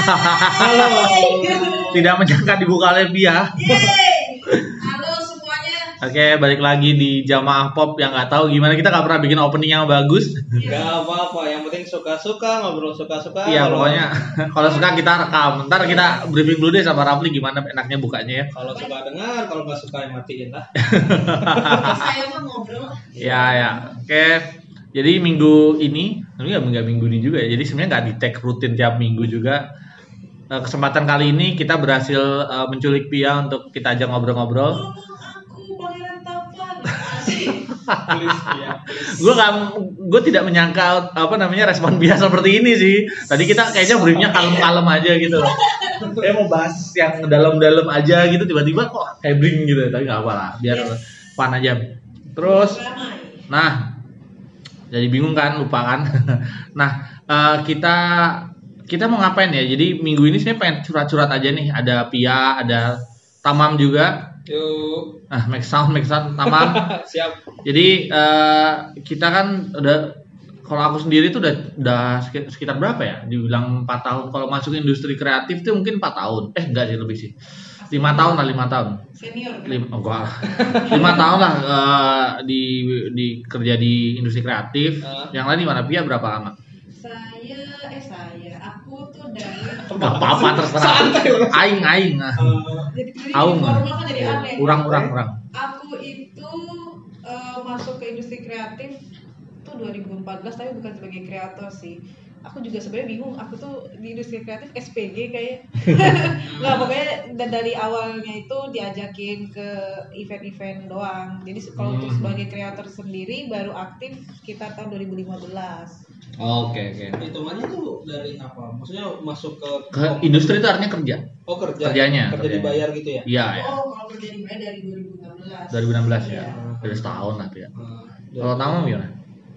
Halo. Tidak menyangka dibuka oleh Pia. Halo semuanya. Oke, balik lagi di Jamaah Pop yang nggak tahu gimana, kita nggak pernah bikin opening yang bagus. Gak apa-apa, yang penting suka-suka, ngobrol suka-suka. Iya, pokoknya kalau suka kita rekam. Ntar kita briefing dulu deh sama Rafli gimana enaknya bukanya ya. Kalau suka dengar, kalau nggak suka ya matiin lah. Saya mau ngobrol. Ya. Oke. Jadi minggu ini, tapi nggak minggu ini juga ya. Jadi sebenarnya nggak di tag rutin tiap minggu juga. Kesempatan kali ini kita berhasil menculik Pia untuk kita ajak ngobrol-ngobrol. Aku Pangeran Tampan. Please ya. Gue tidak menyangka respon Pia seperti ini sih. Tadi kita kayaknya briefnya kalem-kalem aja gitu. Kayak mau bahas yang dalam-dalam aja gitu, tiba-tiba kok hebring gitu. Tapi nggak apa lah, biar fun aja. Terus, nah. Jadi bingung kan, lupa kan. Nah, kita mau ngapain ya? Jadi minggu ini saya pengen curhat-curhat aja nih. Ada Pia, ada Tamam juga. Yuk. Make sound Tamam. Siap. Jadi kita kan udah, kalau aku sendiri tuh udah sekitar berapa ya? Dibilang 4 tahun. Kalau masuk industri kreatif tuh mungkin 4 tahun. Enggak sih, lebih sih. 5 tahun. Senior. 5 tahun lah di kerja di industri kreatif. Yang lain di mana? Pia berapa lama? Aku tuh dari Gak apa-apa, terserah. Aing. jadi Aung. formal kan jadi aneh. Kurang. Aku itu masuk ke industri kreatif tuh 2014, tapi bukan sebagai kreator sih. Aku juga sebenarnya bingung, aku tuh di industri kreatif SPG kayak nggak, pokoknya dari awalnya itu diajakin ke event-event doang. Jadi kalau untuk sebagai kreator sendiri baru aktif sekitar tahun 2015. Oke. Hitungannya tuh dari apa? Maksudnya masuk Ke industri itu artinya kerja. Oh, kerja. Kerjanya. Dibayar gitu ya? Iya. Oh, kalau kerja dibayar dari 2016. 2016 ya. Iya. Udah setahun lah Pia. Nah, Kalau Tamam gimana?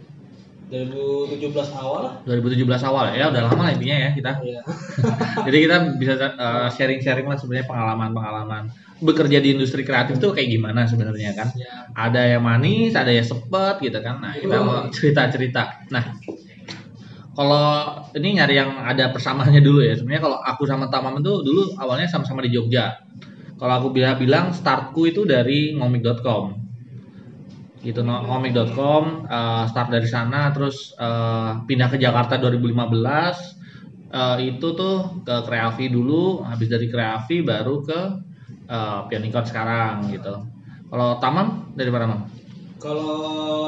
2017 awal lah. 2017 awal ya, udah lama lah intinya ya kita. Iya. Jadi kita bisa sharing-sharing lah sebenarnya pengalaman bekerja di industri kreatif tuh kayak gimana sebenarnya kan. Siap. Ada yang manis, ada yang sepet gitu kan. Nah, kita mau cerita-cerita. Nah, kalau ini nyari yang ada persamaannya dulu ya. Sebenarnya kalau aku sama Tamam itu dulu awalnya sama-sama di Jogja. Kalau aku bilang startku itu dari ngomik.com. Gitu, ngomik.com, start dari sana, terus pindah ke Jakarta 2015. Itu tuh ke Kreavi dulu, habis dari Kreavi baru ke Pionicon sekarang gitu. Kalau Tamam dari mana, Mam? Kalau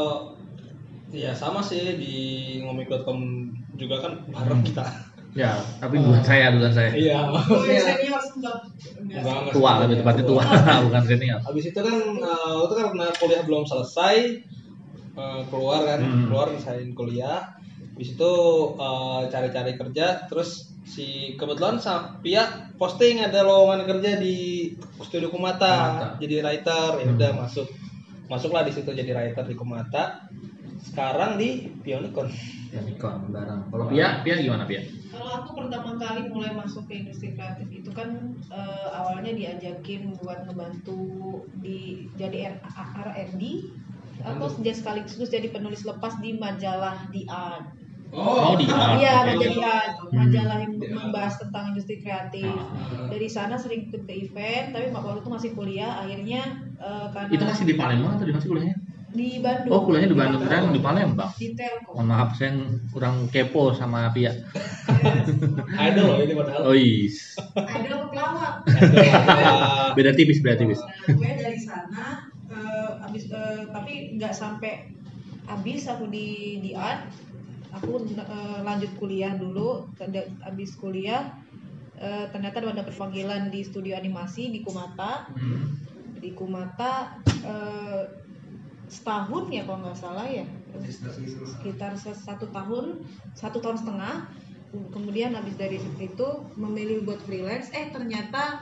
ya sama sih, di ngomik.com juga kan bareng kita. Ya, tapi duluan saya. Iya. Oh, senior Enggak, Tua, lebih tepatnya tua, bukan senior. Habis itu kan itu karena kuliah belum selesai, keluar misalnya kuliah. Habis itu cari-cari kerja, terus kebetulan Pia posting ada lowongan kerja di Studio Kumata. Jadi writer, ya udah masuklah di situ jadi writer di Kumata. Sekarang di Pionicon bareng. Kalau Pia gimana Pia? Kalau aku pertama kali mulai masuk ke industri kreatif itu kan awalnya diajakin buat ngebantu jadi R&D atau sekaligus jadi penulis lepas di majalah The Art. Di Art. Iya, Okay. majalah The Art, majalah yang membahas tentang industri kreatif. Dari sana sering ikut ke event, tapi waktu itu masih kuliah, akhirnya karena Itu masih di Palembang atau di mana sih kuliahnya? di Bandung. Oh, kuliahnya di Bandung, kan di Palembang. Di Telkom. Mohon maaf, saya kurang kepo sama Pia. idol loh ini padahal. Oh is. Idol pelawak. Beda tipis. Nah, gue dari sana tapi nggak sampai habis aku di art. Aku lanjut kuliah dulu. Habis kuliah ternyata dapat panggilan di studio animasi di Kumata. Di Kumata setahun ya kalau nggak salah ya, sekitar 1 tahun setengah. Kemudian habis dari situ memilih buat freelance. Ternyata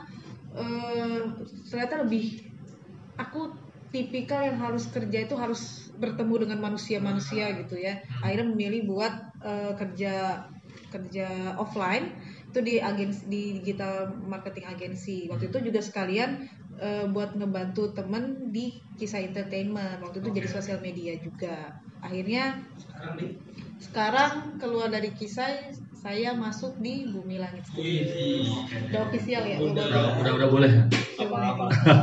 lebih, aku tipikal yang harus kerja itu harus bertemu dengan manusia gitu ya. Akhirnya memilih buat kerja offline itu di digital marketing agency. Waktu itu juga sekalian buat ngebantu temen di Kisah Entertainment. Waktu itu jadi sosial media juga. Akhirnya sekarang keluar dari Kisah saya masuk di Bumi Langit Studio. Wih. Udah official ya? Udah boleh. Apa-apa.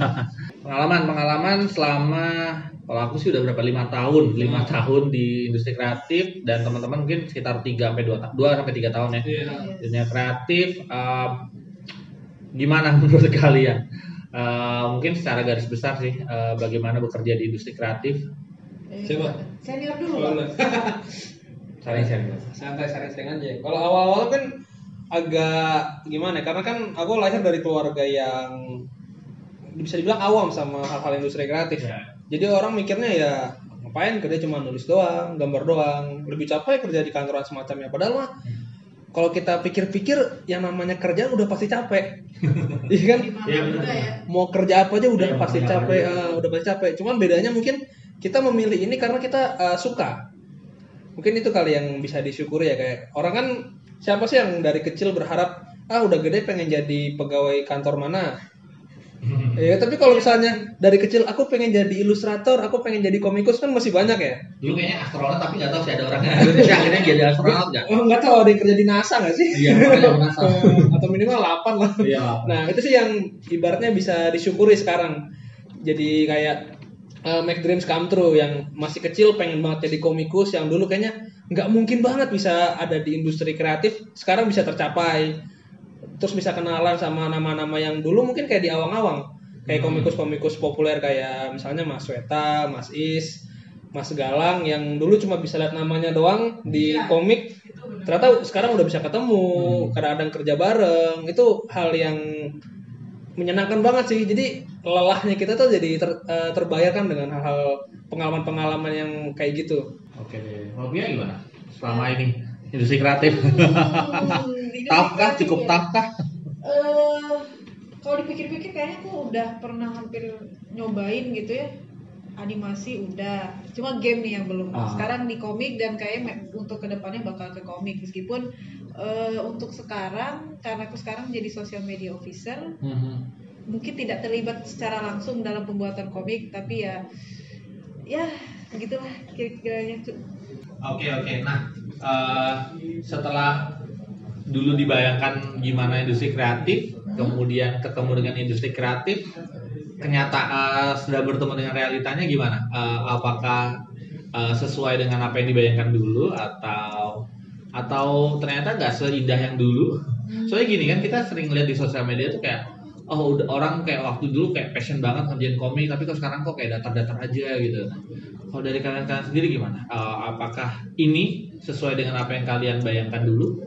Pengalaman selama kalau aku sih udah berapa 5 tahun di industri kreatif, dan teman-teman mungkin sekitar 2 sampai 3 tahun ya. Iya. Dunia kreatif, gimana menurut kalian? Mungkin secara garis besar sih, bagaimana bekerja di industri kreatif? Coba. Senior dulu, Oh, Pak. Sharing. Santai sharing aja. Kalau awal-awal kan agak gimana ya? Karena kan aku lahir dari keluarga yang bisa dibilang awam sama hal-hal industri kreatif. Ya. Jadi orang mikirnya ya ngapain kerja cuma nulis doang, gambar doang, lebih capek kerja di kantoran semacamnya. Padahal mah kalau kita pikir-pikir yang namanya kerjaan udah pasti capek. Iya kan? Iya, Juga benar. ya. Mau kerja apa aja udah Iya, pasti mau kerja capek, apa aja. udah pasti capek. Cuman bedanya mungkin kita memilih ini karena kita suka. Mungkin itu kali yang bisa disyukuri ya, kayak orang kan siapa sih yang dari kecil berharap udah gede pengen jadi pegawai kantor mana? Ya, tapi kalau misalnya dari kecil aku pengen jadi ilustrator, aku pengen jadi komikus kan masih banyak ya. Dulu kayaknya astronot, tapi nggak tahu sih ada orangnya Indonesia akhirnya jadi astronot nggak? Oh, nggak tahu ada yang kerja di NASA nggak sih? Iya, makanya penasaran. Atau minimal 8 lah. Iya. Nah, itu sih yang ibaratnya bisa disyukuri sekarang. Jadi kayak make dreams come true, yang masih kecil pengen banget jadi komikus, yang dulu kayaknya nggak mungkin banget bisa ada di industri kreatif, sekarang bisa tercapai. Terus bisa kenalan sama nama-nama yang dulu mungkin kayak di awang-awang. Kayak komikus-komikus populer kayak misalnya Mas Weta, Mas Is, Mas Galang, yang dulu cuma bisa lihat namanya doang di komik. Ternyata sekarang udah bisa ketemu, kadang-kadang kerja bareng. Itu hal yang menyenangkan banget sih. Jadi lelahnya kita tuh jadi terbayarkan dengan hal-hal pengalaman-pengalaman yang kayak gitu. Oke, kalau Pia gimana? Selama ini industri kreatif, Industri tough kah? kreatif Cukup ya. tough kah? Kalau dipikir-pikir kayaknya aku udah pernah hampir nyobain gitu ya. Animasi udah, cuma game nih yang belum. Sekarang di komik, dan kayaknya untuk kedepannya bakal ke komik. Meskipun untuk sekarang, karena aku sekarang jadi social media officer, mungkin tidak terlibat secara langsung dalam pembuatan komik, tapi ya begitulah kira-kiranya. Oke. Nah, setelah dulu dibayangkan gimana industri kreatif, kemudian ketemu dengan industri kreatif, kenyataan sudah bertemu dengan realitanya gimana? Apakah sesuai dengan apa yang dibayangkan dulu, atau ternyata nggak seindah yang dulu? Soalnya gini kan, kita sering lihat di sosial media tuh kayak udah orang kayak waktu dulu kayak passion banget ngerjain komik, tapi kok sekarang kok kayak datar-datar aja gitu. Nah, kalau dari kalian sendiri gimana? Apakah ini sesuai dengan apa yang kalian bayangkan dulu?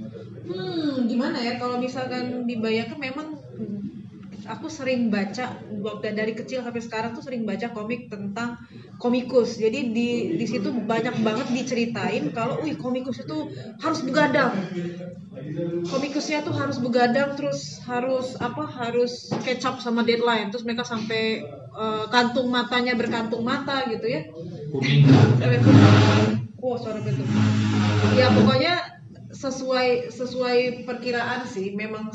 Gimana ya, kalau misalkan dibayangkan, memang aku sering baca dari kecil sampai sekarang tuh sering baca komik tentang komikus. Jadi di situ banyak banget diceritain kalau komikus itu harus begadang. Komikusnya tuh harus begadang, terus harus catch up sama deadline. Terus mereka sampai kantung matanya berkantung mata gitu ya. Kuning. Wow, suara betul. Ya pokoknya sesuai perkiraan sih, memang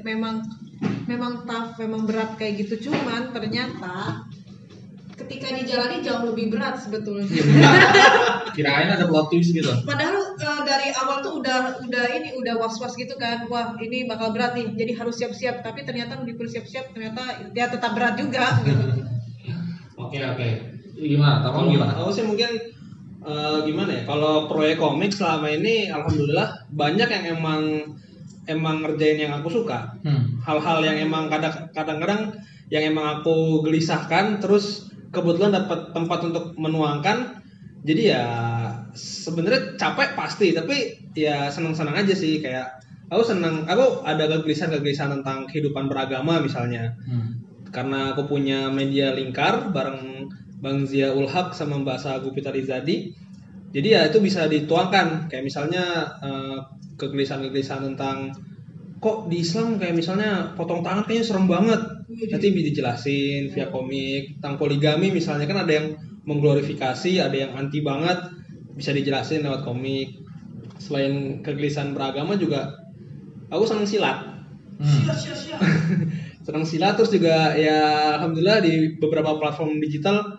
tough, memang berat kayak gitu. Cuman ternyata ketika dijalani jauh lebih berat sebetulnya. Kirain ada plot twist gitu. Padahal dari awal tuh udah was-was gitu kan. Wah, ini bakal berat nih, jadi harus siap-siap. Tapi ternyata begitu siap-siap, ternyata ya tetap berat juga gitu. Oke. Gimana? Tamam gimana? Aku sih mungkin gimana ya? Kalau proyek komik selama ini, alhamdulillah banyak yang emang ngerjain yang aku suka. Hal-hal yang emang kadang-kadang yang emang aku gelisahkan, terus kebetulan dapat tempat untuk menuangkan. Jadi ya sebenarnya capek pasti, tapi ya senang-senang aja sih. Kayak aku ada kegelisahan tentang kehidupan beragama misalnya. Karena aku punya media lingkar bareng Bang Zia Ulhaq sama Mbak Sagu Pitarizadi. Jadi ya itu bisa dituangkan. Kayak misalnya kegelisahan tentang kok di Islam kayak misalnya potong tangan kayaknya serem banget. Nanti bisa dijelasin via komik. Tentang poligami misalnya kan ada yang mengglorifikasi, ada yang anti banget, bisa dijelasin lewat komik. Selain kegelisahan beragama juga aku senang silat. Senang silat, terus juga ya alhamdulillah di beberapa platform digital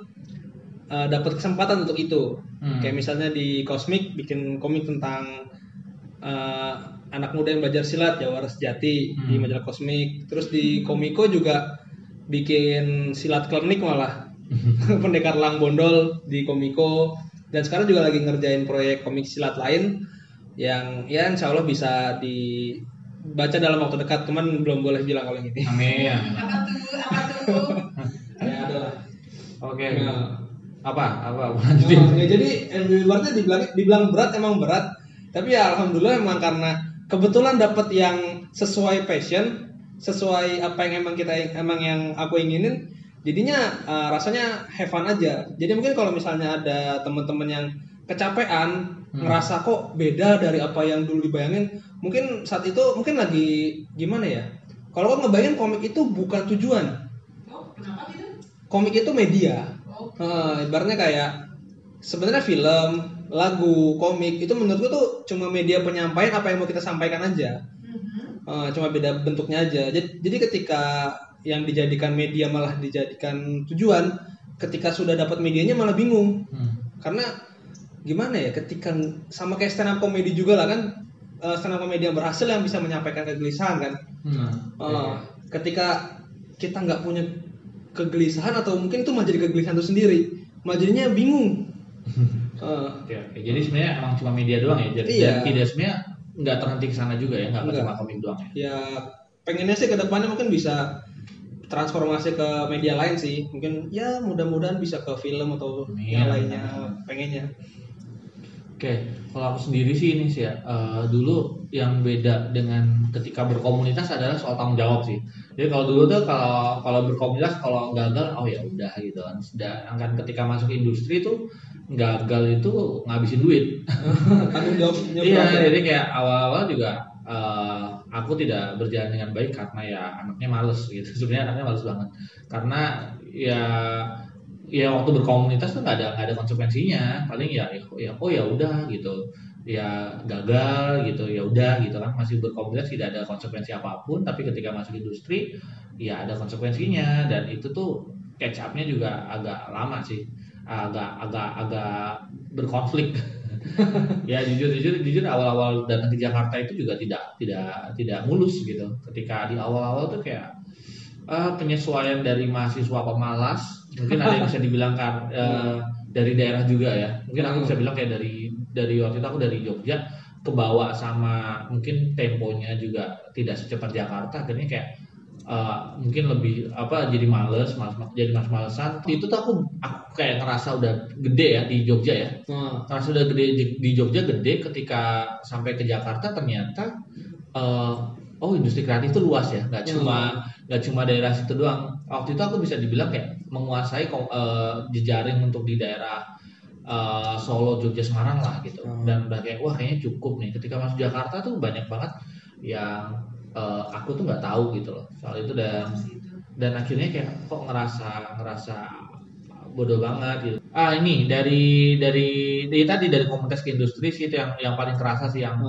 dapat kesempatan untuk itu. Kayak misalnya di Cosmic bikin komik tentang anak muda yang belajar silat Jawara Sejati di majalah Kosmik. Terus di Komiko juga bikin silat klinik malah Pendekar Lang Bondol di Komiko. Dan sekarang juga lagi ngerjain proyek komik silat lain yang ya insya Allah bisa dibaca dalam waktu dekat. Cuman belum boleh bilang kalau yang ini. Amin. Apa tuh? Ya ada lah. Oke. Nah. Apa lanjutin. Ya, jadi ibaratnya dibilang berat emang berat, tapi ya alhamdulillah emang karena kebetulan dapat yang sesuai passion, sesuai apa yang yang aku inginin, jadinya rasanya have fun aja. Jadi mungkin kalau misalnya ada teman-teman yang kecapean, ngerasa kok beda dari apa yang dulu dibayangin, mungkin saat itu mungkin lagi gimana ya? Kalau aku ngebayangin komik itu bukan tujuan. Oh, kenapa gitu? Komik itu media. Ibaratnya kayak sebenarnya film, lagu, komik itu menurutku tuh cuma media penyampaian apa yang mau kita sampaikan aja. Cuma beda bentuknya aja. Jadi ketika yang dijadikan media malah dijadikan tujuan, ketika sudah dapat medianya malah bingung. Karena gimana ya, ketika sama kayak stand up comedy juga lah kan, stand up comedy yang berhasil yang bisa menyampaikan kegelisahan kan. Ketika kita nggak punya kegelisahan atau mungkin itu menjadi kegelisahan itu sendiri, jadinya bingung. Oke. Jadi sebenarnya emang cuma media doang ya. Jadi tidak sebenarnya nggak terhenti ke sana juga ya, nggak cuma komik doang ya. Ya pengennya sih ke depannya mungkin bisa transformasi ke media lain sih. Mungkin ya mudah-mudahan bisa ke film atau yang lainnya. Pengennya. Oke, kalau aku sendiri sih ini sih ya, dulu yang beda dengan ketika berkomunitas adalah soal tanggung jawab sih. Jadi kalau dulu tuh kalau berkomunitas kalau gagal oh ya udah gitu kan. Sedangkan ketika masuk industri tuh gagal itu ngabisin duit. Tanggung jawabnya. Iya, jadi kayak awal-awal juga aku tidak berjalan dengan baik karena ya anaknya males gitu. Sebenarnya anaknya males banget. Karena ya waktu berkomunitas tuh nggak ada konsekuensinya, paling ya oh ya udah gitu, ya gagal gitu, ya udah gitu kan, masih berkomunitas tidak ada konsekuensi apapun. Tapi ketika masuk industri ya ada konsekuensinya, dan itu tuh catch up-nya juga agak lama sih, agak berkonflik. Ya jujur awal-awal datang ke Jakarta itu juga tidak mulus gitu. Ketika di awal-awal tuh kayak penyesuaian dari mahasiswa pemalas, mungkin ada yang bisa dibilang kan dari daerah juga ya. Mungkin aku bisa bilang kayak dari waktu itu aku dari Jogja kebawa sama mungkin temponya juga tidak secepat Jakarta, akhirnya kayak mungkin lebih jadi males-malesan. Itu tuh aku kayak ngerasa udah gede ya di Jogja ya. Ngerasa udah gede di Jogja ketika sampai ke Jakarta ternyata industri kreatif itu luas ya, nggak cuma daerah situ doang. Waktu itu aku bisa dibilang kayak menguasai jejaring untuk di daerah Solo, Jogja, Semarang lah gitu. Dan udah kayak wah kayaknya cukup nih. Ketika masuk Jakarta tuh banyak banget yang aku tuh nggak tahu gitu loh soal itu, dan akhirnya kayak kok ngerasa bodoh banget gitu. Ini dari tadi dari komunitas ke industri sih itu yang paling kerasa sih, yang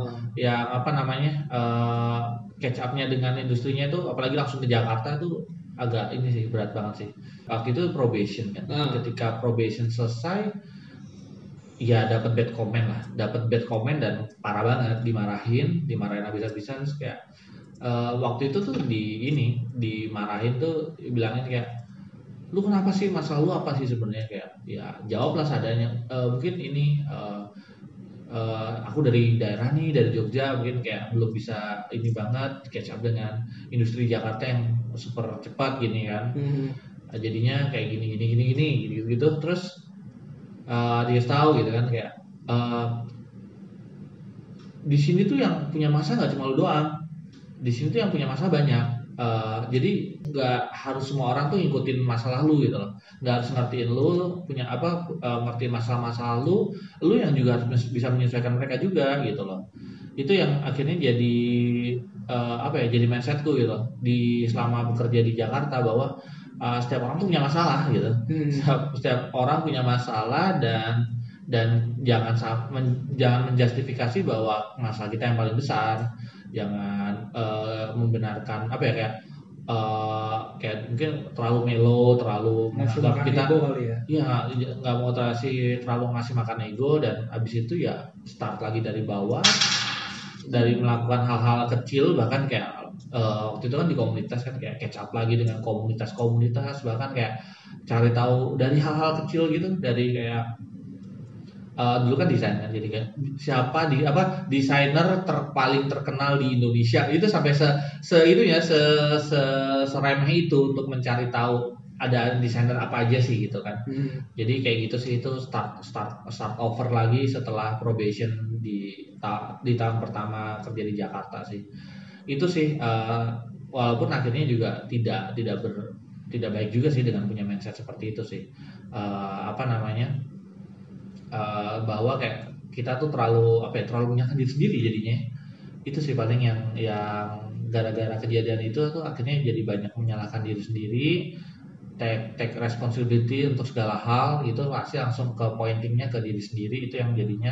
catch up-nya dengan industrinya itu, apalagi langsung ke Jakarta tuh agak ini sih, berat banget sih. Waktu itu probation kan. Ketika probation selesai ya dapat bad comment dan parah banget, dimarahin habis-habisan. Kayak waktu itu tuh dimarahin tuh, bilangin kayak lu kenapa sih, masalah lu apa sih sebenarnya, kayak ya jawablah seadanya. Mungkin ini aku dari daerah nih, dari Jogja, mungkin kayak belum bisa ini banget catch up dengan industri Jakarta yang super cepat gini kan. Jadinya kayak gini gitu. Terus dia tahu gitu kan kayak di sini tuh yang punya masa nggak cuma lu doang, di sini tuh yang punya masa banyak. Jadi nggak harus semua orang tuh ngikutin masa lalu gitu loh, nggak harus ngertiin lu punya ngertiin masa lu yang juga harus bisa menyesuaikan mereka juga gitu loh. Itu yang akhirnya jadi jadi mindsetku gitu loh selama bekerja di Jakarta, bahwa setiap orang tuh punya masalah gitu. Setiap orang punya masalah, dan jangan menjustifikasi bahwa masalah kita yang paling besar. Jangan membenarkan kayak mungkin terlalu melo, terlalu menganggap kita nggak mau terlalu ngasih makan ego, dan abis itu ya start lagi dari bawah, dari melakukan hal-hal kecil, bahkan kayak waktu itu kan di komunitas kan kayak catch up lagi dengan komunitas-komunitas, bahkan kayak cari tahu dari hal-hal kecil gitu, dari kayak dulu kan desainer, jadi kayak siapa desainer paling terkenal di Indonesia itu, sampai seremeh itu untuk mencari tahu ada desainer apa aja sih gitu kan. Jadi kayak gitu sih, itu start over lagi setelah probation di tahun pertama kerja di Jakarta sih. Itu sih walaupun akhirnya juga tidak baik juga sih dengan punya mindset seperti itu sih. Bahwa kayak kita tuh terlalu menyalahkan diri sendiri jadinya. Itu sih paling yang gara-gara kejadian itu tuh akhirnya jadi banyak menyalahkan diri sendiri, take responsibility untuk segala hal, itu pasti langsung ke pointingnya ke diri sendiri. Itu yang jadinya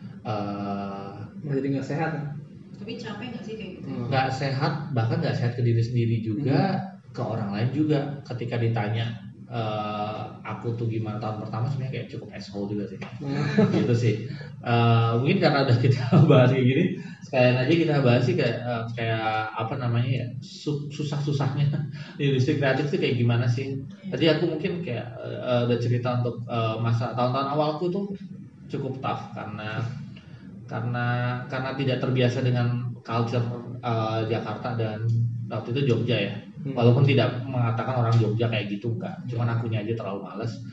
jadi nggak sehat. Tapi capek nggak sih kayak gitu? Nggak sehat, bahkan nggak sehat ke diri sendiri juga, ke orang lain juga. Ketika ditanya aku tuh gimana tahun pertama, sebenarnya kayak cukup asshole juga sih. Gitu sih. Mungkin karena udah kita bahas kayak gini, sekalian aja kita bahas sih kayak susah-susahnya di industri kreatif itu kayak gimana sih. Tadi aku mungkin kayak udah cerita untuk masa tahun-tahun awalku tuh cukup tough karena tidak terbiasa dengan culture Jakarta dan waktu itu Jogja ya. Walaupun tidak mengatakan orang Jogja kayak gitu, enggak, cuman akunya aja terlalu males.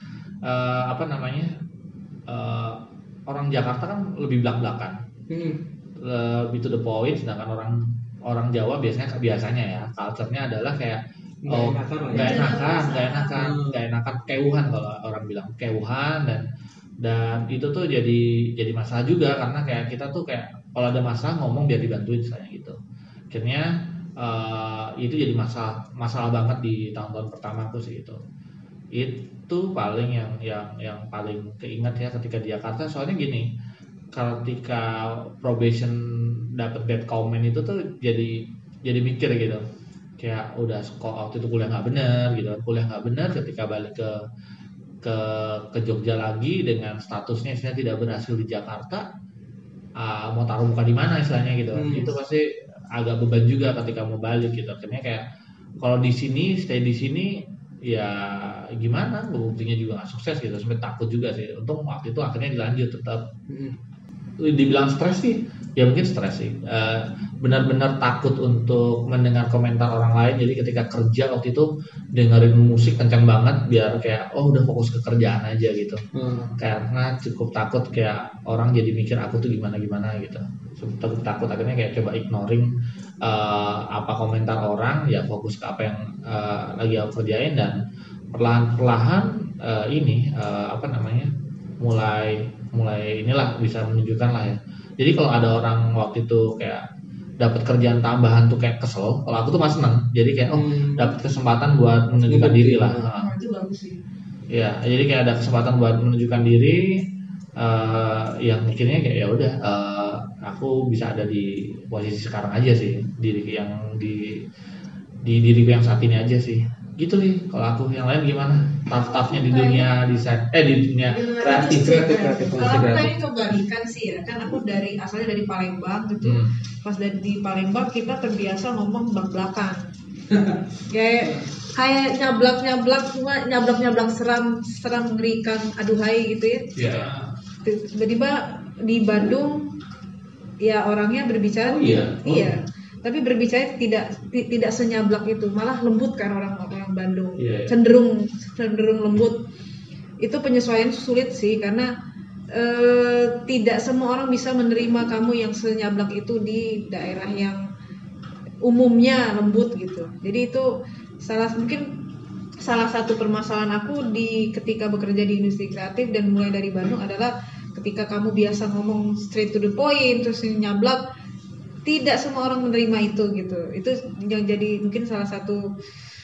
Orang Jakarta kan lebih belak-belakan, lebih to the point, sedangkan orang Jawa biasanya ya culture-nya adalah kayak nggak enakan, kewuhan kalau orang bilang kewuhan, dan itu tuh jadi masalah juga, karena kayak kita tuh kayak kalau ada masalah ngomong biar dibantuin misalnya gitu. Akhirnya itu jadi masalah banget di tahun-tahun pertama aku sih. Itu paling yang paling keinget ya ketika di Jakarta. Soalnya gini, ketika probation dapat bad comment itu tuh jadi mikir gitu, kayak udah waktu itu kuliah nggak bener ketika balik ke Jogja lagi dengan statusnya istilahnya tidak berhasil di Jakarta, mau taruh muka di mana istilahnya gitu. Itu pasti agak beban juga ketika mau balik gitu. Akhirnya kayak kalau stay di sini ya gimana, buktinya juga nggak sukses gitu, sampai takut juga sih. Untung waktu itu akhirnya dilanjut tetap. Dibilang stres sih, ya mungkin stres sih. Benar-benar takut untuk mendengar komentar orang lain. Jadi ketika kerja waktu itu dengerin musik kencang banget biar kayak udah fokus ke kerjaan aja gitu. Karena cukup takut kayak orang jadi mikir aku tuh gimana gitu. Cukup takut, akhirnya kayak coba ignoring apa komentar orang, ya fokus ke apa yang lagi aku kerjain, dan perlahan-lahan mulai inilah bisa menunjukkan lah ya. Jadi kalau ada orang waktu itu kayak dapat kerjaan tambahan tuh kayak kesel, kalau aku tuh masih seneng. Jadi kayak dapat kesempatan buat menunjukkan diri lah. Itu bagus sih. Ya, jadi kayak ada kesempatan buat menunjukkan diri, yang mikirnya kayak ya udah, aku bisa ada di posisi sekarang aja sih, diriku yang di diriku yang saat ini aja sih. Gitu nih kalau aku. Yang lain gimana? Tough-toughnya di dunia desain, di dunia kreatif. Kalau aku pengen kebalikan sih ya, kan aku asalnya dari Palembang gitu. Pas di Palembang kita terbiasa ngomong belak-belakan. kayak nyablak seram mengerikan, aduhai gitu ya. Yeah. Tiba-tiba di Bandung ya orangnya berbicara iya. Tapi berbicara tidak senyablak itu, malah lembut kan orang Bandung. Cenderung lembut. Itu penyesuaian sulit sih, karena tidak semua orang bisa menerima kamu yang senyablak itu di daerah yang umumnya lembut gitu. Jadi itu salah satu permasalahan aku ketika bekerja di industri kreatif dan mulai dari Bandung adalah ketika kamu biasa ngomong straight to the point terus nyablak, tidak semua orang menerima itu gitu. Itu yang jadi mungkin salah satu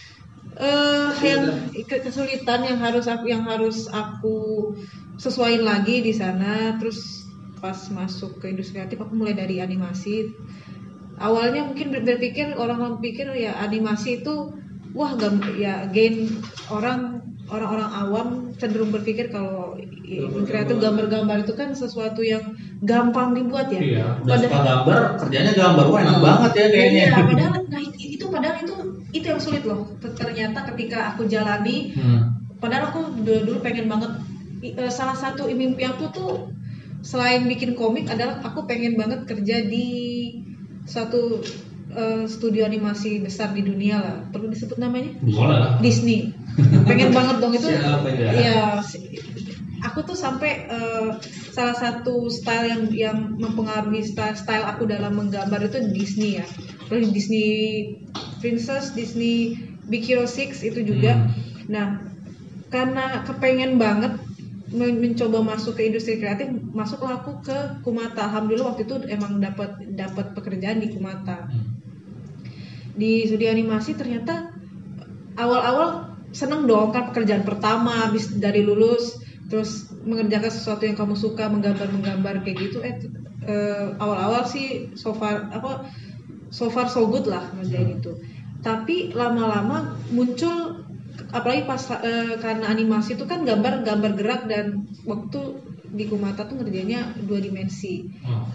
yang kesulitan yang harus aku sesuaiin lagi di sana. Terus pas masuk ke industri kreatif aku mulai dari animasi. Awalnya mungkin orang pikir ya animasi itu gain orang orang-orang awam cenderung berpikir kalau kreatif gambar-gambar itu kan sesuatu yang gampang dibuat ya. Iya, udah suka gambar, kerjanya gambar, wah enak banget ya kayaknya. Iya, padahal itu yang sulit loh. Ternyata ketika aku jalani, padahal aku dulu pengen banget. Salah satu mimpi aku tuh selain bikin komik adalah aku pengen banget kerja di suatu studio animasi besar di dunia lah. Perlu disebut namanya? Boleh lah. Disney. Pengen banget dong itu. Siapa ya? Iya. Aku tuh sampai salah satu style yang mempengaruhi style aku dalam menggambar itu Disney ya. Terus Disney Princess, Disney Big Hero 6 itu juga. Nah, karena kepengen banget mencoba masuk ke industri kreatif, masuklah aku ke Kumata. Alhamdulillah waktu itu emang dapat pekerjaan di Kumata. Di studio animasi ternyata awal-awal seneng dong kan, pekerjaan pertama habis dari lulus terus mengerjakan sesuatu yang kamu suka, menggambar kayak gitu. Awal-awal sih so far so good lah kayak gitu. Tapi lama-lama muncul, apalagi pas karena animasi itu kan gambar gerak, dan waktu di Kumata tuh ngerjainnya 2 dimensi.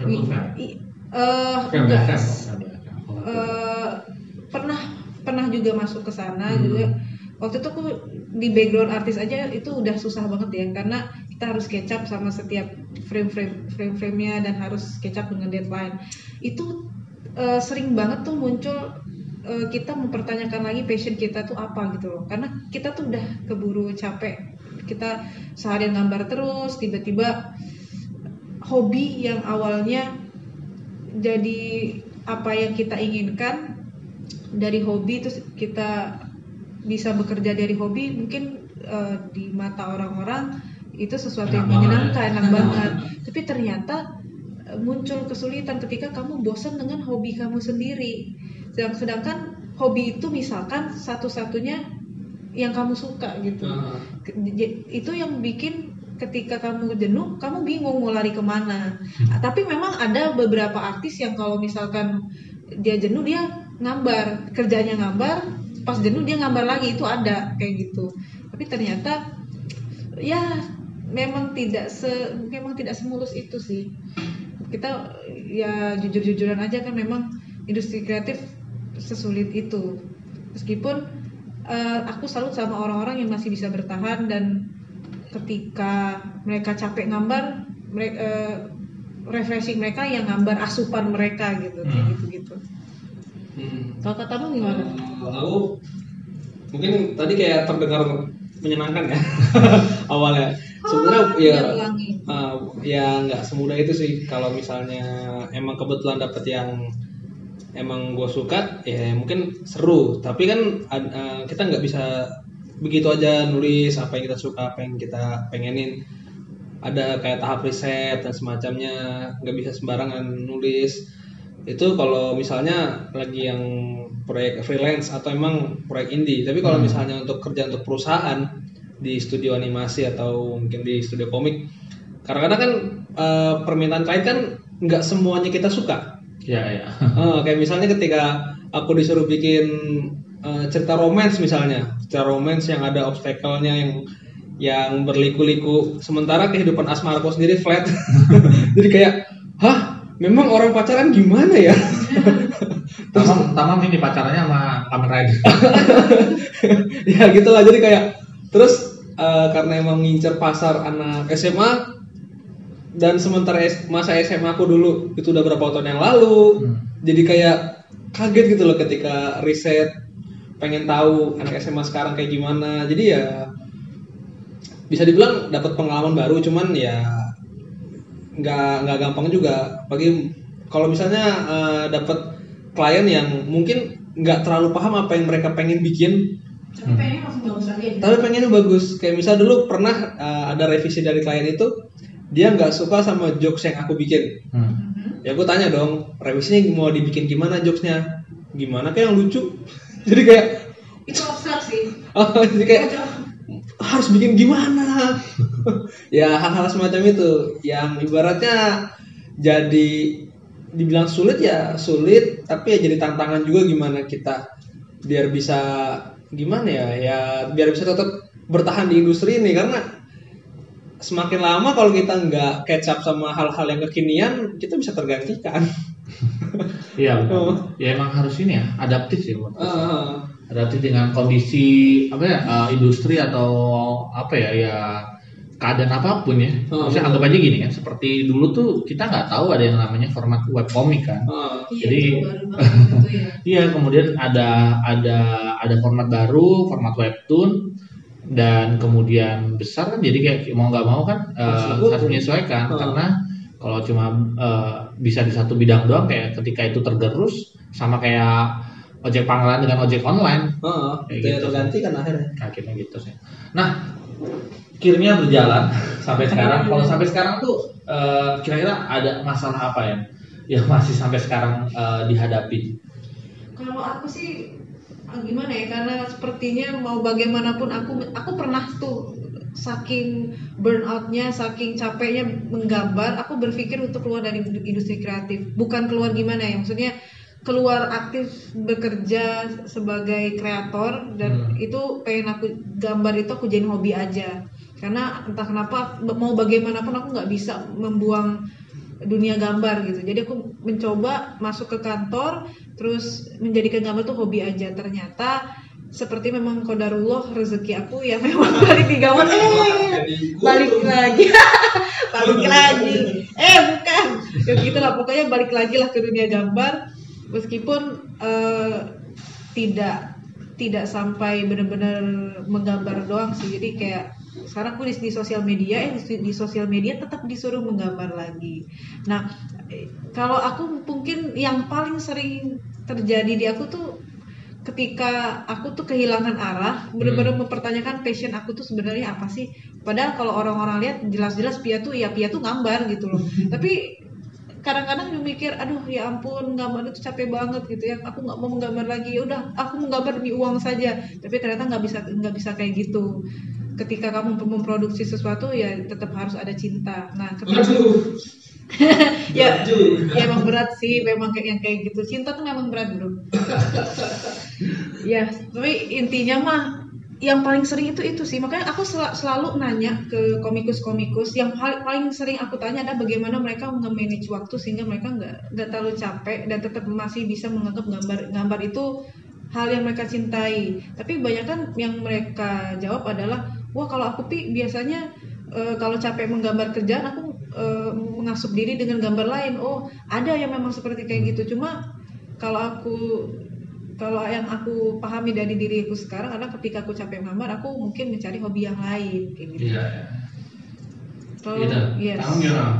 Pernah juga masuk ke sana juga. Waktu itu aku di background artis aja itu udah susah banget ya, karena kita harus catch up sama setiap frame-nya dan harus catch up dengan deadline. Itu sering banget tuh muncul kita mempertanyakan lagi passion kita tuh apa gitu loh, karena kita tuh udah keburu capek, kita seharian gambar terus, tiba-tiba hobi yang awalnya jadi apa yang kita inginkan dari hobi, terus kita bisa bekerja dari hobi, mungkin di mata orang-orang itu sesuatu yang menyenangkan, enak banget. Tapi ternyata muncul kesulitan ketika kamu bosan dengan hobi kamu sendiri. Sedangkan hobi itu misalkan satu-satunya yang kamu suka gitu. Itu yang bikin ketika kamu jenuh, kamu bingung mau lari kemana. Tapi memang ada beberapa artis yang kalau misalkan dia jenuh, dia ngambar, kerjanya ngambar, pas jenuh dia ngambar lagi, itu ada kayak gitu. Tapi ternyata ya memang tidak semulus itu sih. Kita ya jujur-jujuran aja kan, memang industri kreatif sesulit itu. Meskipun aku salut sama orang-orang yang masih bisa bertahan, dan ketika mereka capek ngambar, refreshing mereka yang gambar asupan mereka gitu, kayak gitu. Kalau katamu gimana? Aku mungkin tadi kayak terdengar menyenangkan ya awalnya. Sebenarnya ya nggak semudah itu sih. Kalau misalnya emang kebetulan dapet yang emang gue suka, ya mungkin seru. Tapi kan kita nggak bisa begitu aja nulis apa yang kita suka, apa yang kita pengenin. Ada kayak tahap riset dan semacamnya, nggak bisa sembarangan nulis. Itu kalau misalnya lagi yang proyek freelance atau emang proyek indie. Tapi kalau misalnya untuk kerja untuk perusahaan di studio animasi atau mungkin di studio komik, kadang-kadang kan permintaan klien kan nggak semuanya kita suka. Iya. Kayak misalnya ketika aku disuruh bikin cerita romance misalnya, cerita romance yang ada obstacle-nya yang berliku-liku, sementara kehidupan asmaraku sendiri flat. Jadi kayak, memang orang pacaran gimana ya? Tamam ini pacarannya sama Kamen Rider. Ya gitulah, jadi kayak terus karena emang ngincer pasar anak SMA, dan sementara masa SMA aku dulu itu udah berapa tahun yang lalu, jadi kayak kaget gitu loh ketika riset, pengen tahu anak SMA sekarang kayak gimana. Jadi ya bisa dibilang dapat pengalaman baru, cuman ya nggak gampang juga. Bagi kalau misalnya dapat klien yang mungkin nggak terlalu paham apa yang mereka pengen bikin, tapi pengennya bagus. Kayak misal dulu pernah ada revisi dari klien itu, dia nggak suka sama jokes yang aku bikin. Ya aku tanya dong, revisinya mau dibikin gimana jokesnya, gimana kayak yang lucu. Jadi kayak itu abstrak sih. Jadi kayak harus bikin gimana. Ya hal-hal semacam itu yang ibaratnya jadi dibilang sulit ya sulit, tapi ya jadi tantangan juga gimana kita biar bisa gimana ya biar bisa tetap bertahan di industri ini, karena semakin lama kalau kita nggak catch up sama hal-hal yang kekinian, kita bisa tergantikan. Iya benar. Ya emang harus ini ya, adaptif sih menurut aku. Adaptif dengan kondisi industri atau keadaan apapun ya. Maksudnya anggap aja gini kan, seperti dulu tuh kita nggak tahu ada yang namanya format webcomic kan. Jadi iya, kemudian ada format baru, format webtoon, dan kemudian besar kan, jadi kayak mau nggak mau kan harus menyesuaikan. Karena kalau cuma bisa di satu bidang doang, kayak ketika itu tergerus sama kayak ojek pangkalan dengan ojek online, kayak gitu terganti kan akhirnya gitu sih. Nah, akhirnya berjalan sampai sekarang. Kalau sampai sekarang tuh kira-kira ada masalah apa ya yang masih sampai sekarang dihadapi? Kalau aku sih gimana ya, karena sepertinya mau bagaimanapun aku pernah tuh saking burnoutnya, saking capeknya menggambar, aku berpikir untuk keluar dari industri kreatif. Bukan keluar gimana ya, maksudnya keluar aktif bekerja sebagai kreator, dan itu pengen aku gambar itu aku jadi hobi aja. Karena entah kenapa mau bagaimanapun aku nggak bisa membuang dunia gambar gitu. Jadi aku mencoba masuk ke kantor, terus menjadikan gambar tuh hobi aja. Ternyata seperti memang qadarullah, rezeki aku ya memang balik di gambar. Balik lagi. Bukan. Ya gitulah, pokoknya balik lagi lah ke dunia gambar. Meskipun tidak sampai benar-benar menggambar doang sih. Jadi kayak sekarang aku di sosial media, di sosial media tetap disuruh menggambar lagi. Nah, kalau aku mungkin yang paling sering terjadi di aku tuh ketika aku tuh kehilangan arah, benar-benar mempertanyakan passion aku tuh sebenarnya apa sih? Padahal kalau orang-orang lihat jelas-jelas Pia tuh gambar gitu loh. Tapi kadang-kadang gue mikir, aduh ya ampun, gambar itu capek banget gitu ya, aku nggak mau menggambar lagi, udah aku menggambar demi uang saja. Tapi ternyata nggak bisa kayak gitu. Ketika kamu memproduksi sesuatu ya tetap harus ada cinta. Nah, ya emang berat sih, memang kayak gitu. Cinta tuh memang berat bro. Ya, tapi intinya mah yang paling sering itu sih. Makanya aku selalu nanya ke komikus yang paling sering aku tanya adalah bagaimana mereka nge-manage waktu sehingga mereka nggak terlalu capek dan tetap masih bisa menganggap gambar itu hal yang mereka cintai. Tapi banyak kan yang mereka jawab adalah, wah kalau aku biasanya kalau capek menggambar kerjaan aku mengasup diri dengan gambar lain. Oh, ada yang memang seperti kayak gitu. Cuma kalau yang aku pahami dari diriku sekarang adalah ketika aku capek menggambar, aku mungkin mencari hobi yang lain kayak gitu. Iya. Kalau yes. Kamu gimana?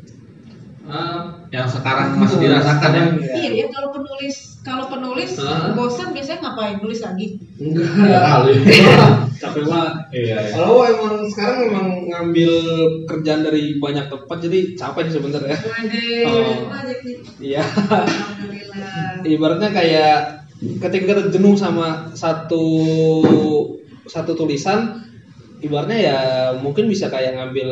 Yang sekarang masih dirasakan ya? Iya ya, kalau penulis bosan biasanya ngapain? Nulis lagi? Enggak. Capek banget. Iya. Kalau emang sekarang memang ngambil kerjaan dari banyak tempat, jadi capek sih sebenarnya. Iya. Alhamdulillah. Ibaratnya kayak ketika kita jenuh sama satu tulisan, ibaratnya ya mungkin bisa kayak ngambil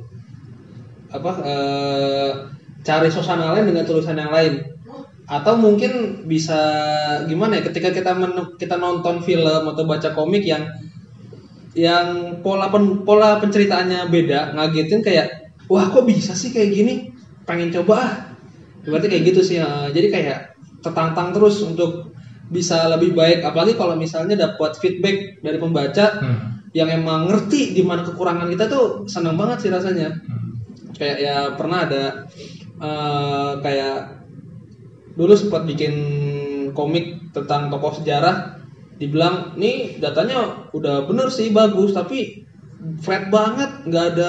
cari suasana lain dengan tulisan yang lain, atau mungkin bisa gimana ya, ketika kita nonton film atau baca komik yang pola penceritaannya beda, ngagetin, kayak wah kok bisa sih kayak gini, pengen coba berarti kayak gitu sih. Jadi kayak tertantang terus untuk bisa lebih baik, apalagi kalau misalnya dapat feedback dari pembaca yang emang ngerti di mana kekurangan kita, tuh senang banget sih rasanya. Kayak ya pernah ada kayak dulu sempat bikin komik tentang tokoh sejarah, dibilang nih datanya udah bener sih, bagus, tapi flat banget, nggak ada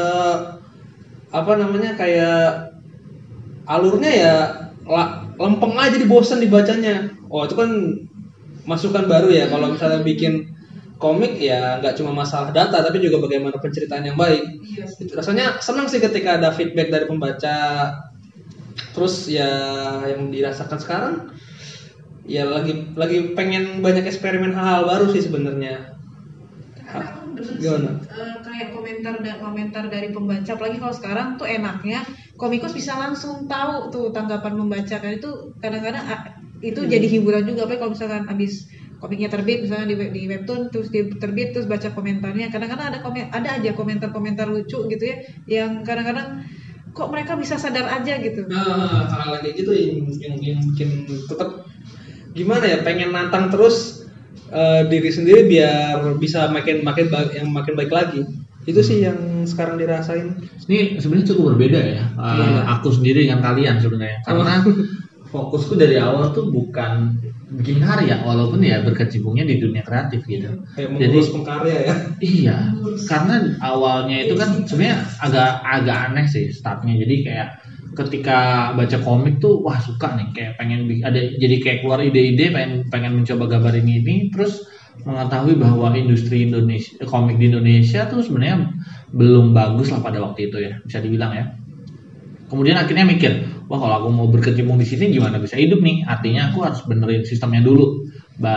kayak alurnya ya lempeng aja, bosan dibacanya. Oh itu kan masukan baru ya, kalau misalnya bikin komik ya nggak cuma masalah data tapi juga bagaimana penceritaan yang baik. Yes. Rasanya senang sih ketika ada feedback dari pembaca. Terus ya yang dirasakan sekarang ya lagi pengen banyak eksperimen hal-hal baru sih sebenarnya. Gimana? Kayak komentar dari pembaca, apalagi kalau sekarang tuh enaknya komikus bisa langsung tahu tuh tanggapan pembaca, kan itu kadang-kadang itu jadi hiburan juga. Apa kalau misalkan abis komiknya terbit misalnya di webtoon terus terbit terus baca komentarnya, kadang-kadang ada aja komentar-komentar lucu gitu ya yang kadang-kadang kok mereka bisa sadar aja gitu. Nah, hal kayak gitu yang bikin tetap gimana ya, pengen nantang terus diri sendiri biar bisa makin baik lagi. Itu sih yang sekarang dirasain. Ini sebenarnya cukup berbeda ya. Aku sendiri dengan kalian sebenarnya. Karena fokusku dari awal tuh bukan bikin karya, walaupun ya berkecimpungnya di dunia kreatif gitu. Kayak mengurus pengkarya ya. Iya, karena awalnya itu kan sebenarnya agak aneh sih startnya. Jadi kayak ketika baca komik tuh wah suka nih, kayak pengen ada, jadi kayak keluar ide-ide, pengen mencoba gambar ini, terus mengetahui bahwa industri Indonesia komik di Indonesia tuh sebenarnya belum bagus lah pada waktu itu ya, bisa dibilang ya. Kemudian akhirnya mikir, wah kalau aku mau berkecimpung di sini gimana bisa hidup nih? Artinya aku harus benerin sistemnya dulu,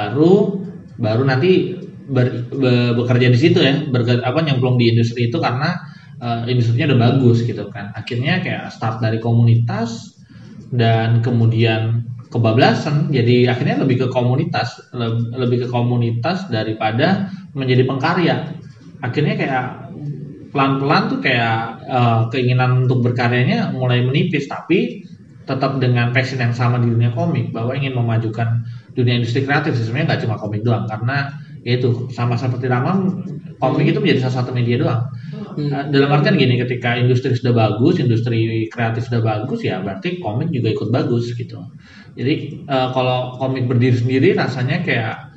baru nanti bekerja di situ ya, nyemplung di industri itu karena industrinya udah bagus gitu kan. Akhirnya kayak start dari komunitas dan kemudian kebablasan, jadi akhirnya lebih ke komunitas daripada menjadi pengkarya. Akhirnya kayak pelan-pelan tuh kayak keinginan untuk berkaryanya mulai menipis, tapi tetap dengan passion yang sama di dunia komik, bahwa ingin memajukan dunia industri kreatif. Sebenarnya nggak cuma komik doang, karena yaitu sama seperti Ramam, komik itu menjadi salah satu media doang. Dalam artian gini, ketika industri sudah bagus, industri kreatif sudah bagus, ya berarti komik juga ikut bagus gitu. Jadi kalau komik berdiri sendiri rasanya kayak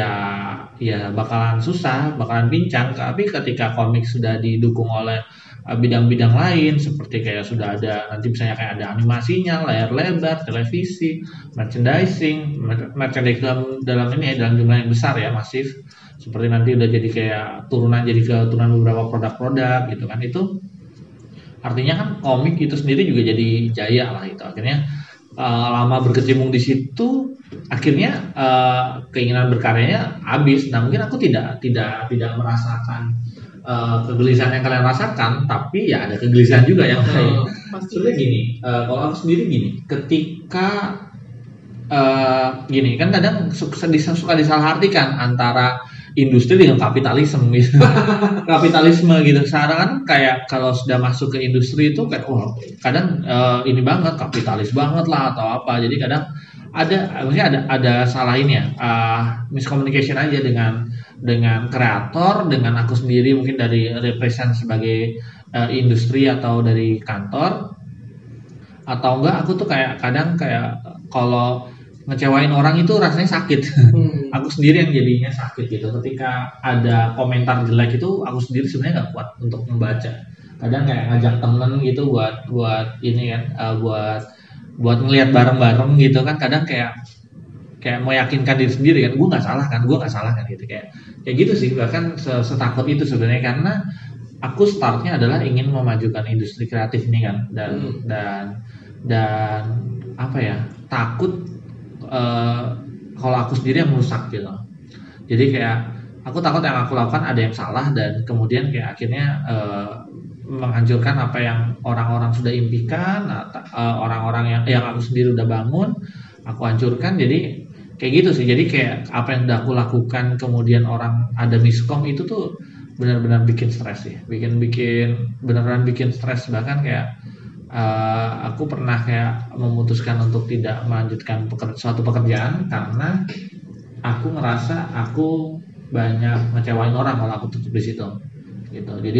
ya bakalan susah, bakalan pincang. Tapi ketika komik sudah didukung oleh bidang-bidang lain, seperti kayak sudah ada nanti misalnya kayak ada animasinya, layar lebar, televisi, merchandising dalam ini ya, dalam jumlah yang besar ya, masif, seperti nanti udah jadi kayak turunan beberapa produk-produk gitu kan, itu artinya kan komik itu sendiri juga jadi jaya lah itu. Akhirnya lama berkecimpung di situ, akhirnya keinginan berkaryanya habis. Nah mungkin aku tidak merasakan kegelisahan yang kalian rasakan, tapi ya ada kegelisahan juga yang lain. Sebenarnya gini, kalau aku sendiri gini, ketika gini kan kadang suka disalahartikan antara industri dengan kapitalisme gitu. Kapitalisme gitu. Sekarang kan kayak kalau sudah masuk ke industri itu kayak kadang ini banget, kapitalis banget lah atau apa. Jadi kadang ada salah ini ya, miscommunication aja dengan kreator, dengan aku sendiri mungkin dari represent sebagai industri atau dari kantor, atau enggak aku tuh kayak kadang kayak kalau ngecewain orang itu rasanya sakit. Aku sendiri yang jadinya sakit gitu. Ketika ada komentar jelek itu aku sendiri sebenarnya nggak kuat untuk membaca. Kadang kayak ngajak temen gitu buat ini kan, buat ngelihat bareng-bareng gitu kan. Kadang kayak mau yakinkan diri sendiri kan, gue nggak salah kan gitu, kayak gitu sih. Bahkan setakut itu sebenarnya, karena aku startnya adalah ingin memajukan industri kreatif ini kan, dan apa ya, takut kalau aku sendiri yang merusak gitu. Jadi kayak aku takut yang aku lakukan ada yang salah, dan kemudian kayak akhirnya menghancurkan apa yang orang-orang sudah impikan, orang-orang yang aku sendiri udah bangun, aku hancurkan. Jadi kayak gitu sih. Jadi kayak apa yang udah aku lakukan kemudian orang ada miskom, itu tuh benar-benar bikin stres sih, benar-benar bikin stres. Bahkan kayak aku pernah kayak memutuskan untuk tidak melanjutkan suatu pekerjaan karena aku ngerasa aku banyak ngecewain orang kalau aku tutup di situ gitu. Jadi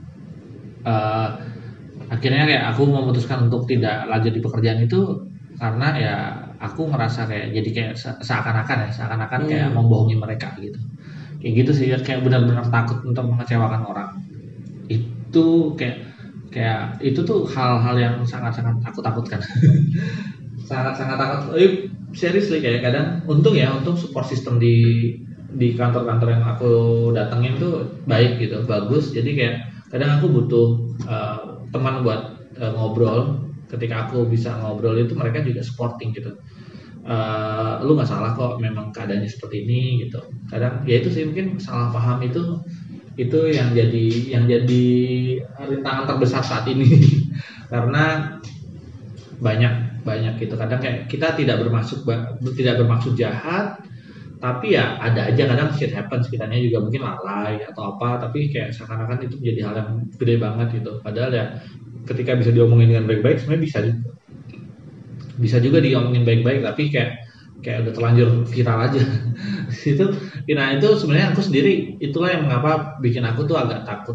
akhirnya kayak aku memutuskan untuk tidak lanjut di pekerjaan itu karena ya aku ngerasa kayak jadi kayak seakan-akan kayak membohongi mereka gitu. Kayak gitu sih, kayak benar-benar takut untuk mengecewakan orang. Itu kayak itu tuh hal-hal yang sangat-sangat aku takutkan. sangat-sangat takut. Seriously, kayak kadang untung support system di kantor-kantor yang aku datengin tuh baik gitu, bagus. Jadi kayak kadang aku butuh teman buat ngobrol. Ketika aku bisa ngobrol itu mereka juga supporting gitu. Lu nggak salah kok, memang keadaannya seperti ini gitu. Kadang ya itu sih, mungkin salah paham itu yang jadi rintangan terbesar saat ini. Karena banyak gitu. Kadang kayak kita tidak bermaksud jahat, tapi ya ada aja kadang shit happens, kitanya juga mungkin lalai atau apa, tapi kayak seakan-akan itu menjadi hal yang gede banget gitu. Padahal ya ketika bisa diomongin dengan baik-baik sebenarnya bisa juga diomongin baik-baik, tapi kayak udah terlanjur viral aja. Itu sebenarnya aku sendiri, itulah yang mengapa bikin aku tuh agak takut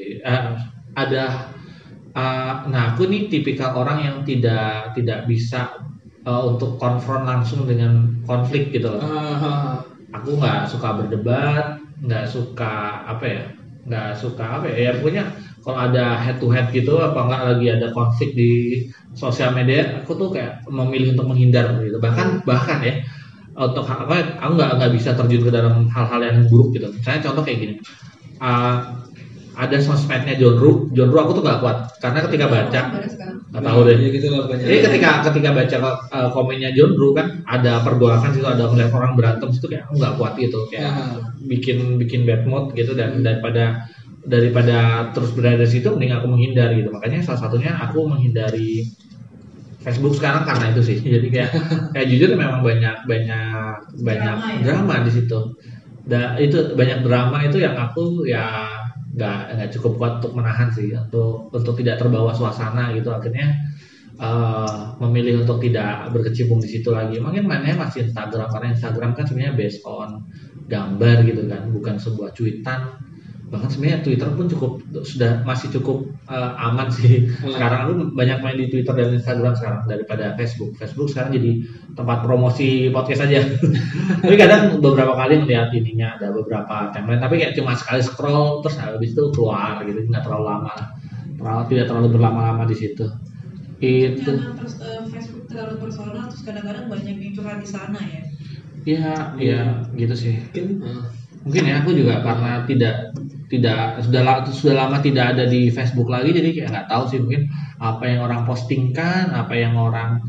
nah aku nih tipikal orang yang tidak bisa untuk konfront langsung dengan konflik gitu loh. Aku nggak suka berdebat, nggak suka ya pokoknya kalau ada head to head gitu, apa nggak lagi ada konflik di sosial media, aku tuh kayak memilih untuk menghindar gitu. Bahkan ya untuk aku nggak bisa terjun ke dalam hal-hal yang buruk gitu. Misalnya contoh kayak gini, ada sosmednya John Ru aku tuh nggak kuat karena ketika baca nggak tahu deh. Gitu lah, jadi ketika baca komennya John Ru kan ada pergolakan situ, ada ngeliat orang berantem situ, kayak aku nggak kuat gitu, kayak bikin bad mood gitu, dan daripada terus berada di situ mending aku menghindar gitu. Makanya salah satunya aku menghindari Facebook sekarang karena itu sih. Jadi kayak jujur memang banyak drama di situ. Itu banyak drama itu yang aku ya nggak cukup kuat untuk menahan sih, untuk tidak terbawa suasana gitu. Akhirnya memilih untuk tidak berkecimpung di situ lagi. Mungkin mainnya masih Instagram, karena Instagram kan sebenarnya based on gambar gitu kan, bukan sebuah cuitan. Bahkan sebenarnya Twitter pun masih cukup aman sih. Sekarang aku banyak main di Twitter dan Instagram sekarang daripada Facebook. Facebook sekarang jadi tempat promosi podcast aja. Tapi kadang beberapa kali melihat ininya, ada beberapa timeline, tapi kayak cuma sekali scroll terus habis itu keluar gitu, nggak terlalu lama, tidak terlalu berlama-lama di situ. Itu. Jangan terus Facebook terlalu personal, terus kadang-kadang banyak yang curhat di sana ya. Iya gitu sih. Mungkin ya aku juga karena sudah lama tidak ada di Facebook lagi, jadi kayak nggak tahu sih mungkin apa yang orang postingkan, apa yang orang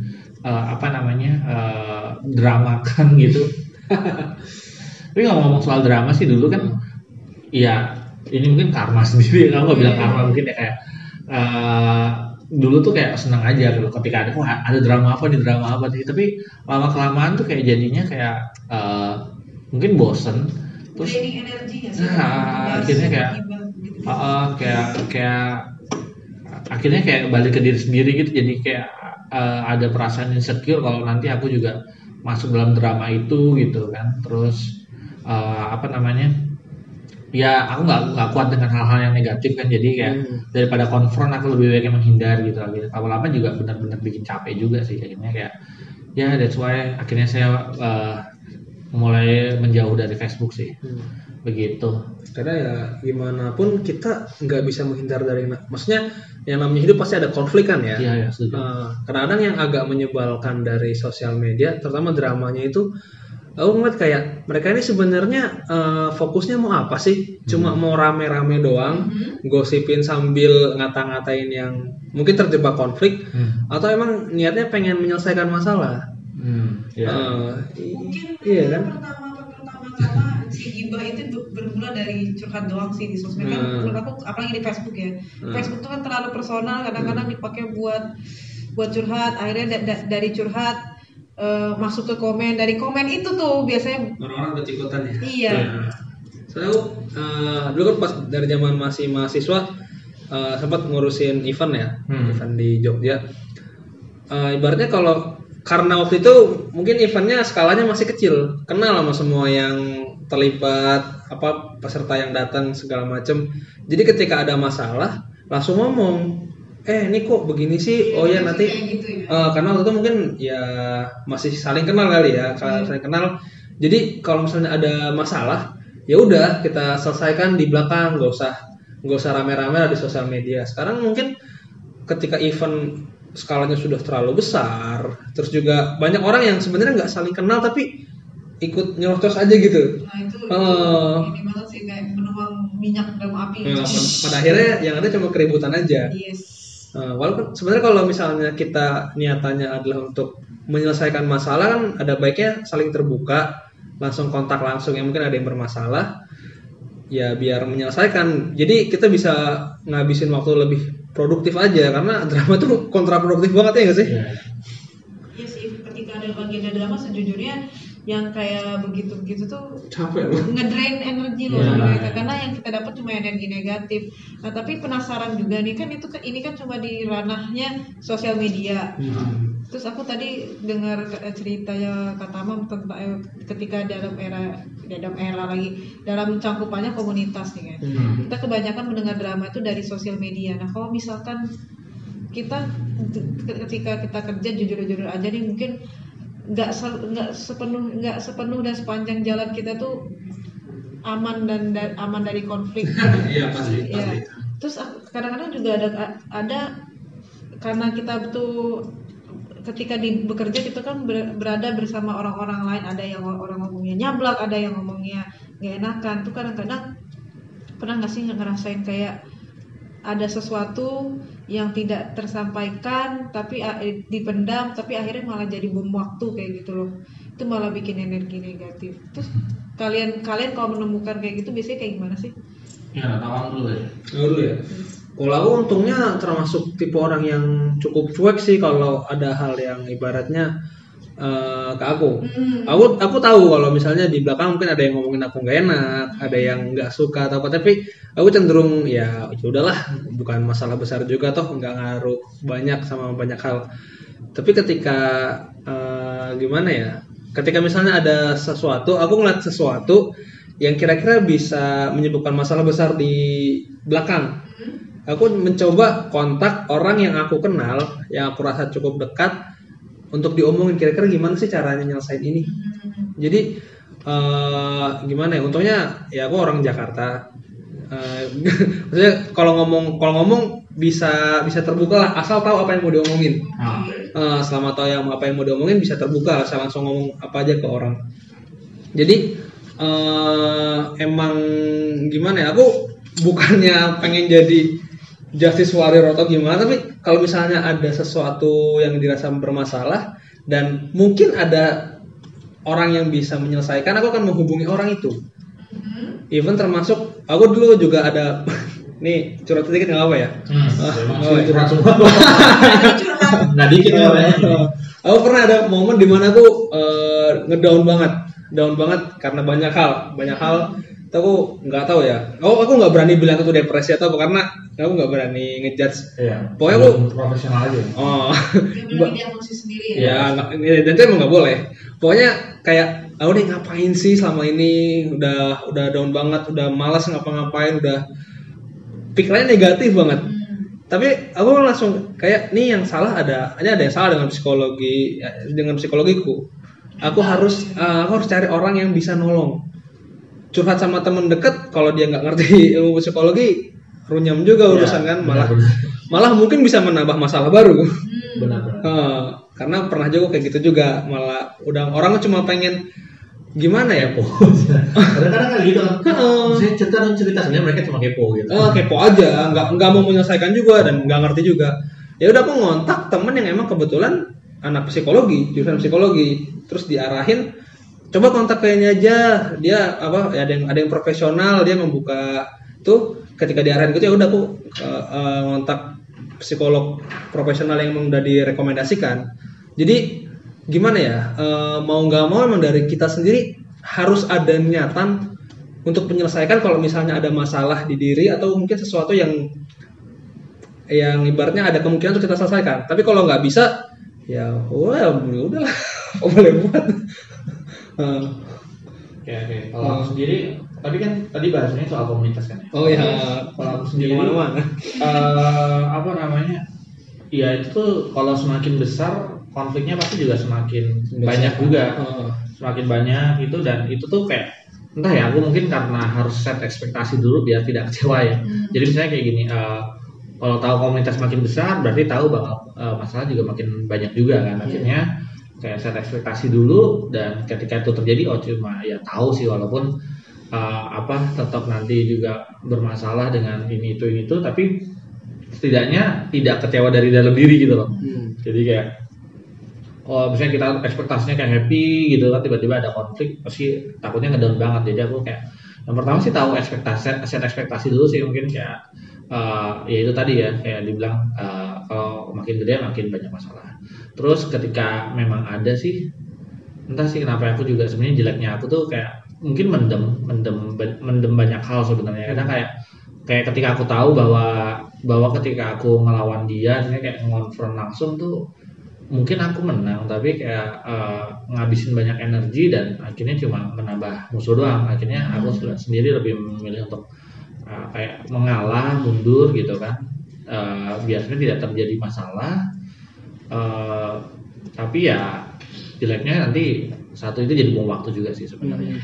dramakan gitu. Tapi ngomong soal drama sih, dulu kan ya ini mungkin karma sendiri, aku nggak bilang karma, mungkin ya kayak dulu tuh kayak senang aja gitu ketika ada drama apa nih, tapi lama kelamaan tuh kayak jadinya kayak mungkin bosen. Terus energi ya sih. Akhirnya akhirnya kayak balik ke diri sendiri gitu. Jadi kayak ada perasaan insecure kalau nanti aku juga masuk dalam drama itu gitu kan. Terus ya aku nggak kuat dengan hal-hal yang negatif kan. Jadi kayak daripada konfront, aku lebih baik menghindar gitu. Lama-lama juga benar-benar bikin capek juga sih. Akhirnya kayak ya that's why akhirnya saya mulai menjauh dari Facebook sih. Begitu. Karena ya gimana pun kita nggak bisa menghindar dari, maksudnya yang namanya hidup pasti ada konflik kan ya. Iya, setuju. Kadang-kadang yang agak menyebalkan dari sosial media, terutama dramanya itu, aku ngeliat kayak mereka ini sebenarnya fokusnya mau apa sih? Cuma mau rame-rame doang, gosipin sambil ngata-ngatain yang mungkin terjebak konflik, atau emang niatnya pengen menyelesaikan masalah? Mungkin iya kan? Pertama-tama si gibah itu bermula dari curhat doang sih di sosmed kan. Menurut aku apalagi di Facebook ya. Facebook tuh kan terlalu personal, kadang-kadang dipakai buat curhat. Akhirnya dari curhat masuk ke komen, dari komen itu tuh biasanya orang-orang berikutan ya. Iya. Soalnya aku dulu kan pas dari zaman masih mahasiswa sempat ngurusin event ya, event di Jogja. Ibaratnya karena waktu itu mungkin eventnya skalanya masih kecil, kenal sama semua yang terlibat, peserta yang datang segala macam. Jadi ketika ada masalah langsung ngomong, ini kok begini sih? Oh ya nanti gitu ya? Karena waktu itu mungkin ya masih saling kenal kali ya, saling kenal. Jadi kalau misalnya ada masalah, ya udah kita selesaikan di belakang, nggak usah rame-rame di sosial media. Sekarang mungkin ketika event skalanya sudah terlalu besar, terus juga banyak orang yang sebenarnya nggak saling kenal tapi ikut nyerocos aja gitu. Nah itu ini banget sih, kayak menuang minyak dalam api. Pada akhirnya yang ada cuma keributan aja. Yes. Walaupun sebenarnya kalau misalnya kita niatannya adalah untuk menyelesaikan masalah, kan ada baiknya saling terbuka, langsung kontak langsung yang mungkin ada yang bermasalah, ya biar menyelesaikan. Jadi kita bisa ngabisin waktu lebih produktif aja, karena drama tuh kontraproduktif banget ya nggak sih? Iya sih, ketika ada bagian dari drama sejujurnya yang kayak begitu-begitu tuh Capek loh. ngedrain energi loh Iya. mereka, karena yang kita dapat cuma energi negatif. Nah tapi penasaran juga nih kan ini kan cuma di ranahnya sosial media. Terus aku tadi dengar ceritanya Kak Tamam tentang ketika dalam cangkupannya komunitas nih kan. Kita kebanyakan mendengar drama itu dari sosial media. Nah kalau misalkan kita ketika kita kerja jujur-jujur aja nih, mungkin nggak sepenuh dan sepanjang jalan kita tuh aman dari konflik. Iya pasti. Ya. Terus kadang-kadang juga ada karena kita tuh ketika bekerja kita kan berada bersama orang-orang lain, ada yang orang ngomongnya nyablak, ada yang ngomongnya nggak enakan. Tuh kadang-kadang pernah nggak sih ngerasain kayak ada sesuatu yang tidak tersampaikan tapi dipendam, tapi akhirnya malah jadi bom waktu kayak gitu loh. Itu malah bikin energi negatif. Terus kalian kalau menemukan kayak gitu biasanya kayak gimana sih? Ya, Tawang dulu ya. Dulu ya. Kalau aku untungnya termasuk tipe orang yang cukup cuek sih kalau ada hal yang ibaratnya ke aku. Aku tahu kalau misalnya di belakang mungkin ada yang ngomongin aku nggak enak, ada yang nggak suka atau apa, tapi aku cenderung ya udahlah, bukan masalah besar juga toh, nggak ngaruh banyak sama banyak hal. Tapi ketika gimana ya? Ketika misalnya ada sesuatu, aku ngeliat sesuatu yang kira-kira bisa menyebabkan masalah besar di belakang, aku mencoba kontak orang yang aku kenal, yang aku rasa cukup dekat, untuk diomongin kira-kira gimana sih caranya nyelesain ini. Jadi gimana ya? Untungnya ya aku orang Jakarta. Maksudnya kalau ngomong bisa terbuka lah, asal tahu apa yang mau diomongin. Selama tahu apa yang mau diomongin bisa terbuka, saya langsung ngomong apa aja ke orang. Jadi emang gimana ya? Aku bukannya pengen jadi justice warrior atau gimana, tapi kalau misalnya ada sesuatu yang dirasa bermasalah dan mungkin ada orang yang bisa menyelesaikan, aku akan menghubungi orang itu. Even termasuk aku dulu juga ada nih curhat sedikit nggak apa ya? Curhat semua. Nggak dikit ya. Aku pernah ada momen dimana aku ngedown banget karena banyak hal. Aku nggak tahu ya. Aku nggak berani bilang itu depresi atau apa, karena aku nggak berani ngejudge. Iya. Pokoknya aku profesional aja. Dia bilang diagnosis sendiri ya. Ya, dan itu emang nggak boleh. Pokoknya kayak aku nih ngapain sih selama ini, udah down banget, udah malas ngapa-ngapain, udah pikirannya negatif banget. Tapi aku langsung kayak nih yang salah ada yang salah dengan psikologiku. Aku harus cari orang yang bisa nolong. Curhat sama temen deket, kalau dia nggak ngerti ilmu psikologi, runyam juga urusan kan, malah mungkin bisa menambah masalah baru. Benar. Karena pernah juga kayak gitu juga, malah udah orang cuma pengen gimana ya, Kadang-kadang kan gitu kan. Cerita sebenarnya mereka cuma kepo gitu. Kepo aja, nggak mau menyelesaikan juga dan nggak ngerti juga. Ya udah aku ngontak temen yang emang kebetulan anak psikologi, jurusan psikologi, terus diarahin, coba kontak kayaknya aja, dia ada yang profesional, dia membuka tuh. Ketika diarahin gitu ya udah aku ngontak psikolog profesional yang emang udah direkomendasikan. Jadi gimana ya, mau nggak mau emang dari kita sendiri harus ada niatan untuk menyelesaikan kalau misalnya ada masalah di diri atau mungkin sesuatu yang ibaratnya ada kemungkinan untuk kita selesaikan. Tapi kalau nggak bisa ya udahlah, apa boleh buat. Oke. Kalau aku sendiri, tapi kan tadi bahasanya soal komunitas kan ya. Oh ya. Kalau aku sendiri mana-mana. Apa namanya? Ya itu tuh kalau semakin besar konfliknya pasti juga semakin banyak juga. Semakin banyak itu, dan itu tuh kayak entah ya, aku mungkin karena harus set ekspektasi dulu biar tidak kecewa ya. Jadi misalnya kayak gini, kalau tahu komunitas makin besar berarti tahu bakal masalah juga makin banyak juga kan. Akhirnya kayak set ekspektasi dulu, dan ketika itu terjadi cuma ya tahu sih, walaupun tetap nanti juga bermasalah dengan ini itu, tapi setidaknya tidak kecewa dari dalam diri gitu loh. Jadi kayak misalnya kita ekspektasinya kayak happy gitu kan, tiba-tiba ada konflik, pasti takutnya ngedown banget. Jadi aku kayak yang pertama sih tahu set ekspektasi dulu sih, mungkin kayak ya itu tadi ya, kayak dibilang kalau makin gede makin banyak masalah. Terus ketika memang ada sih entah sih kenapa aku juga sebenarnya jeleknya aku tuh kayak mungkin mendem banyak hal sebenarnya. Kadang kayak ketika aku tahu bahwa ketika aku ngelawan dia, sebenarnya kayak ngonfront langsung tuh mungkin aku menang, tapi kayak ngabisin banyak energi dan akhirnya cuma menambah musuh doang. Akhirnya aku sendiri lebih memilih untuk kayak mengalah, mundur gitu kan. Biasanya tidak terjadi masalah, tapi ya jeleknya nanti satu itu jadi buang waktu juga sih sebenarnya.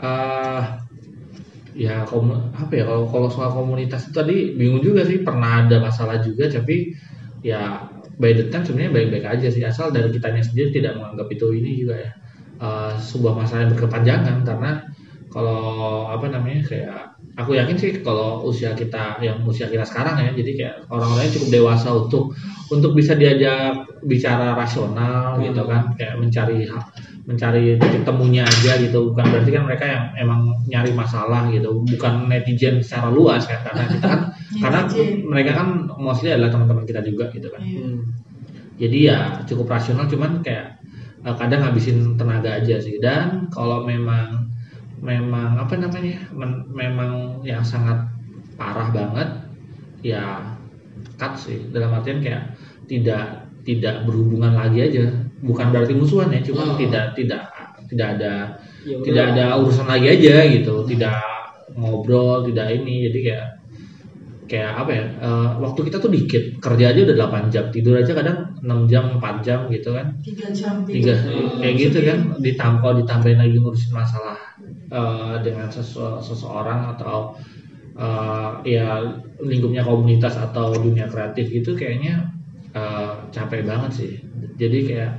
Ya apa ya, kalau soal komunitas itu tadi bingung juga sih, pernah ada masalah juga, tapi ya by the time sebenarnya baik-baik aja sih, asal dari kitanya sendiri tidak menganggap itu ini juga ya sebuah masalah yang berkepanjangan. Karena kalau apa namanya, kayak aku yakin sih kalau usia kita sekarang ya, jadi kayak orang-orangnya cukup dewasa untuk bisa diajak bicara rasional gitu kan, kayak mencari titik temunya aja gitu. Bukan berarti kan mereka yang emang nyari masalah gitu, bukan netizen secara luas kan, karena kita kan karena mereka kan mostly adalah teman-teman kita juga gitu kan. Jadi ya cukup rasional, cuman kayak kadang ngabisin tenaga aja sih. Dan kalau memang apa namanya, memang yang sangat parah banget ya cut sih, dalam artian kayak tidak berhubungan lagi aja. Bukan berarti musuhan ya, cuma tidak ada urusan lagi aja gitu, tidak ngobrol, tidak ini. Jadi kayak apa ya, waktu kita tuh dikit, kerja aja udah 8 jam, tidur aja kadang 6 jam 4 jam gitu kan, 3 jam kayak gitu kan. Ditambahin lagi ngurusin masalah dengan seseorang atau ya lingkupnya komunitas atau dunia kreatif gitu, kayaknya capek banget sih. Jadi kayak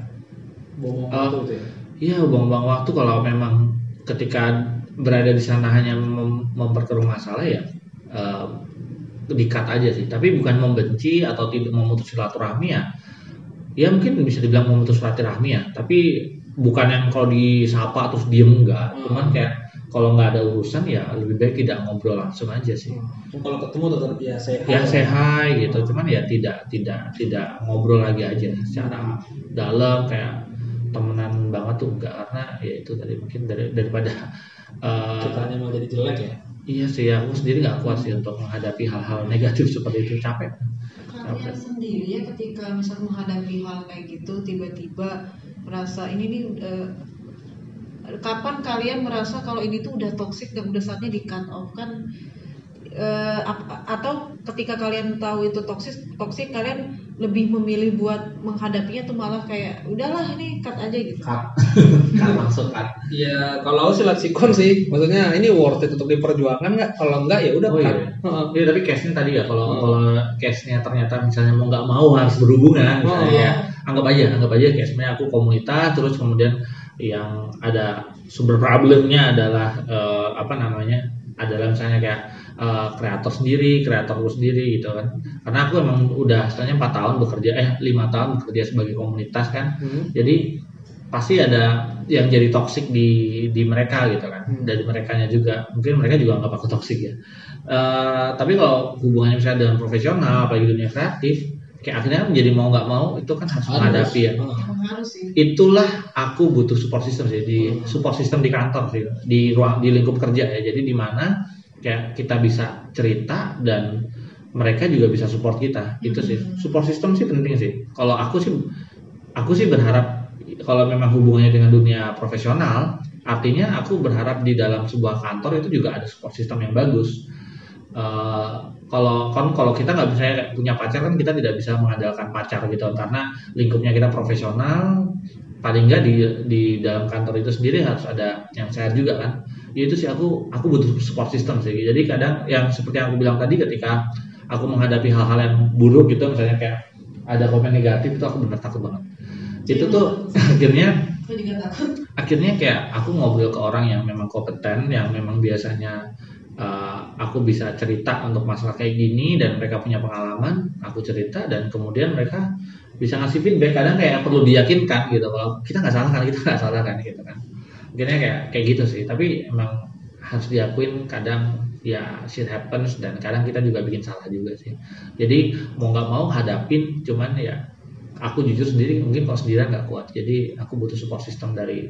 buang-buang waktu kalau memang ketika berada di sana hanya memperkeruh masalah ya di-cut aja sih. Tapi bukan membenci atau tidak memutus silaturahmi ya mungkin bisa dibilang memutus silaturahmi ya, tapi bukan yang kalau disapa terus diem, enggak. Cuman kayak kalau nggak ada urusan ya lebih baik tidak ngobrol langsung aja sih. Kalau ketemu tetap say hi gitu. Cuman ya tidak ngobrol lagi aja secara dalam kayak temenan banget tuh enggak, karena ya itu tadi mungkin daripada ceritanya mau jadi jelek ya. Iya sih, aku sendiri nggak kuat sih untuk menghadapi hal-hal negatif seperti itu, capek. Kalian sendiri ya ketika misal menghadapi hal kayak gitu, tiba-tiba merasa ini nih kapan kalian merasa kalau ini tuh udah toksik dan udah saatnya di cut off kan? Atau ketika kalian tahu itu toksik kalian lebih memilih buat menghadapinya tuh malah kayak udahlah ini cut aja gitu. Cut langsung cut. Ya kalau aku sih lihat sikon sih, maksudnya ini worth it untuk diperjuangkan nggak? Kalau enggak ya udah cut. Iya, tapi case-nya tadi ya, kalau case-nya ternyata misalnya mau nggak mau harus berhubungan, misalnya ya anggap aja case-nya aku komunitas, terus kemudian yang ada sumber problemnya adalah adalah misalnya kayak kreator sendiri gitu kan. Karena aku emang udah sebenarnya 5 tahun bekerja sebagai komunitas kan. Jadi pasti ada yang jadi toksik di mereka gitu kan. Dari merekanya juga. Mungkin mereka juga anggap aku toksik ya. Tapi kalau hubungannya misalnya dengan profesional, apalagi dunia kreatif, kayak akhirnya menjadi mau nggak mau itu kan harus menghadapi ya. Itulah aku butuh support system sih, support system di kantor sih, di lingkup kerja ya. Jadi di mana kayak kita bisa cerita dan mereka juga bisa support kita. Itu sih, support system sih penting sih. Kalau aku sih berharap kalau memang hubungannya dengan dunia profesional, artinya aku berharap di dalam sebuah kantor itu juga ada support system yang bagus. Kalau kita nggak bisa punya pacar kan, kita tidak bisa mengandalkan pacar gitu, karena lingkupnya kita profesional. Paling nggak di dalam kantor itu sendiri harus ada yang sehat juga kan. Ya itu sih aku butuh support system sih. Jadi kadang yang seperti yang aku bilang tadi, ketika aku menghadapi hal-hal yang buruk gitu, misalnya kayak ada komen negatif, itu aku benar takut banget. Itu tuh akhirnya kayak aku ngobrol ke orang yang memang kompeten, yang memang biasanya aku bisa cerita untuk masalah kayak gini dan mereka punya pengalaman, aku cerita dan kemudian mereka bisa ngasih feedback. Kadang kayak perlu diyakinkan gitu, kalau kita nggak salah kan gitu kan. Akhirnya kayak gitu sih. Tapi emang harus diakuin kadang ya shit happens, dan kadang kita juga bikin salah juga sih. Jadi mau nggak mau cuman ya aku jujur sendiri mungkin kalau sendirian nggak kuat. Jadi aku butuh support system dari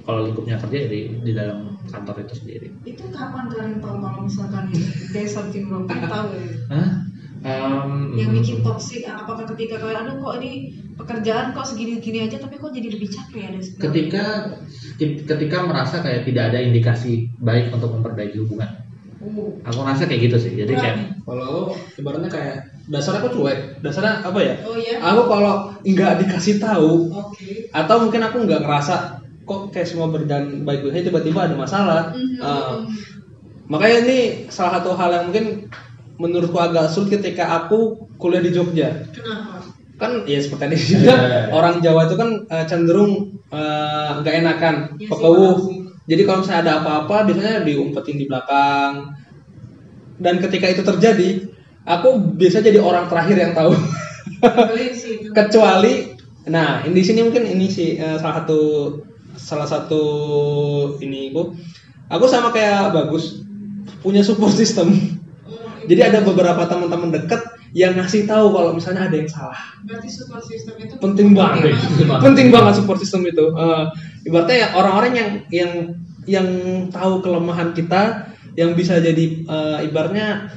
kalau lingkupnya kerja ya di dalam kantor itu sendiri. Itu kapan kalian tahu kalau misalkan there's something wrong? Kan tahu ya. Hah? Yang bikin toxic, apakah ketika kalian aduh kok ini pekerjaan kok segini-gini aja tapi kok jadi lebih capek ya? Ketika merasa kayak tidak ada indikasi baik untuk memperbaiki hubungan. Aku rasa kayak gitu sih. Jadi kayak kalau ibaratnya kayak dasar aku cuek, dasarnya apa ya? Oh iya. Aku kalau nggak dikasih tahu, atau mungkin aku nggak ngerasa kok kayak semua berjalan baik-baik aja tiba-tiba ada masalah. Makanya ini salah satu hal yang mungkin menurutku agak sulit ketika aku kuliah di Jogja. Kenapa? Kan ya seperti tadi juga orang Jawa itu kan cenderung nggak enakan, pekewuh. Jadi kalau misalnya ada apa-apa biasanya diumpetin di belakang. Dan ketika itu terjadi, aku biasa jadi orang terakhir yang tahu. Kecuali, nah di sini mungkin ini sih salah satu ini aku sama kayak Bagus punya support system. Jadi ada beberapa teman-teman dekat yang ngasih tahu kalau misalnya ada yang salah. Berarti support system itu penting banget. Penting banget support system itu. Ibaratnya ya orang-orang yang tahu kelemahan kita, yang bisa jadi ibaratnya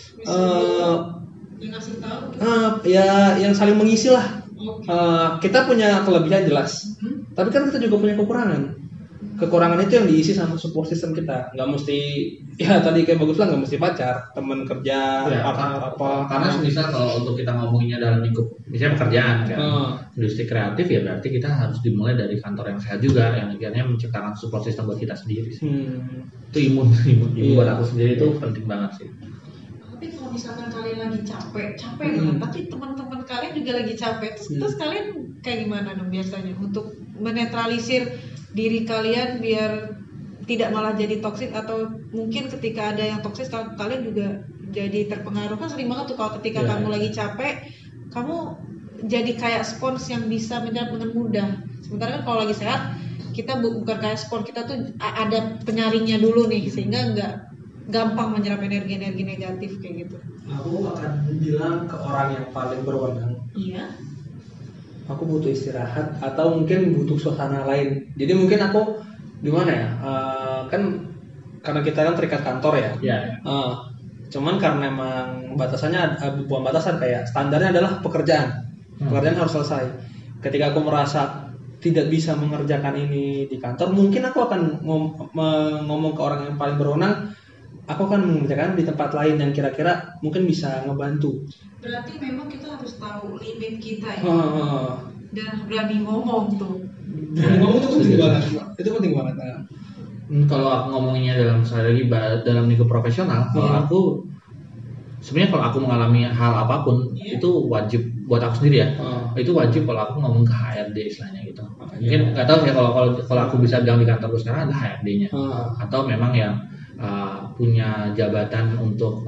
yang ngasih tahu. Ya yang saling mengisi lah. Kita punya kelebihan jelas, tapi kan kita juga punya kekurangan. Kekurangan itu yang diisi sama support system kita. Nggak mesti, ya tadi kayak Bagus lah, nggak mesti pacar, teman kerja, partner apa. Karena misal kalau untuk kita ngomonginnya dalam lingkup misalnya pekerjaan kan, industri kreatif ya berarti kita harus dimulai dari kantor yang sehat juga, yang akhirnya menciptakan support system buat kita sendiri sih. Itu imun buat aku sendiri itu penting banget sih. Tapi kalau misalkan kalian lagi capek tapi teman-teman kalian juga lagi capek, terus kalian kayak gimana dong biasanya untuk menetralisir diri kalian biar tidak malah jadi toksik, atau mungkin ketika ada yang toksik kalian juga jadi terpengaruh? Kan sering banget tuh kalau ketika kamu lagi capek, kamu jadi kayak spons yang bisa menyerap dengan mudah. Sementara kan kalau lagi sehat, kita bukan kayak spons, kita tuh ada penyaringnya dulu nih, sehingga nggak gampang menyerap energi-energi negatif kayak gitu. Aku akan bilang ke orang yang paling berwenang. Iya. Aku butuh istirahat atau mungkin butuh suasana lain. Jadi mungkin aku gimana ya? Kan karena kita kan terikat kantor ya. Cuman karena emang batasannya bukan batasan, kayak standarnya adalah pekerjaan. Pekerjaan harus selesai. Ketika aku merasa tidak bisa mengerjakan ini di kantor, mungkin aku akan ngomong ke orang yang paling berwenang. Aku akan mengerjakan di tempat lain yang kira-kira mungkin bisa ngebantu. Berarti memang kita harus tahu limit kita ya. Dan berani ngomong tuh. Berani ngomong itu penting banget. Itu penting banget. Kalau aku ngomonginnya dalam lingkup profesional, kalau aku sebenarnya kalau aku mengalami hal apapun itu wajib buat aku sendiri ya. Itu wajib kalau aku ngomong ke HRD istilahnya gitu. Mungkin nggak tahu ya kalau aku bisa bilang di kantorku sekarang ada HRD-nya atau memang yang punya jabatan untuk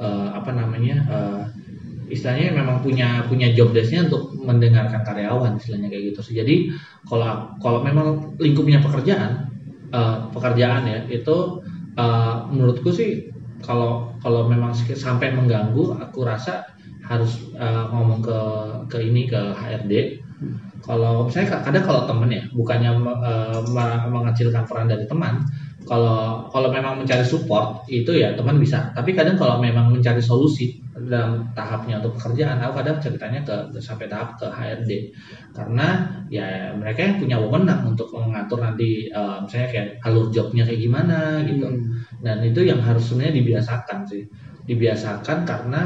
istilahnya memang punya job desk-nya untuk mendengarkan karyawan istilahnya kayak gitu. Jadi kalau memang lingkupnya pekerjaan ya itu menurutku sih kalau memang sampai mengganggu, aku rasa harus ngomong ke HRD. Kalau misalnya kadang kalau temen ya, bukannya mengecilkan peran dari teman. Kalau memang mencari support itu ya teman bisa, tapi kadang kalau memang mencari solusi dalam tahapnya untuk pekerjaan, aku kadang ceritanya sampai tahap ke HRD, karena ya mereka yang punya wewenang untuk mengatur nanti misalnya kayak alur jobnya kayak gimana gitu. Dan itu yang harus sebenarnya dibiasakan karena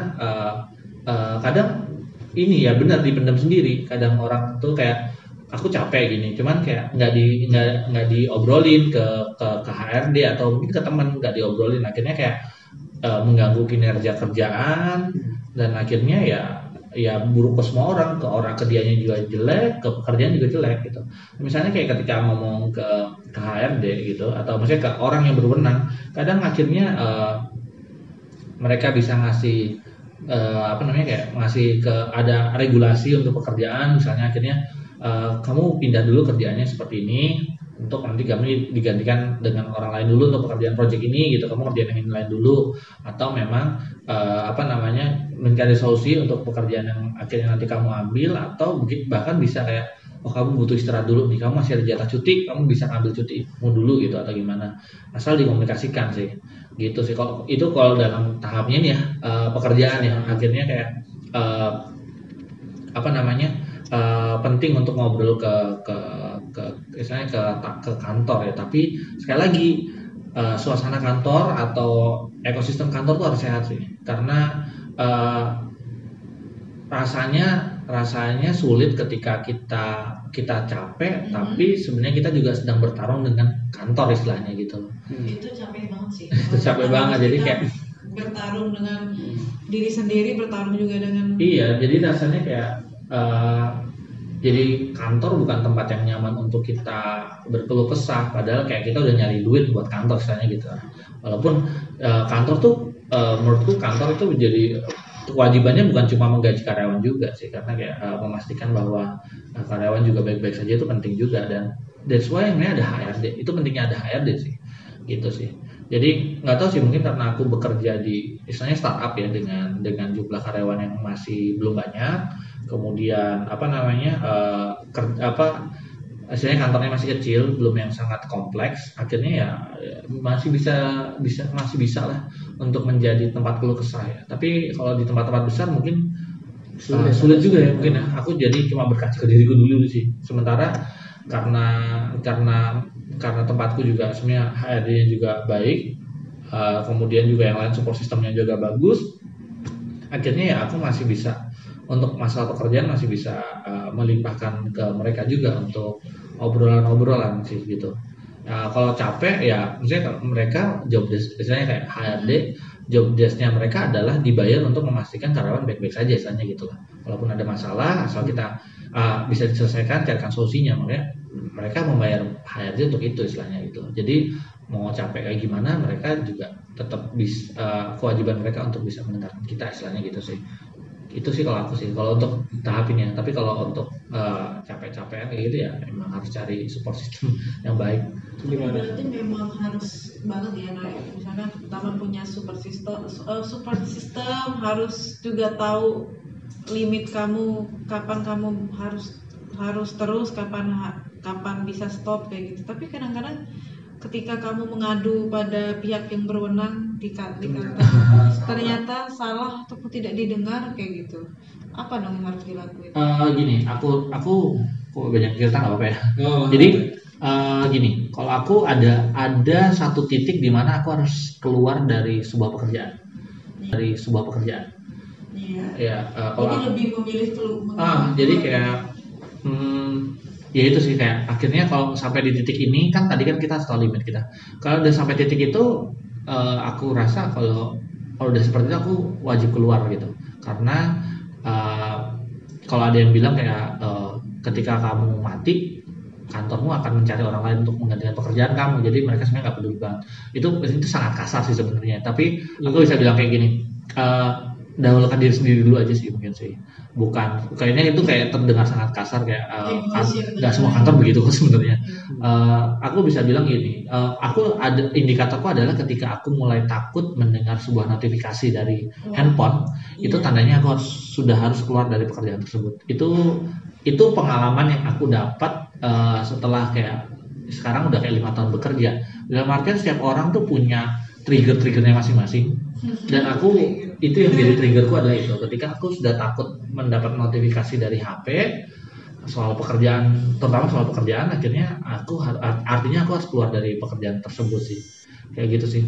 kadang ini ya benar dipendam sendiri. Kadang orang tuh kayak aku capek gini, cuman kayak nggak diobrolin ke HRD atau mungkin ke teman, nggak diobrolin, akhirnya kayak mengganggu kinerja kerjaan dan akhirnya ya buruk ke semua orang, ke dianya juga jelek, ke pekerjaan juga jelek gitu. Misalnya kayak ketika ngomong ke HRD gitu atau maksudnya ke orang yang berwenang, kadang akhirnya mereka bisa ngasih kayak ngasih ada regulasi untuk pekerjaan, misalnya akhirnya kamu pindah dulu kerjaannya seperti ini untuk nanti kami digantikan dengan orang lain dulu untuk pekerjaan proyek ini gitu, kamu kerjaan yang lain dulu, atau memang mencari solusi untuk pekerjaan yang akhirnya nanti kamu ambil, atau mungkin bahkan bisa kayak oh kamu butuh istirahat dulu nih, kamu masih ada jatah cuti, kamu bisa ngambil cutimu dulu gitu atau gimana, asal dikomunikasikan sih gitu sih. Kalau dalam tahapnya nih ya pekerjaan ya, akhirnya kayak penting untuk ngobrol ke misalnya ke kantor ya, tapi sekali lagi suasana kantor atau ekosistem kantor tuh harus sehat sih, karena rasanya sulit ketika kita capek, tapi sebenarnya kita juga sedang bertarung dengan kantor istilahnya gitu. Itu capek banget sih. Itu capek banget, jadi kayak bertarung dengan diri sendiri, bertarung juga dengan. Iya, jadi rasanya kayak jadi kantor bukan tempat yang nyaman untuk kita berkeluh kesah, padahal kayak kita udah nyari duit buat kantor istilahnya gitu. Walaupun kantor tuh menurutku kantor itu menjadi kewajibannya bukan cuma menggaji karyawan juga sih, karena kayak memastikan bahwa karyawan juga baik-baik saja itu penting juga, dan that's why sebenarnya ada HRD. Itu pentingnya ada HRD sih, gitu sih. Jadi nggak tahu sih, mungkin karena aku bekerja di istilahnya startup ya, dengan jumlah karyawan yang masih belum banyak, kemudian istilahnya kantornya masih kecil, belum yang sangat kompleks, akhirnya ya masih bisa lah untuk menjadi tempat keluh kesah ya. Tapi kalau di tempat-tempat besar mungkin sulit juga ya mungkin ya. Aku jadi cuma berkaca ke diriku dulu sih. Sementara karena tempatku juga sebenarnya HRD-nya juga baik, kemudian juga yang lain support sistemnya juga bagus, akhirnya ya aku masih bisa untuk masalah pekerjaan masih bisa melimpahkan ke mereka juga untuk obrolan sih gitu. Kalau capek ya misalnya mereka job desk, misalnya kayak HRD, job desk-nya mereka adalah dibayar untuk memastikan karyawan baik-baik saja istilahnya gitu lah. Walaupun ada masalah, asal kita bisa diselesaikan, carikan solusinya, makanya mereka membayar HRD untuk itu istilahnya gitu. Jadi mau capek kayak gimana, mereka juga tetap kewajiban mereka untuk bisa mendengarkan kita istilahnya gitu sih. Itu sih kalau aku sih, kalau untuk tahap ini ya. Tapi kalau untuk capek-capekan kayak gitu ya memang harus cari support system yang baik. Gimana? Berarti memang harus banget ya, misalnya pertama punya support system, harus juga tahu limit kamu, kapan kamu harus terus, kapan bisa stop kayak gitu. Tapi kadang-kadang ketika kamu mengadu pada pihak yang berwenang di kantor, ternyata salah ataupun tidak didengar kayak gitu, apa dong yang harus dilakukan? Gini, aku banyak cerita nggak apa-apa ya. Jadi gini, kalau aku ada satu titik di mana aku harus keluar dari sebuah pekerjaan. Iya. Ya, jadi lebih memilih jadi kayak ya itu sih, kayak akhirnya kalau sampai di titik ini kan tadi kan kita tahu limit kita. Kalau udah sampai titik itu aku rasa kalau udah seperti itu aku wajib keluar gitu. Karena kalau ada yang bilang kayak ketika kamu mati, kantormu akan mencari orang lain untuk menggantikan pekerjaan kamu. Jadi mereka sebenarnya nggak peduli banget. Itu sangat kasar sih sebenarnya. Tapi aku bisa bilang kayak gini, dahulukan diri sendiri dulu aja sih mungkin sih. Bukan, kayaknya itu kayak terdengar sangat kasar, kayak nggak semua kantor begitu kok sebenarnya. Aku bisa bilang gini, indikatorku adalah ketika aku mulai takut mendengar sebuah notifikasi dari handphone, itu tandanya aku sudah harus keluar dari pekerjaan tersebut. Itu pengalaman yang aku dapat setelah kayak sekarang udah kayak 5 tahun bekerja. Dalam artian setiap orang tuh punya triggernya masing-masing, dan aku itu yang jadi triggerku adalah itu, ketika aku sudah takut mendapat notifikasi dari HP soal pekerjaan, terutama soal pekerjaan, akhirnya artinya aku harus keluar dari pekerjaan tersebut sih, kayak gitu sih.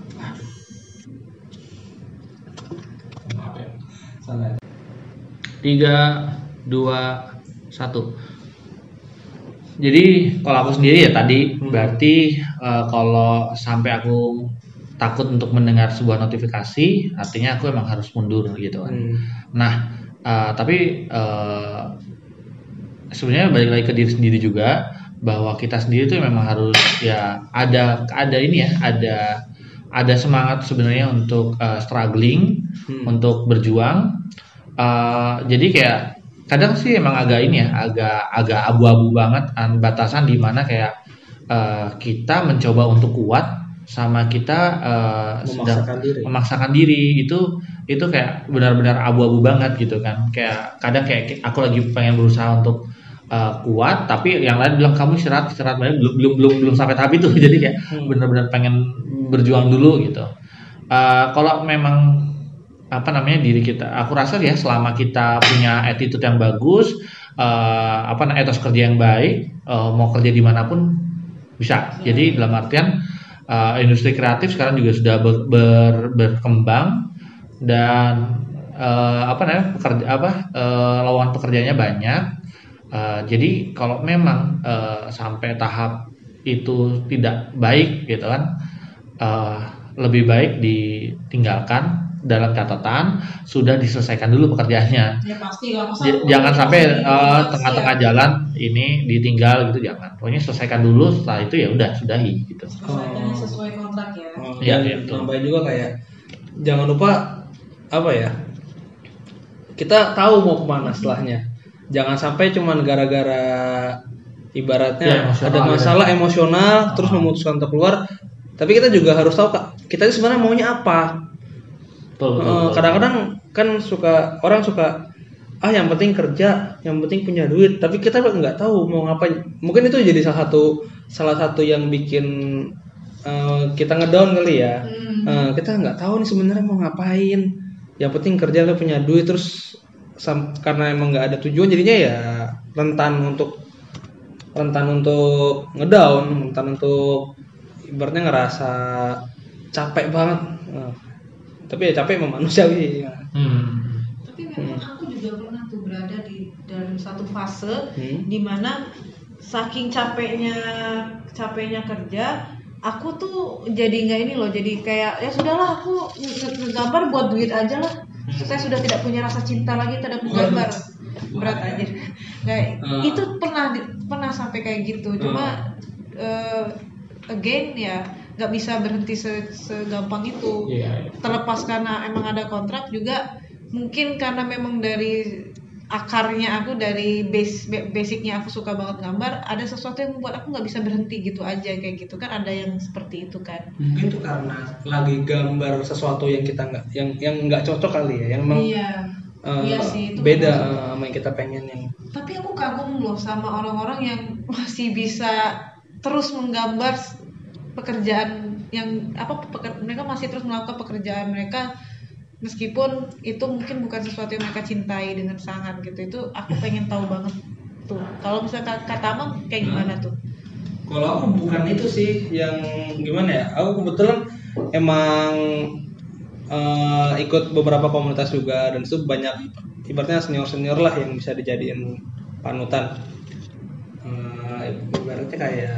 Salah. 3, 2, 1. Jadi kalau aku sendiri ya tadi berarti kalau sampai aku takut untuk mendengar sebuah notifikasi, artinya aku emang harus mundur gitu kan. Nah, tapi sebenarnya balik lagi ke diri sendiri juga, bahwa kita sendiri tuh memang harus ya ada ini ya, ada semangat sebenarnya untuk struggling, untuk berjuang. Jadi kayak kadang sih emang agak ini ya, agak abu-abu banget batasan di mana kayak kita mencoba untuk kuat sama kita memaksakan diri itu kayak benar-benar abu-abu banget gitu kan. Kayak kadang kayak aku lagi pengen berusaha untuk kuat, tapi yang lain bilang kamu istirahat banyak, belum sampai tahap itu. Jadi kayak benar-benar pengen berjuang dulu gitu. Kalau memang diri kita, aku rasa ya selama kita punya attitude yang bagus, etos kerja yang baik, mau kerja dimanapun bisa. Jadi dalam artian industri kreatif sekarang juga sudah berkembang dan lowongan pekerjaannya banyak. Jadi kalau memang sampai tahap itu tidak baik gitu kan, lebih baik ditinggalkan dalam catatan sudah diselesaikan dulu pekerjaannya. Ya pasti lah. Jangan sampai tengah-tengah jalan ini ditinggal gitu, jangan. Pokoknya selesaikan dulu, setelah itu ya udah sudahi gitu. Selesaikannya sesuai kontrak ya. Iya, Nambahin juga kayak jangan lupa kita tahu mau kemana setelahnya. Jangan sampai cuman gara-gara ibaratnya ada masalah emosional terus memutuskan untuk keluar. Tapi kita juga harus tahu kita itu sebenarnya maunya apa. Betul. Kadang-kadang kan orang suka yang penting kerja, yang penting punya duit, tapi kita nggak tahu mau ngapain. Mungkin itu jadi salah satu yang bikin kita ngedown kali ya. Kita nggak tahu nih sebenarnya mau ngapain. Yang penting kerja, lo punya duit, terus karena emang nggak ada tujuan jadinya ya rentan untuk ngedown, rentan untuk ibaratnya ngerasa capek banget. Tapi ya capek memang manusiawi. Tapi memang aku juga pernah tuh berada di dalam satu fase di mana saking capeknya kerja, aku tuh jadi nggak ini loh, jadi kayak ya sudahlah, aku ngegambar buat duit aja lah. Saya sudah tidak punya rasa cinta lagi terhadap menggambar. Berat aja. Itu pernah sampai kayak gitu. Cuma again ya nggak bisa berhenti segampang itu. Terlepas karena emang ada kontrak juga, mungkin karena memang dari akarnya aku, dari basicnya aku suka banget gambar, ada sesuatu yang membuat aku nggak bisa berhenti gitu aja, kayak gitu kan, ada yang seperti itu kan. Mungkin itu karena lagi gambar sesuatu yang kita nggak cocok kali ya, yang memang iya sih, itu beda sama yang kita pengenin. Tapi aku kagum loh sama orang-orang yang masih bisa terus menggambar pekerjaan yang mereka masih terus melakukan pekerjaan mereka meskipun itu mungkin bukan sesuatu yang mereka cintai dengan sangat gitu. Itu aku pengen tahu banget tuh. Kalau misalnya kata Amang kayak gimana tuh? Kalau aku bukan itu sih yang gimana ya. Aku kebetulan emang ikut beberapa komunitas juga, dan itu banyak ibaratnya senior lah yang bisa dijadiin panutan. Ibaratnya kayak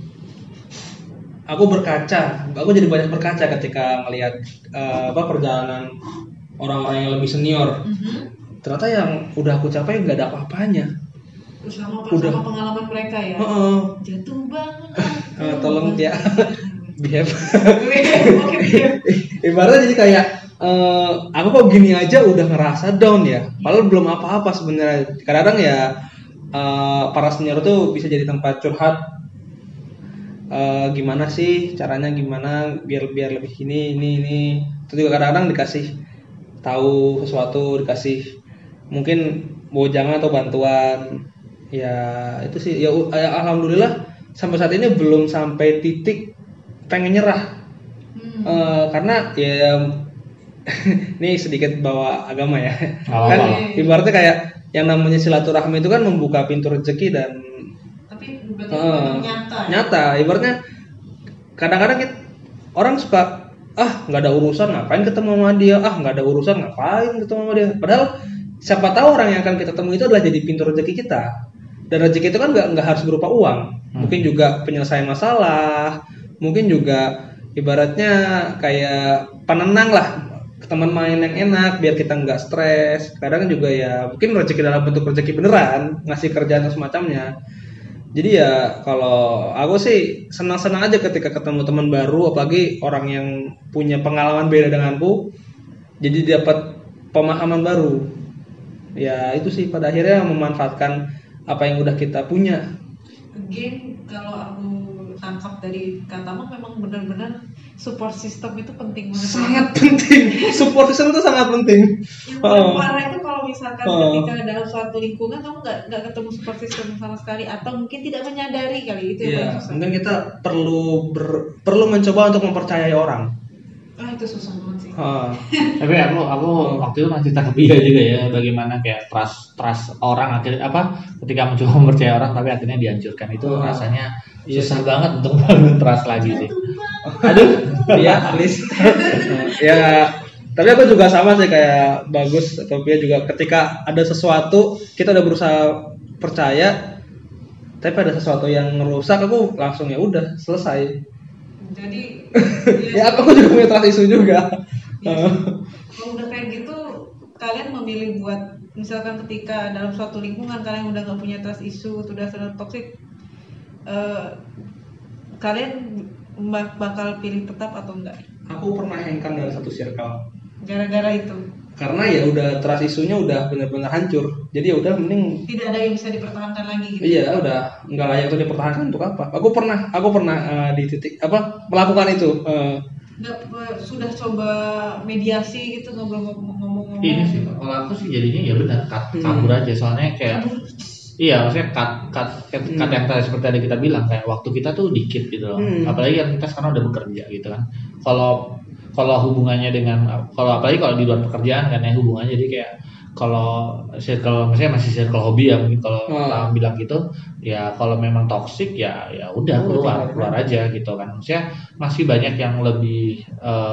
aku jadi banyak berkaca ketika melihat perjalanan orang-orang yang lebih senior. Ternyata yang udah aku capai nggak ada apa-apanya. Sama pengalaman mereka ya. Jatuh banget. Tolong ya, behave. Ibaratnya jadi kayak aku kok gini aja udah ngerasa down ya. Padahal belum apa-apa sebenarnya. Kadang-kadang ya para senior tuh bisa jadi tempat curhat. Gimana sih caranya, gimana biar lebih ini. Terus juga kadang-kadang dikasih tahu sesuatu, dikasih mungkin bojangan atau bantuan. Ya itu sih ya, alhamdulillah sampai saat ini belum sampai titik pengen nyerah. Karena ya ini sedikit bawa agama ya. Kan ibaratnya kayak yang namanya silaturahmi itu kan membuka pintu rezeki, dan nyata. Ibaratnya kadang-kadang orang suka nggak ada urusan ngapain ketemu sama dia, nggak ada urusan ngapain ketemu sama dia. Padahal siapa tahu orang yang akan kita temui itu adalah jadi pintu rezeki kita. Dan rezeki itu kan nggak harus berupa uang, mungkin juga penyelesaian masalah, mungkin juga ibaratnya kayak penenang lah, teman main yang enak biar kita nggak stres. Kadang juga ya mungkin rezeki dalam bentuk rezeki beneran, ngasih kerjaan atau semacamnya. Jadi ya kalau aku sih senang-senang aja ketika ketemu teman baru, apalagi orang yang punya pengalaman beda denganku, jadi dapat pemahaman baru. Ya itu sih pada akhirnya memanfaatkan apa yang udah kita punya. Again, kalau aku tangkap dari kata Amang, memang benar-benar support system itu penting banget. Sangat penting. Support system itu sangat penting. Yang parah itu kalau kalau misalkan ketika dalam suatu lingkungan kamu nggak ketemu support system sama sekali atau mungkin tidak menyadari kali itu yang paling susah. Mungkin kita perlu mencoba untuk mempercayai orang. Itu susah banget sih. Tapi aku waktu itu masih cerita ke Bia juga ya, bagaimana kayak trust orang akhirnya ketika mencoba mempercayai orang tapi akhirnya dihancurkan, itu rasanya susah banget untuk bangun trust lagi sih. Aduh, ya please. Ya, tapi aku juga sama sih kayak Bagus atau Pia juga, ketika ada sesuatu kita udah berusaha percaya tapi ada sesuatu yang merusak, aku langsung ya udah selesai. Jadi ya aku juga punya trust issue juga. Kalau udah kayak gitu, kalian memilih buat misalkan ketika dalam suatu lingkungan kalian udah nggak punya trust issue, sudah sangat toxic, kalian bakal pilih tetap atau enggak? Aku pernah hengkang dari satu circle. Gara-gara itu? Karena ya udah trust issue-nya udah benar-benar hancur. Jadi ya udah mending tidak ada yang bisa dipertahankan lagi gitu. Iya, udah nggak layak untuk dipertahankan, untuk apa? Aku pernah di titik melakukan itu. Sudah coba mediasi gitu, ngomong-ngomong. Ini sih kalau aku sih jadinya ya benar kabur aja, soalnya kayak iya, maksudnya cut yang tadi seperti tadi kita bilang, kayak waktu kita tuh dikit gitu loh. Apalagi kan kita sekarang udah bekerja gitu kan. Kalau hubungannya dengan apalagi kalau di luar pekerjaan kan ya hubungannya, jadi kayak kalau circle misalnya masih circle hobi ya, mungkin kalau bilang gitu ya, kalau memang toxic ya udah keluar aja gitu kan. Maksudnya masih banyak yang lebih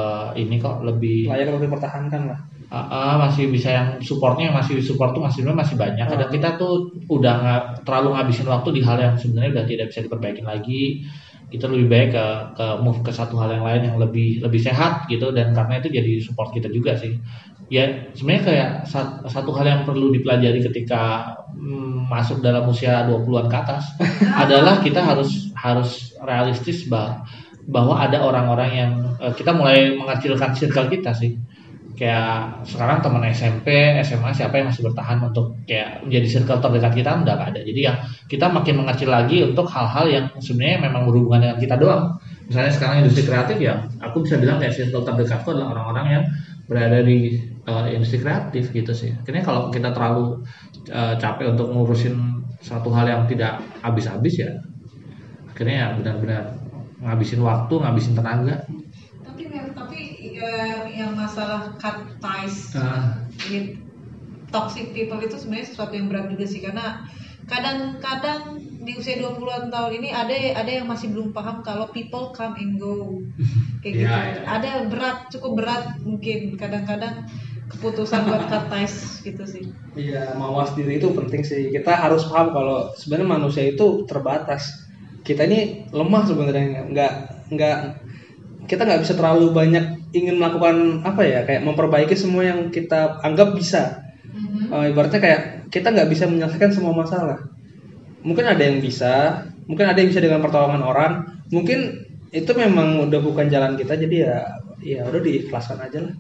lebih layak untuk dipertahankan lah. Masih bisa yang support tuh masih banyak. Kadang kita tuh udah nggak terlalu ngabisin waktu di hal yang sebenarnya udah tidak bisa diperbaikin lagi. Kita lebih baik ke move ke satu hal yang lain yang lebih sehat gitu, dan karena itu jadi support kita juga sih. Ya sebenarnya kayak satu hal yang perlu dipelajari ketika masuk dalam usia 20-an ke atas adalah kita harus realistis bahwa ada orang-orang yang kita mulai mengecilkan circle kita sih. Kayak sekarang teman SMP, SMA siapa yang masih bertahan untuk kayak menjadi circle terdekat kita, udah gak ada. Jadi ya kita makin mengecil lagi untuk hal-hal yang sebenarnya memang berhubungan dengan kita doang. Misalnya sekarang industri kreatif ya, aku bisa bilang kayak circle terdekatku adalah orang-orang yang berada di industri kreatif gitu sih. Akhirnya kalau kita terlalu capek untuk ngurusin satu hal yang tidak habis-habis ya, akhirnya ya benar-benar ngabisin waktu, ngabisin tenaga. Tapi yang masalah cut ties with toxic people itu sebenarnya sesuatu yang berat juga sih, karena kadang-kadang di usia 20-an tahun ini ada yang masih belum paham kalau people come and go kayak gitu. Ada cukup berat mungkin kadang-kadang keputusan buat cut ties gitu sih. Iya, mawas diri itu penting sih. Kita harus paham kalau sebenarnya manusia itu terbatas. Kita ini lemah sebenarnya, kita nggak bisa terlalu banyak ingin melakukan kayak memperbaiki semua yang kita anggap bisa. Ibaratnya kayak kita nggak bisa menyelesaikan semua masalah. Mungkin ada yang bisa, mungkin ada yang bisa dengan pertolongan orang, mungkin itu memang udah bukan jalan kita, jadi ya udah diikhlaskan aja lah.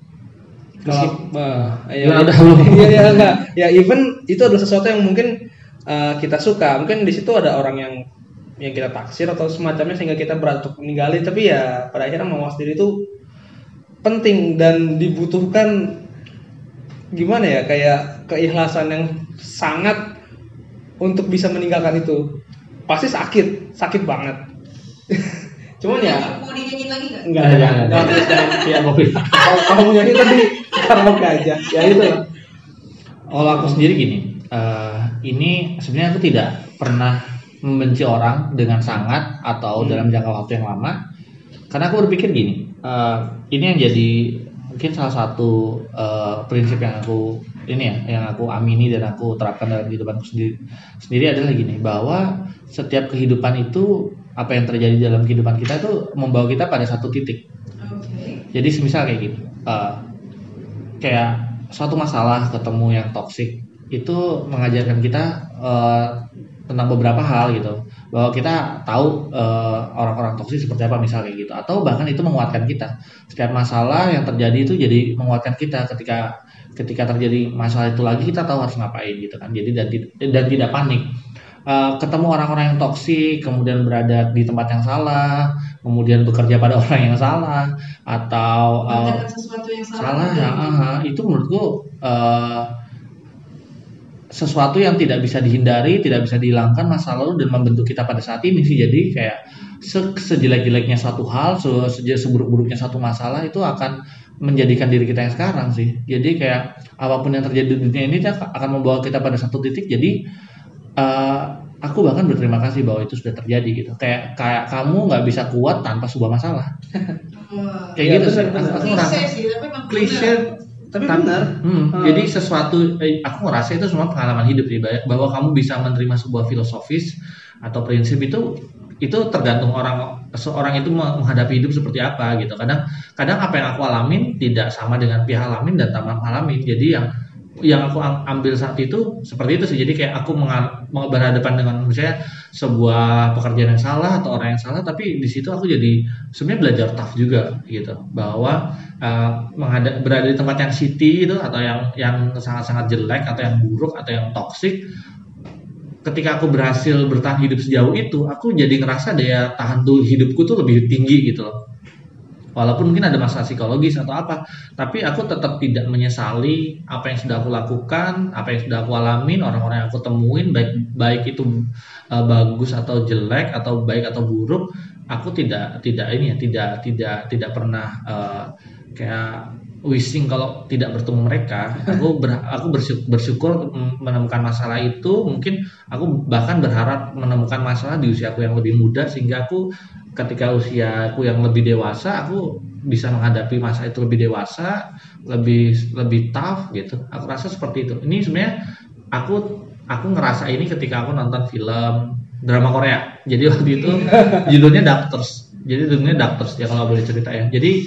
Even itu adalah sesuatu yang mungkin kita suka, mungkin di situ ada orang yang kita taksir atau semacamnya sehingga kita berat untuk meninggalin, tapi ya pada akhirnya mawas diri itu penting dan dibutuhkan kayak keikhlasan yang sangat untuk bisa meninggalkan itu. Pasti sakit banget. Cuman ya mau dinyanyiin lagi nggak? Enggak, jangan. Ya kopi. Kalau mau nyanyi tadi karaoke aja. Ya itu lah. Kalau aku sendiri gini, ini sebenarnya aku tidak pernah membenci orang dengan sangat atau dalam jangka waktu yang lama, karena aku berpikir gini, ini yang jadi mungkin salah satu prinsip yang aku amini dan aku terapkan dalam kehidupanku sendiri adalah gini, bahwa setiap kehidupan itu, apa yang terjadi dalam kehidupan kita itu membawa kita pada satu titik. Jadi semisal kayak gini, kayak suatu masalah ketemu yang toksik itu mengajarkan kita tentang beberapa hal gitu, bahwa kita tahu orang-orang toksik seperti apa misalnya gitu, atau bahkan itu menguatkan kita. Setiap masalah yang terjadi itu jadi menguatkan kita, ketika terjadi masalah itu lagi kita tahu harus ngapain gitu kan. Jadi dan tidak panik. Ketemu orang-orang yang toksik, kemudian berada di tempat yang salah, kemudian bekerja pada orang yang salah, atau sesuatu yang salah itu menurutku sesuatu yang tidak bisa dihindari, tidak bisa dihilangkan masa lalu dan membentuk kita pada saat ini sih. Jadi kayak sejelek-jeleknya suatu hal, seburuk-buruknya suatu masalah itu akan menjadikan diri kita yang sekarang sih. Jadi kayak apapun yang terjadi di dunia ini akan membawa kita pada satu titik. Jadi aku bahkan berterima kasih bahwa itu sudah terjadi gitu. Kayak kamu nggak bisa kuat tanpa sebuah masalah. Kayak gitu sih. Aku ngerasa klise. Tapi benar. Jadi sesuatu aku ngerasa itu semua pengalaman hidup sih, bahwa kamu bisa menerima sebuah filosofis atau prinsip itu tergantung seorang itu menghadapi hidup seperti apa gitu. Kadang apa yang aku alamin tidak sama dengan pihak alamin dan tamam alamin. Jadi yang aku ambil saat itu seperti itu sih. Jadi kayak aku berhadapan dengan misalnya sebuah pekerjaan yang salah atau orang yang salah, tapi di situ aku jadi sebenarnya belajar tough juga gitu, bahwa berada di tempat yang shitty itu atau yang sangat-sangat jelek atau yang buruk atau yang toksik, ketika aku berhasil bertahan hidup sejauh itu, aku jadi ngerasa daya tahan hidupku tuh lebih tinggi gitu loh. Walaupun mungkin ada masalah psikologis atau apa, tapi aku tetap tidak menyesali apa yang sudah aku lakukan, apa yang sudah aku alamin, orang-orang yang aku temuin, baik itu bagus atau jelek atau baik atau buruk, aku tidak pernah kayak wishing kalau tidak bertemu mereka. Aku bersyukur menemukan masalah itu. Mungkin aku bahkan berharap menemukan masalah di usiaku yang lebih muda, sehingga aku ketika usiaku yang lebih dewasa, aku bisa menghadapi masa itu lebih dewasa, lebih tough gitu. Aku rasa seperti itu. Ini sebenarnya aku ngerasa ini ketika aku nonton film drama Korea. Jadi waktu itu judulnya Doctors. Jadi judulnya Doctors ya kalau boleh cerita ya. Jadi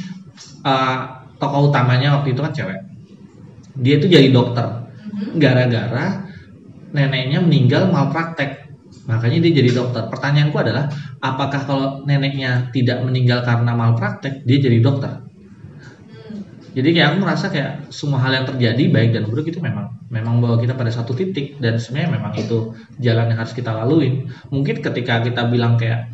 tokoh utamanya waktu itu kan cewek. Dia itu jadi dokter gara-gara neneknya meninggal malpraktek. Makanya dia jadi dokter. Pertanyaanku adalah, apakah kalau neneknya tidak meninggal karena malpraktek, dia jadi dokter? Jadi kayak aku merasa kayak semua hal yang terjadi baik dan buruk itu memang membawa kita pada satu titik, dan sebenarnya memang itu jalan yang harus kita laluin. Mungkin ketika kita bilang kayak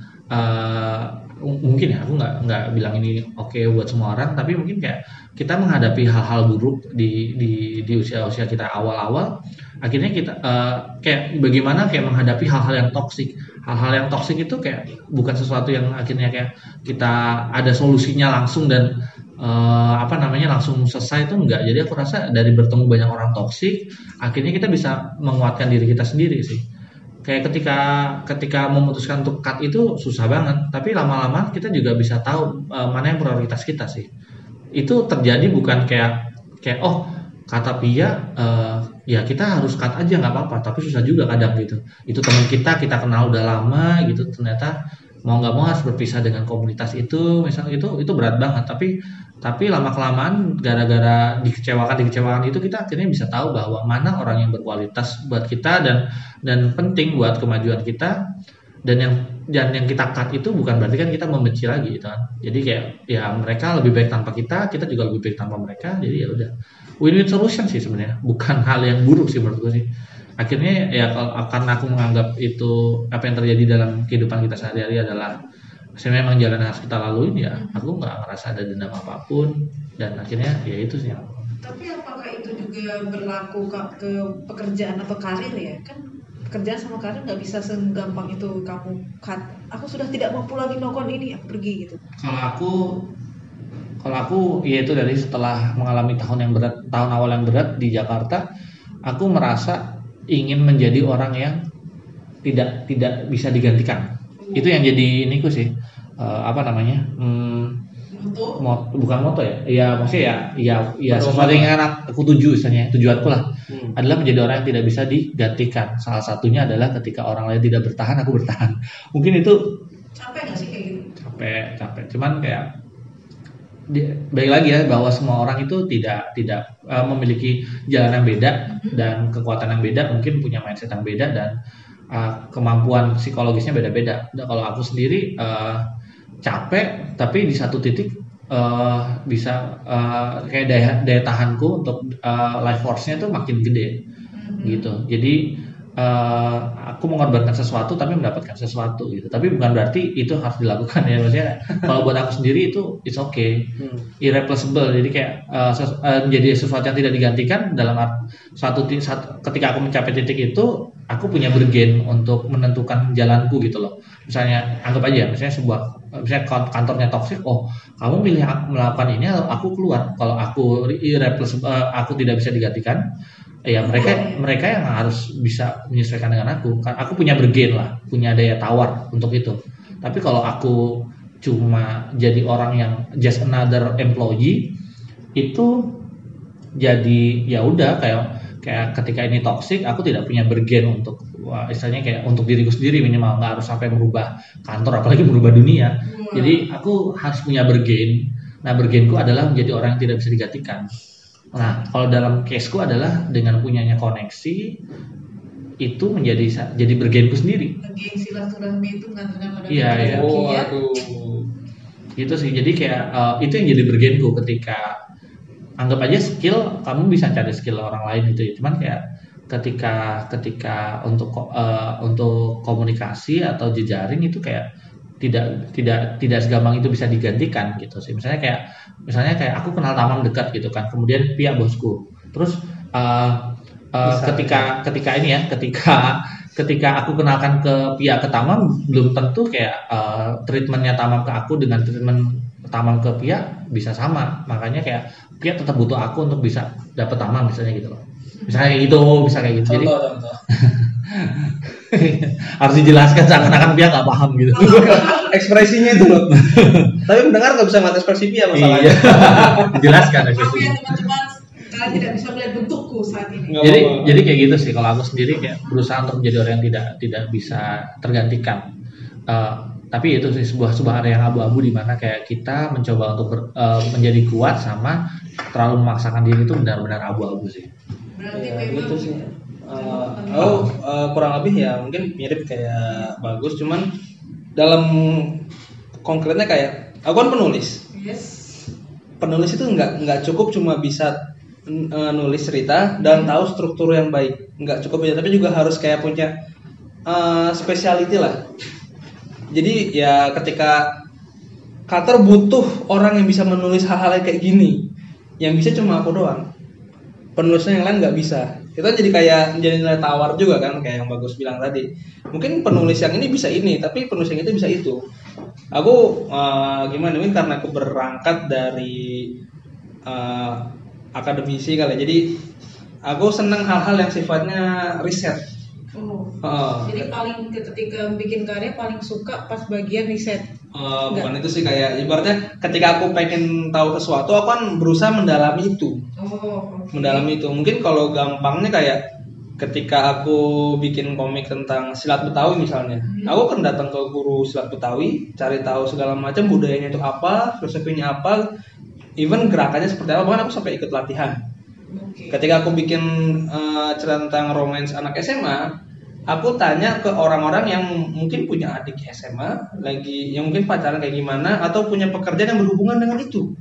mungkin ya, aku nggak bilang ini oke buat semua orang, tapi mungkin kayak kita menghadapi hal-hal buruk di usia kita awal-awal, akhirnya kita kayak bagaimana kayak menghadapi hal-hal yang toksik. Hal-hal yang toksik itu kayak bukan sesuatu yang akhirnya kayak kita ada solusinya langsung dan langsung selesai, itu enggak. Jadi aku rasa dari bertemu banyak orang toksik, akhirnya kita bisa menguatkan diri kita sendiri sih. Kayak ketika memutuskan untuk cut itu susah banget, tapi lama-lama kita juga bisa tahu mana yang prioritas kita sih. Itu terjadi bukan kayak oh kata Pia ya kita harus cut aja nggak apa-apa, tapi susah juga kadang gitu. Itu teman kita kenal udah lama gitu, ternyata mau nggak mau harus berpisah dengan komunitas itu, misalnya itu berat banget. Tapi lama kelamaan gara-gara dikecewakan itu, kita akhirnya bisa tahu bahwa mana orang yang berkualitas buat kita dan penting buat kemajuan kita, dan yang kita cut itu bukan berarti kan kita membenci lagi gitu kan. Jadi kayak ya mereka lebih baik tanpa kita juga lebih baik tanpa mereka. Jadi ya udah win-win solution sih sebenarnya, bukan hal yang buruk sih menurut gue sih. Akhirnya ya karena aku menganggap itu apa yang terjadi dalam kehidupan kita sehari-hari adalah sebenarnya memang jalan yang harus kita laluin, ya aku nggak ngerasa ada dendam apapun, dan akhirnya ya itu sih. Tapi apakah itu juga berlaku ke pekerjaan atau karir ya? Kan pekerjaan sama karir nggak bisa segampang itu kamu cut. Aku sudah tidak mampu lagi melakukan ini, aku pergi gitu. Kalau aku ya itu dari setelah mengalami tahun awal yang berat di Jakarta, aku merasa ingin menjadi orang yang tidak bisa digantikan. Itu yang jadi iniku sih, bukan moto ya, ya maksudnya ya sesuatu yang aku tuju, misalnya tujuanku lah adalah menjadi orang yang tidak bisa digantikan. Salah satunya adalah ketika orang lain tidak bertahan, aku bertahan. Mungkin itu capek nggak sih kayak gitu? Capek. Cuman kayak baik lagi ya, bahwa semua orang itu tidak memiliki jalan yang beda dan kekuatan yang beda, mungkin punya mindset yang beda dan kemampuan psikologisnya beda-beda. Kalau aku sendiri capek, tapi di satu titik bisa kayak daya tahanku untuk life force-nya tuh makin gede gitu. Jadi aku mengorbankan sesuatu tapi mendapatkan sesuatu gitu. Tapi bukan berarti itu harus dilakukan ya. Maksudnya kalau buat aku sendiri itu it's okay, irreplaceable. Jadi kayak menjadi sesuatu yang tidak digantikan dalam ketika aku mencapai titik itu, aku punya bergen untuk menentukan jalanku gitu loh. Misalnya anggap aja, misalnya kantornya toksik, oh kamu milih melakukan ini atau aku keluar. Kalau aku irreplaceable, aku tidak bisa digantikan. Ya mereka yang harus bisa menyesuaikan dengan aku. Kan aku punya bergen lah, punya daya tawar untuk itu. Tapi kalau aku cuma jadi orang yang just another employee, itu jadi ya udah kayak ketika ini toxic, aku tidak punya bergen untuk istilahnya kayak untuk diriku sendiri minimal, nggak harus sampai merubah kantor apalagi merubah dunia. Jadi aku harus punya bergen. Nah bergenku adalah menjadi orang yang tidak bisa digantikan. Nah, kalau dalam caseku adalah dengan punyanya koneksi itu jadi bergenku sendiri. Geng silaturahmi itu mengantarkan pada Iya. Oh, aduh. Gitu sih. Jadi kayak itu yang jadi bergenku ketika anggap aja skill, kamu bisa cari skill orang lain gitu ya. Cuman kayak ketika untuk komunikasi atau jejaring itu kayak tidak segampang itu bisa digantikan gitu sih. Misalnya kayak aku kenal Tamam dekat gitu kan, kemudian Pia bosku, terus ketika aku kenalkan ke Pia ke Tamam, belum tentu kayak treatmentnya Tamam ke aku dengan treatment Tamam ke Pia bisa sama. Makanya kayak Pia tetap butuh aku untuk bisa dapet Tamam misalnya gitu loh. Misalnya kayak gitu, bisa kayak gitu. Contoh. Harus dijelaskan seakan-akan Pia nggak paham gitu. Ekspresinya itu loh. Tapi mendengar nggak bisa ngeliat ekspresi Pia masalahnya. Iya. Dijelaskan Maaf ekspresi. ya teman-teman, kalian tidak bisa melihat bentukku saat ini. Nggak Jadi apa-apa. jadi kayak gitu sih. Kalau aku sendiri kayak berusaha untuk menjadi orang yang tidak bisa tergantikan. Tapi itu sih sebuah area yang abu-abu di mana kayak kita mencoba untuk menjadi kuat sama terlalu memaksakan diri itu benar-benar abu-abu sih. Berarti Ya, memang gitu sih. Kurang lebih ya mungkin mirip kayak Bagus, cuman dalam konkretnya kayak aku kan penulis. yes. Penulis itu nggak cukup cuma bisa nulis cerita dan tahu struktur yang baik, nggak cukup ya, tapi juga harus kayak punya speciality lah. Jadi ya ketika kantor butuh orang yang bisa menulis hal-hal yang kayak gini, yang bisa cuma aku doang, penulisnya yang lain nggak bisa. Itu jadi kayak menjadi nilai tawar juga kan, kayak yang Bagus bilang tadi. Mungkin penulis yang ini bisa ini, tapi penulis yang itu bisa itu. Aku gimana? Mungkin karena aku berangkat dari akademisi kali. Jadi aku senang hal-hal yang sifatnya riset. Jadi paling ketika bikin karya paling suka pas bagian riset. Bukan itu sih, kayak ibaratnya ketika aku pengen tahu sesuatu, aku kan berusaha mendalami itu. Mendalami itu. Mungkin kalau gampangnya kayak ketika aku bikin komik tentang silat Betawi misalnya, aku kan datang ke guru silat Betawi, cari tahu segala macam budayanya itu apa, filosofinya apa, even gerakannya seperti apa. Bahkan aku sampai ikut latihan. Ketika aku bikin cerita tentang romance anak SMA, aku tanya ke orang-orang yang mungkin punya adik SMA lagi, yang mungkin pacaran kayak gimana atau punya pekerjaan yang berhubungan dengan itu.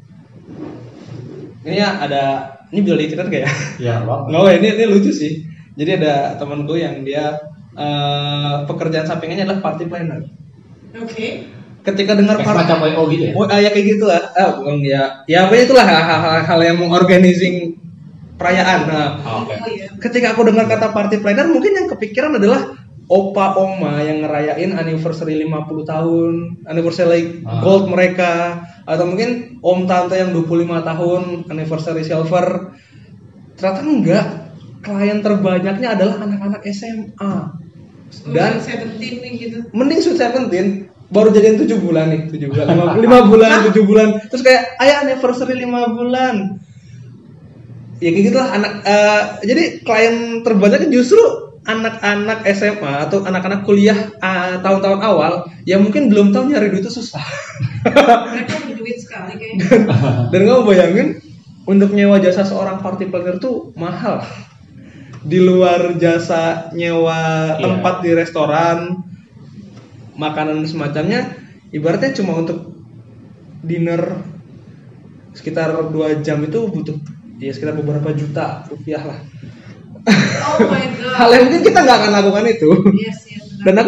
Ini ya ini bisa diceritain kayak Ya, ini lucu sih. Jadi ada temanku yang dia pekerjaan sampingannya adalah party planner. Oke. Ketika dengar macam WO gitu ya. Oh, ya kayak gitulah. Bukan ya pokoknya itulah hal-hal yang mengorganizing perayaan. Nah, ketika aku dengar kata party planner, mungkin yang kepikiran adalah opa oma yang ngerayain anniversary 50 tahun, anniversary gold mereka, atau mungkin om tante yang 25 tahun anniversary silver. Ternyata enggak. Klien terbanyaknya adalah anak-anak SMA. Dan 17 nih gitu. mending Sweet 17 baru jadian 7 bulan nih, 7 bulan, 5 bulan, 7 bulan. Terus kayak ayah anniversary 5 bulan. Ya kayak gitulah jadi klien terbanyaknya justru anak-anak SMA atau anak-anak kuliah tahun-tahun awal yang mungkin belum tahu nyari duit itu susah. Mereka berduit sekali kayaknya. Dan kamu bayangin untuk nyewa jasa seorang party planner tuh mahal. Di luar jasa nyewa tempat di restoran, makanan semacamnya, ibaratnya cuma untuk dinner sekitar 2 jam itu butuh ya sekitar beberapa juta rupiah lah. Oh my god. Hal yang mungkin kita nggak akan lakukan itu. Yes, benar. Dan aku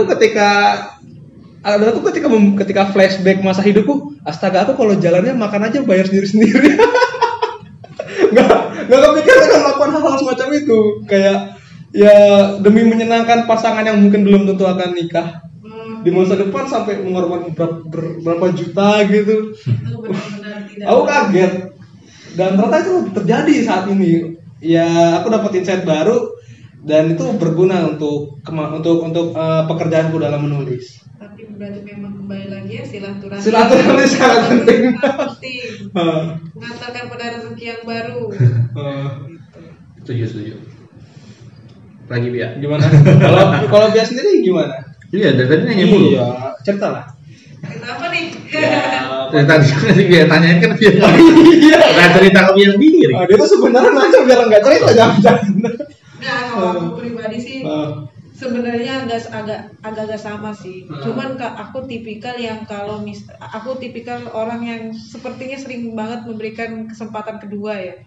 ketika flashback masa hidupku, astaga, aku kalau jalannya makan aja bayar sendiri. nggak kepikiran akan melakukan hal-hal semacam itu, kayak ya demi menyenangkan pasangan yang mungkin belum tentu akan nikah di masa depan sampai mengorbankan berapa juta gitu. Itu benar-benar tidak. Aku kaget, dan ternyata itu terjadi saat ini. Ya, aku dapat insight baru dan itu berguna untuk pekerjaanku dalam menulis. Tapi berarti memang kembali lagi ya silaturahmi. Silaturahmi sangat penting. Mengantarkan pada rezeki yang baru. Setuju. Lagi Bia. Gimana? Kalau Bia sendiri gimana? Iya, dari tadi nanya mulu. Iya, cerita lah. Kenapa nih? Dari tadi nanti Bia tanyain kan Bia. Iya. Nggak cerita ke Bia sendiri. Dia tuh sebenarnya nanya biar nggak cerita jangan. Nah, kalau aku pribadi sih sebenarnya agak sama sih. Cuman aku tipikal yang aku tipikal orang yang sepertinya sering banget memberikan kesempatan kedua ya.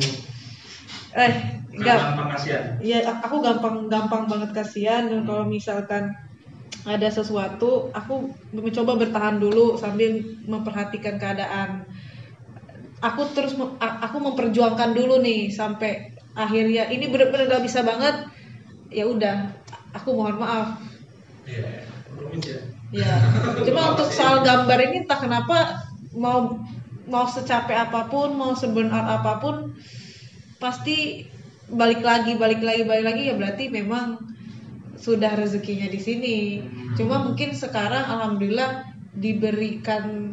Gampang kasihan. Ya, aku gampang banget kasihan, dan kalau misalkan ada sesuatu, aku mencoba bertahan dulu sambil memperhatikan keadaan. Aku memperjuangkan dulu nih sampai akhirnya ini benar-benar gak bisa banget. Ya udah, aku mohon maaf. Iya, Ya, cuma untuk soal gambar ini entah kenapa mau secapek apapun, mau sebenar apapun, pasti balik lagi ya, berarti memang sudah rezekinya di sini. Cuma mungkin sekarang alhamdulillah diberikan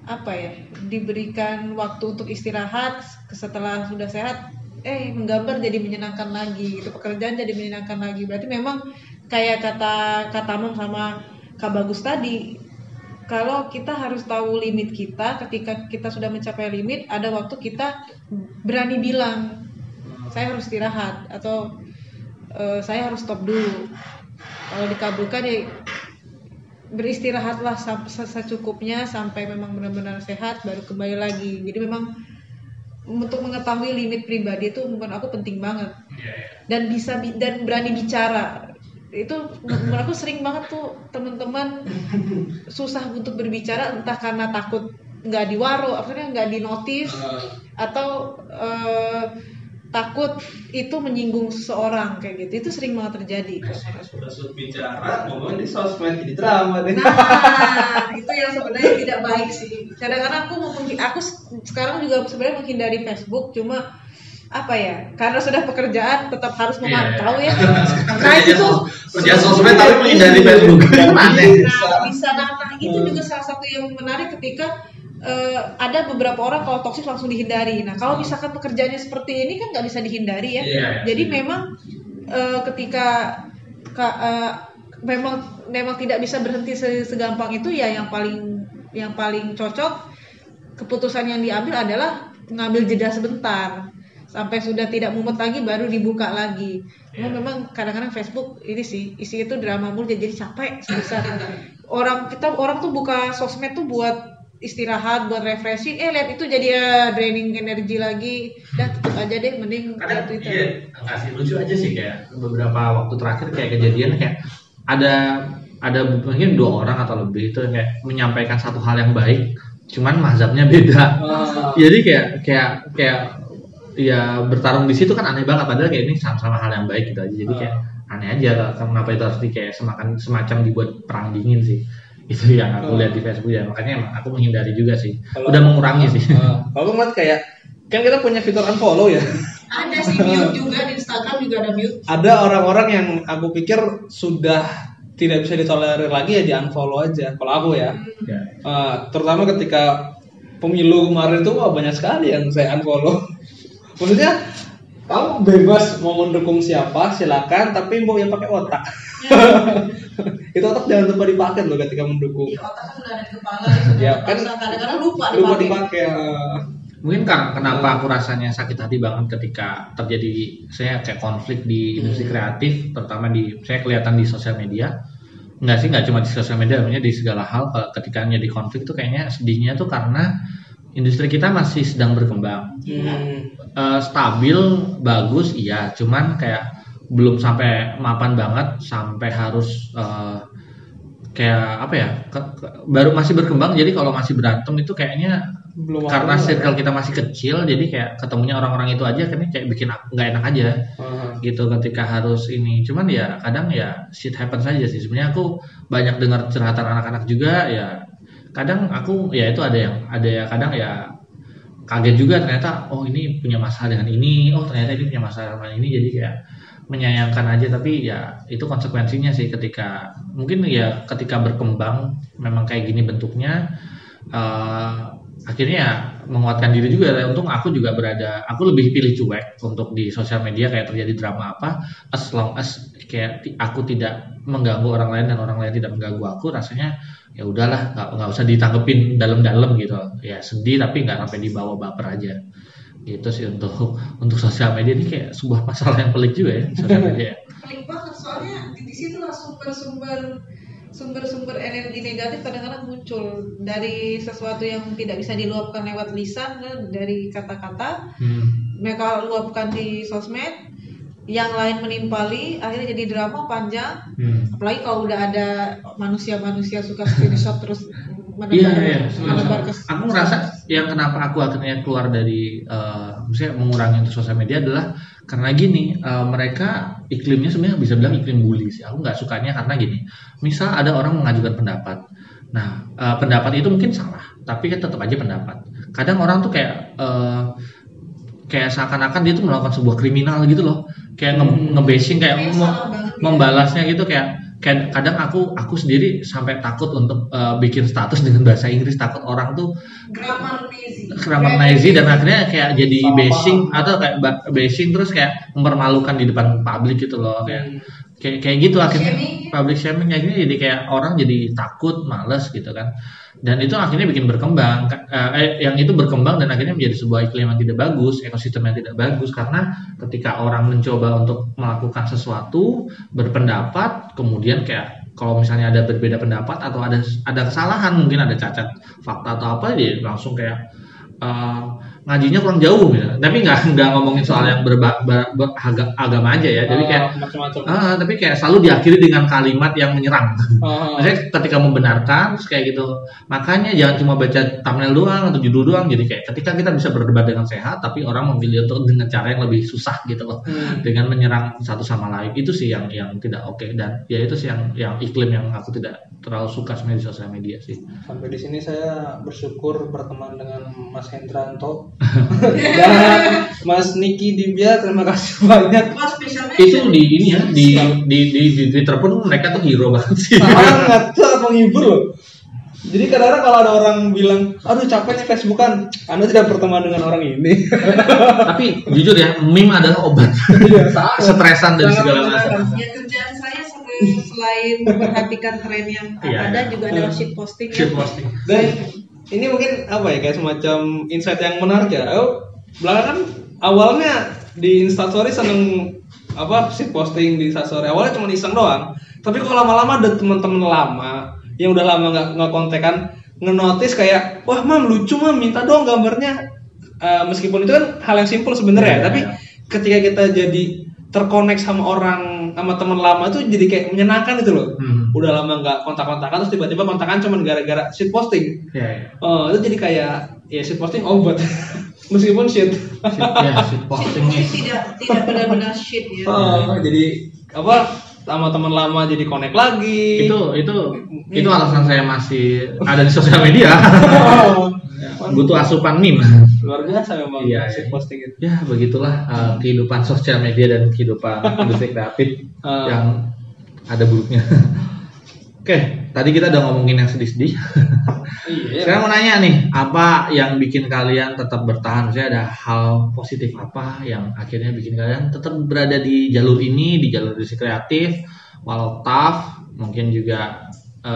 waktu untuk istirahat setelah sudah sehat. Menggambar jadi menyenangkan lagi, itu pekerjaan jadi menyenangkan lagi. Berarti memang kayak kata Mom sama Kak Bagus tadi, kalau kita harus tahu limit kita. Ketika kita sudah mencapai limit, ada waktu kita berani bilang saya harus istirahat atau saya harus stop dulu. Kalau dikabulkan ya beristirahatlah secukupnya sampai memang benar-benar sehat, baru kembali lagi. Jadi memang untuk mengetahui limit pribadi itu menurut aku penting banget. Dan berani bicara. Itu menurut aku sering banget tuh teman-teman susah untuk berbicara, entah karena takut nggak diwaro, akhirnya nggak dinotis, atau takut itu menyinggung seseorang kayak gitu. Itu sering banget terjadi. Sudah bicara, ngomongin di sosmed, jadi drama deh. Nah, itu yang sebenarnya tidak baik sih. Kadang-kadang aku sekarang juga sebenarnya menghindari Facebook, cuma karena sudah pekerjaan tetap harus memantau ya. Nah itu kerja sosmed tapi menghindari Facebook. Itu juga salah satu yang menarik ketika ada beberapa orang kalau toksik langsung dihindari. Nah kalau misalkan pekerjaannya seperti ini kan nggak bisa dihindari ya. Jadi memang ketika memang tidak bisa berhenti segampang itu ya, yang paling cocok keputusan yang diambil adalah mengambil jeda sebentar sampai sudah tidak mumet lagi baru dibuka lagi. Memang kadang-kadang Facebook ini sih isi itu drama mulu, jadi capek susah. Orang tuh buka sosmed tuh buat istirahat, buat refreshing, lihat itu jadi draining energi lagi. Tutup aja deh, mending kadang Twitter. Iya, kasih lucu aja sih, kayak beberapa waktu terakhir kayak kejadian kayak ada mungkin 2 orang atau lebih itu kayak menyampaikan satu hal yang baik, cuman mazhabnya beda. Jadi kayak ya bertarung di situ kan aneh banget, padahal kayak ini sama-sama hal yang baik gitu aja. Jadi kayak aneh aja kenapa itu harus kayak semacam dibuat perang dingin sih. Itu yang aku lihat di Facebook ya, makanya emang aku menghindari juga sih. Udah mengurangi sih. Kalau ngeliat kayak kan kita punya fitur unfollow ya. Ada sih mute juga di Instagram juga ada mute. Ada orang-orang yang aku pikir sudah tidak bisa ditolerir lagi ya, di unfollow aja. Kalau aku ya. Terutama ketika pemilu kemarin itu banyak sekali yang saya unfollow. Maksudnya kamu bebas mau mendukung siapa silakan, tapi mau yang pakai otak. Itu otak jangan lupa dipakai loh ketika mendukung. Iya, otak kan udah ada di kepala ya kan, kadang-kadang lupa dipakai. Mungkin kan kenapa aku rasanya sakit hati banget ketika terjadi saya kayak konflik di industri kreatif, terutama saya kelihatan di sosial media. Nggak cuma di sosial media, namanya di segala hal. Ketika jadi konflik tuh kayaknya sedihnya tuh karena industri kita masih sedang berkembang. Stabil, bagus, iya. Cuman kayak belum sampai mapan banget sampai harus kayak apa ya baru masih berkembang. Jadi kalau masih berantem itu kayaknya Belum karena waktunya, circle kita masih kecil, jadi kayak ketemunya orang-orang itu aja akhirnya kayak bikin nggak enak aja gitu ketika harus ini. Cuman ya kadang ya shit happens aja sih. Sebenarnya aku banyak dengar curhatan anak-anak juga ya. Kadang aku ya itu ada ya kadang ya kaget juga ternyata oh ini punya masalah dengan ini, oh ternyata ini punya masalah dengan ini, jadi kayak menyayangkan aja. Tapi ya itu konsekuensinya sih ketika mungkin ya ketika berkembang memang kayak gini bentuknya. Akhirnya ya menguatkan diri juga. Untung aku juga aku lebih pilih cuek untuk di sosial media kayak terjadi drama apa, as long as kayak aku tidak mengganggu orang lain dan orang lain tidak mengganggu aku, rasanya ya udahlah nggak usah ditanggepin dalam-dalam gitu. Ya sedih tapi nggak sampai dibawa baper aja. Gitu sih untuk sosial media. Ini kayak sebuah masalah yang pelik juga ya sosial media. Pelik banget soalnya di situ lah sumber energi negatif kadang-kadang muncul dari sesuatu yang tidak bisa diluapkan lewat lisan, dari kata-kata mereka luapkan di sosmed, yang lain menimpali, akhirnya jadi drama panjang. Apalagi kalau udah ada manusia suka screenshot terus menebar Aku ngerasa yang kenapa aku akhirnya keluar dari misalnya mengurangi untuk sosial media adalah karena gini, mereka iklimnya sebenarnya bisa bilang iklim bully sih. Aku nggak sukanya karena gini, misal ada orang mengajukan pendapat, nah pendapat itu mungkin salah, tapi kan tetap aja pendapat. Kadang orang tuh kayak seakan-akan dia tuh melakukan sebuah kriminal gitu loh, kayak nge-bashing kayak membalasnya gitu kayak kadang aku sendiri sampai takut untuk bikin status dengan bahasa Inggris, takut orang tuh grammar Nazi dan akhirnya kayak jadi bashing atau kayak bashing terus kayak mempermalukan di depan publik gitu loh, kayak gitu akhirnya public shaming, akhirnya jadi kayak orang jadi takut, malas gitu kan. Dan itu akhirnya bikin berkembang, yang itu berkembang dan akhirnya menjadi sebuah iklim yang tidak bagus, ekosistem yang tidak bagus. Karena ketika orang mencoba untuk melakukan sesuatu, berpendapat, kemudian kayak kalau misalnya ada berbeda pendapat atau ada kesalahan, mungkin ada cacat fakta atau apa, dia langsung kayak ngajinya kurang jauh gitu. Tapi nggak ngomongin soal yang agama aja ya. Jadi kayak tapi kayak selalu diakhiri dengan kalimat yang menyerang. Maksudnya ketika membenarkan terus kayak gitu. Makanya jangan cuma baca thumbnail doang atau judul doang. Jadi kayak ketika kita bisa berdebat dengan sehat, tapi orang memilih untuk dengan cara yang lebih susah gitu loh. Dengan menyerang satu sama lain. Itu sih yang tidak oke. Dan ya itu sih yang iklim yang aku tidak terlalu suka sebenarnya di sosial media sih. Sampai di sini saya bersyukur berteman dengan Mas Hendranto dan Mas Niki Dibia, terima kasih banyak. Itu di ini ya di Twitter pun mereka tuh hero banget sih. Sangat menghibur loh. Jadi kadang-kadang kalau ada orang bilang, aduh capek nih Facebookan, Anda tidak berteman dengan orang ini. Tapi jujur ya, meme adalah obat. Stresan dan segala macam. Ya kerjaan saya selain memperhatikan tren yang ada juga adalah shit posting. Dan ini mungkin apa ya, kayak semacam insight yang menarik ya. Belakangan awalnya di Instastory seneng shit posting di Instastory. Awalnya cuma iseng doang. Tapi kalau lama-lama ada teman-teman lama yang udah lama nggak kontekan ngenotis kayak, wah mam lucu mam, minta dong gambarnya. Meskipun itu kan hal yang simpel sebenarnya, tapi ketika kita jadi terkonek sama teman lama itu jadi kayak menyenangkan gitu loh. Udah lama nggak kontak-kontakan terus tiba-tiba kontakan cuman gara-gara shit posting. Itu jadi kayak ya shit posting obat. Meskipun shit. Shit posting tidak benar-benar shit ya. Jadi sama teman lama jadi connect lagi. Itu alasan saya masih ada di sosial media. Butuh asupan meme. Luar biasa memang shit posting itu. Ya begitulah kehidupan sosial media dan kehidupan industri kreatif yang ada buruknya. Oke, tadi kita udah ngomongin yang sedih-sedih. Sekarang mau nanya nih, apa yang bikin kalian tetap bertahan? Maksudnya ada hal positif apa yang akhirnya bikin kalian tetap berada di jalur ini, di jalur industri kreatif, walau tough, mungkin juga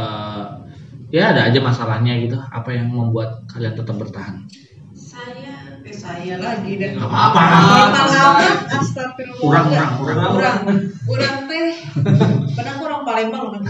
ya ada aja masalahnya gitu. Apa yang membuat kalian tetap bertahan? Saya lagi dan apa? Astagfirullah. Kurang teh. Padahal orang Palembang loh.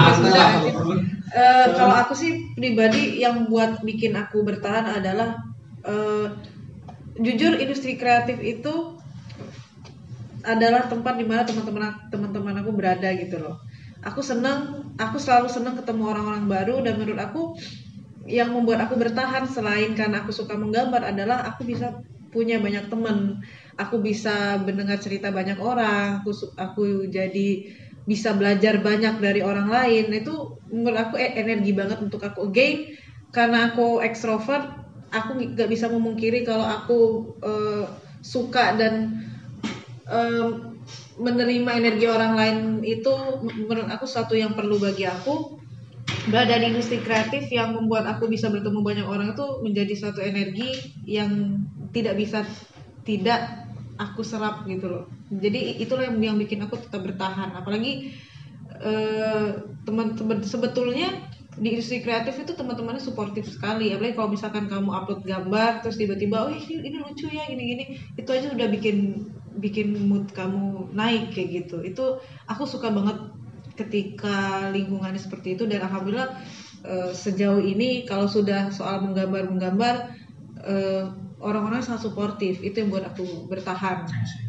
Kalau aku sih pribadi yang buat bikin aku bertahan adalah jujur industri kreatif itu adalah tempat di mana teman-teman aku berada gitu loh. Aku selalu senang ketemu orang-orang baru, dan menurut aku yang membuat aku bertahan selain karena aku suka menggambar adalah aku bisa punya banyak teman. Aku bisa mendengar cerita banyak orang, aku jadi bisa belajar banyak dari orang lain. Itu menurut aku energi banget untuk aku. Again, karena aku ekstrovert, aku nggak bisa memungkiri kalau aku suka dan menerima energi orang lain. Itu menurut aku sesuatu yang perlu bagi aku. Berada di industri kreatif yang membuat aku bisa bertemu banyak orang itu menjadi suatu energi yang tidak bisa tidak aku serap gitu loh. Jadi itulah yang bikin aku tetap bertahan. Apalagi sebetulnya di industri kreatif itu teman-temannya suportif sekali. Apalagi kalau misalkan kamu upload gambar terus tiba-tiba ini lucu ya gini-gini, itu aja udah bikin mood kamu naik kayak gitu. Itu aku suka banget ketika lingkungannya seperti itu, dan alhamdulillah sejauh ini kalau sudah soal menggambar orang-orang sangat suportif. Itu yang buat aku bertahan.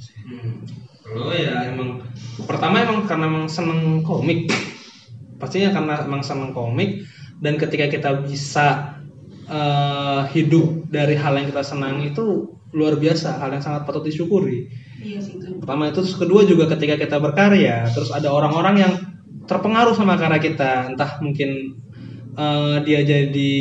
Oh ya, emang pertama karena emang seneng komik, pastinya karena emang seneng komik, dan ketika kita bisa hidup dari hal yang kita senang itu luar biasa, hal yang sangat patut disyukuri. Iya sih. Pertama itu, terus kedua juga ketika kita berkarya, terus ada orang-orang yang terpengaruh sama karya kita, entah mungkin dia jadi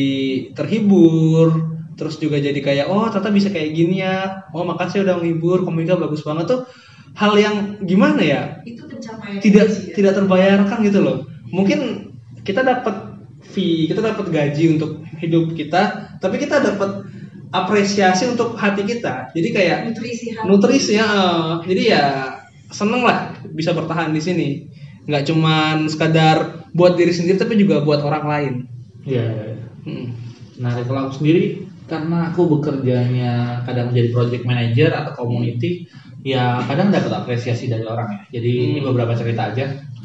terhibur, terus juga jadi kayak ternyata bisa kayak gini ya, makasih udah menghibur, komiknya bagus banget, tuh hal yang gimana ya, Itu pencapaian tidak terbayarkan gitu loh. Mungkin kita dapat fee, kita dapat gaji untuk hidup kita, tapi kita dapat apresiasi untuk hati kita. Jadi kayak nutrisi ya. Jadi ya seneng lah bisa bertahan di sini. Nggak cuman sekadar buat diri sendiri, tapi juga buat orang lain. Iya. Nah, kalau aku sendiri, karena aku bekerjanya kadang jadi project manager atau community, ya kadang dapat apresiasi dari orang ya. Jadi ini beberapa cerita aja.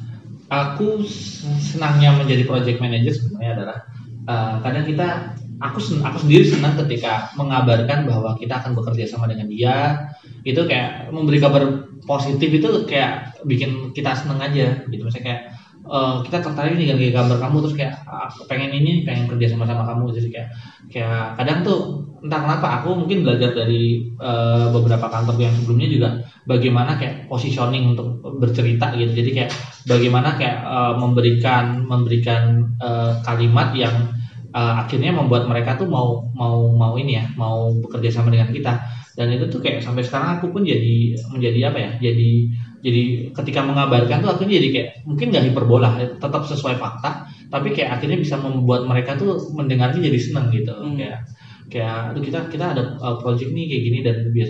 Aku senangnya menjadi project manager sebenarnya adalah kadang aku sendiri senang ketika mengabarkan bahwa kita akan bekerja sama dengan dia. Itu kayak memberi kabar positif, itu kayak bikin kita senang aja gitu. Misalnya kayak kita tertarik nih dengan gambar kamu, terus kayak pengen kerja sama kamu. Jadi kayak kadang tuh entah kenapa aku mungkin belajar dari beberapa kantor yang sebelumnya juga bagaimana kayak positioning untuk bercerita gitu. Jadi kayak bagaimana kayak memberikan kalimat yang akhirnya membuat mereka tuh mau bekerja sama dengan kita. Dan itu tuh kayak sampai sekarang aku pun menjadi apa ya, jadi ketika mengabarkan tuh akhirnya jadi kayak mungkin nggak hiperbola, tetap sesuai fakta, tapi kayak akhirnya bisa membuat mereka tuh mendengarnya jadi senang gitu. Kayak aduh kita ada project nih kayak gini, dan biasa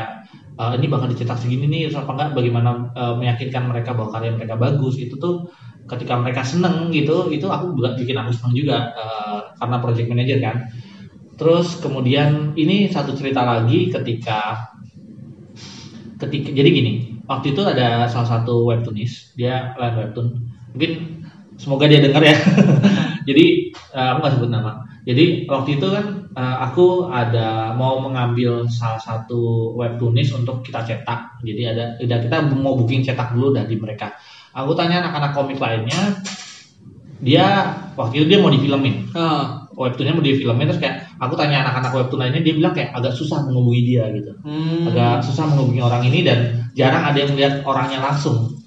ini bakal dicetak segini nih, terus apa enggak, bagaimana meyakinkan mereka bahwa karya mereka bagus. Itu tuh ketika mereka seneng gitu, itu aku bikin aku seneng juga karena project manager kan. Terus kemudian ini satu cerita lagi ketika jadi gini, waktu itu ada salah satu webtoonis, dia line webtoon, mungkin semoga dia dengar ya. Jadi aku nggak sebut nama. Jadi waktu itu kan aku ada mau mengambil salah satu webtoonis untuk kita cetak. Jadi kita mau booking cetak dulu dari mereka. Aku tanya anak-anak komik lainnya, waktu itu dia mau difilmin. Webtoonnya mau difilmin, terus kayak aku tanya anak-anak webtoon lainnya, dia bilang kayak agak susah menghubungi dia gitu. Agak susah menghubungi orang ini, dan jarang ada yang melihat orangnya langsung.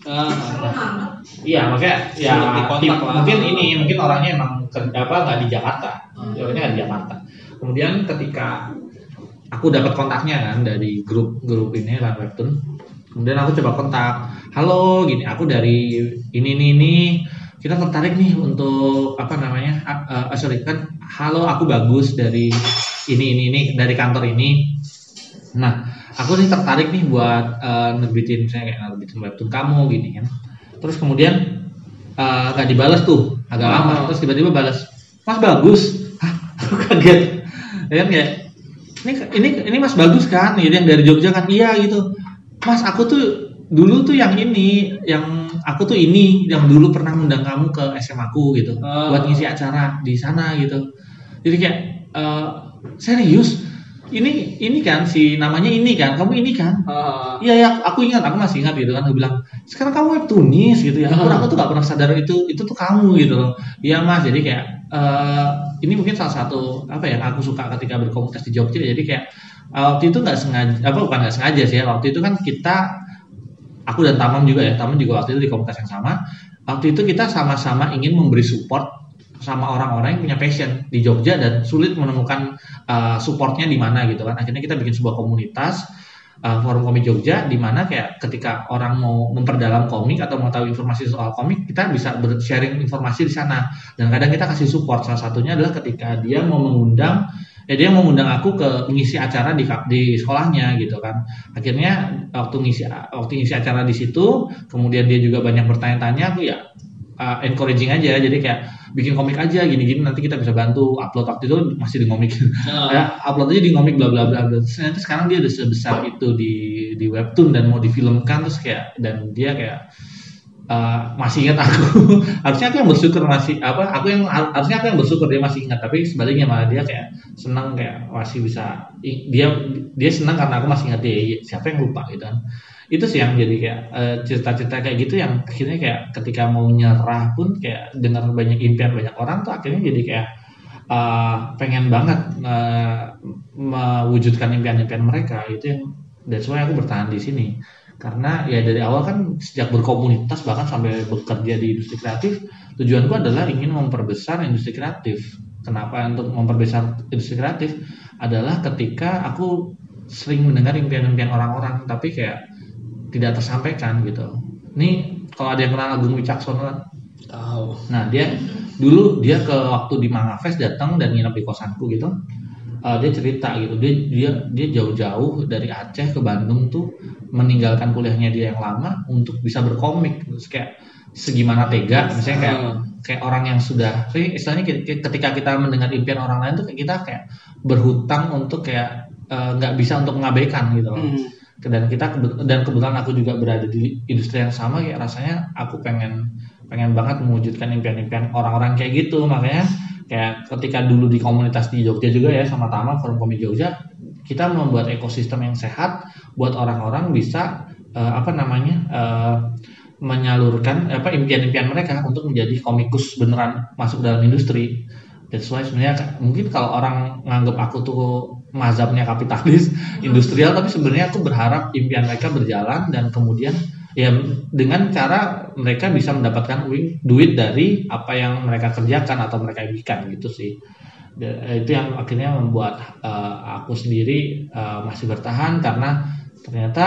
Iya, makanya ya mungkin orangnya emang nggak di Jakarta. Orangnya nggak di Jakarta. Kemudian ketika aku dapat kontaknya kan dari grup ini Line Webtoon, kemudian aku coba kontak, halo gini, aku dari ini kita tertarik nih untuk halo, aku Bagus dari ini dari kantor ini. Nah, aku nih tertarik nih buat nerbitin webtoon kamu gini kan. Terus kemudian gak dibalas tuh agak lama, terus tiba-tiba balas, Mas Bagus. Hah, aku kaget. Ya kan kayak ini Mas Bagus kan, yang dari Jogja kan? Iya gitu. Mas, aku tuh dulu tuh yang dulu pernah undang kamu ke SMA aku gitu, buat ngisi acara di sana gitu. Jadi kayak serius, ini kan si namanya ini kan, kamu ini kan? Iya ya, aku ingat, aku masih ingat gitu kan. Aku bilang, sekarang kamu webtoonis gitu ya. Aku tuh gak pernah sadar itu tuh kamu gitu loh. Iya mas, jadi kayak ini mungkin salah satu apa ya, aku suka ketika berkomunitas di Jogja. Jadi kayak waktu itu nggak sengaja, bukan nggak sengaja sih ya. Waktu itu kan aku dan Tamam juga waktu itu di komunitas yang sama. Waktu itu kita sama-sama ingin memberi support sama orang-orang yang punya passion di Jogja dan sulit menemukan supportnya di mana gitu kan. Akhirnya kita bikin sebuah komunitas forum komik Jogja, di mana kayak ketika orang mau memperdalam komik atau mau tahu informasi soal komik, kita bisa sharing informasi di sana. Dan kadang kita kasih support. Salah satunya adalah ketika dia mau mengundang aku ke mengisi acara di sekolahnya gitu kan. Akhirnya waktu ngisi acara di situ, kemudian dia juga banyak bertanya-tanya, aku ya encouraging aja, jadi kayak bikin komik aja gini-gini, nanti kita bisa bantu upload. Waktu itu masih di komik, ya upload aja di komik bla bla bla. Ternyata sekarang dia udah sebesar itu di webtoon dan mau difilmkan, terus kayak, dan dia kayak masih ingat aku. Harusnya aku yang bersyukur harusnya aku yang bersyukur dia masih ingat, tapi sebaliknya malah dia kayak senang, kayak masih bisa, dia senang karena aku masih ingat dia. Siapa yang lupa gitu kan. Itu sih yang jadi kayak cerita-cerita kayak gitu yang akhirnya kayak ketika mau nyerah pun kayak dengar banyak impian banyak orang tuh akhirnya jadi kayak pengen banget mewujudkan impian-impian mereka. Itu yang that's why aku bertahan di sini, karena ya dari awal kan sejak berkomunitas bahkan sampai bekerja di industri kreatif, tujuanku adalah ingin memperbesar industri kreatif. Kenapa untuk memperbesar industri kreatif adalah ketika aku sering mendengar impian-impian orang-orang tapi kayak tidak tersampaikan gitu. Ini kalau ada yang kenal Agung Wicaksono kan? Tahu. Nah dia ke waktu di Manga Fest datang dan nginep di kosanku gitu. Dia cerita gitu. Dia jauh-jauh dari Aceh ke Bandung tuh meninggalkan kuliahnya dia yang lama untuk bisa berkomik. Terus kayak segimana tega, misalnya kayak orang yang sudah, istilahnya ketika kita mendengar impian orang lain tuh kita kayak berhutang untuk kayak nggak bisa untuk mengabaikan gitu loh. Dan kebetulan aku juga berada di industri yang sama, kayak rasanya aku pengen banget mewujudkan impian-impian orang-orang kayak gitu. Makanya kayak ketika dulu di komunitas di Jogja juga ya sama Tama Forum Komik Jogja, kita membuat ekosistem yang sehat buat orang-orang bisa menyalurkan impian-impian mereka untuk menjadi komikus beneran masuk dalam industri. That's why sebenarnya mungkin kalau orang nganggep aku tuh mazhabnya kapitalis, industrial, tapi sebenarnya aku berharap impian mereka berjalan dan kemudian ya dengan cara mereka bisa mendapatkan duit dari apa yang mereka kerjakan atau mereka impikan gitu sih. Itu yang akhirnya membuat aku sendiri masih bertahan, karena ternyata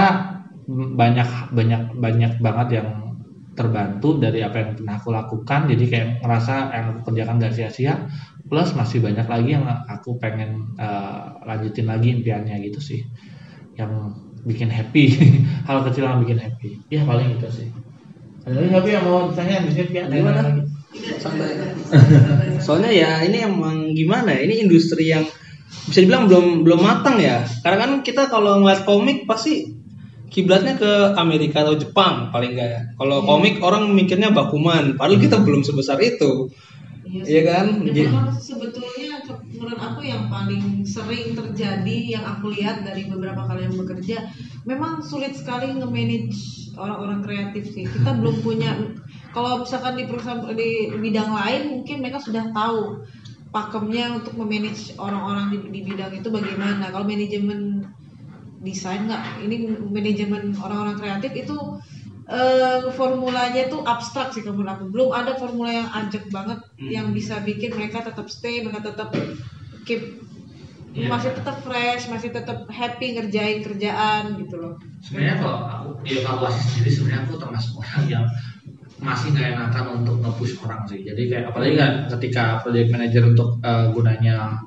banyak banget yang terbantu dari apa yang pernah aku lakukan. Jadi kayak ngerasa yang aku kerjakan gak sia-sia, plus masih banyak lagi yang aku pengen lanjutin lagi impiannya gitu sih, yang bikin happy. Hal kecil yang bikin happy ya paling itu sih. Ada lagi tapi yang mau ditanya bisnis ya gimana? Santai. Soalnya ya ini emang gimana ya, ini industri yang bisa dibilang belum matang ya, karena kan kita kalau ngeliat komik pasti kiblatnya ke Amerika atau Jepang paling enggak ya. Kalau komik orang mikirnya Bakuman, padahal kita belum sebesar itu. Iya kan? Ya, memang sebetulnya menurut aku yang paling sering terjadi yang aku lihat dari beberapa kali yang bekerja, memang sulit sekali nge-manage orang-orang kreatif sih. Kita belum punya, kalau misalkan di perusahaan di bidang lain mungkin mereka sudah tahu pakemnya untuk memanage orang-orang di bidang itu bagaimana. Kalau manajemen desain nggak, ini manajemen orang-orang kreatif itu formulanya tuh abstrak sih menurut aku. Belum ada formula yang ajak banget yang bisa bikin mereka tetap stay, mereka tetap keep masih tetap fresh, masih tetap happy ngerjain kerjaan gitu loh. Sebenarnya kalau aku dievaluasi sendiri, sebenarnya aku termasuk orang yang masih nggak enakan untuk nge-push orang sih. Jadi kayak apalagi kan ketika project manager untuk gunanya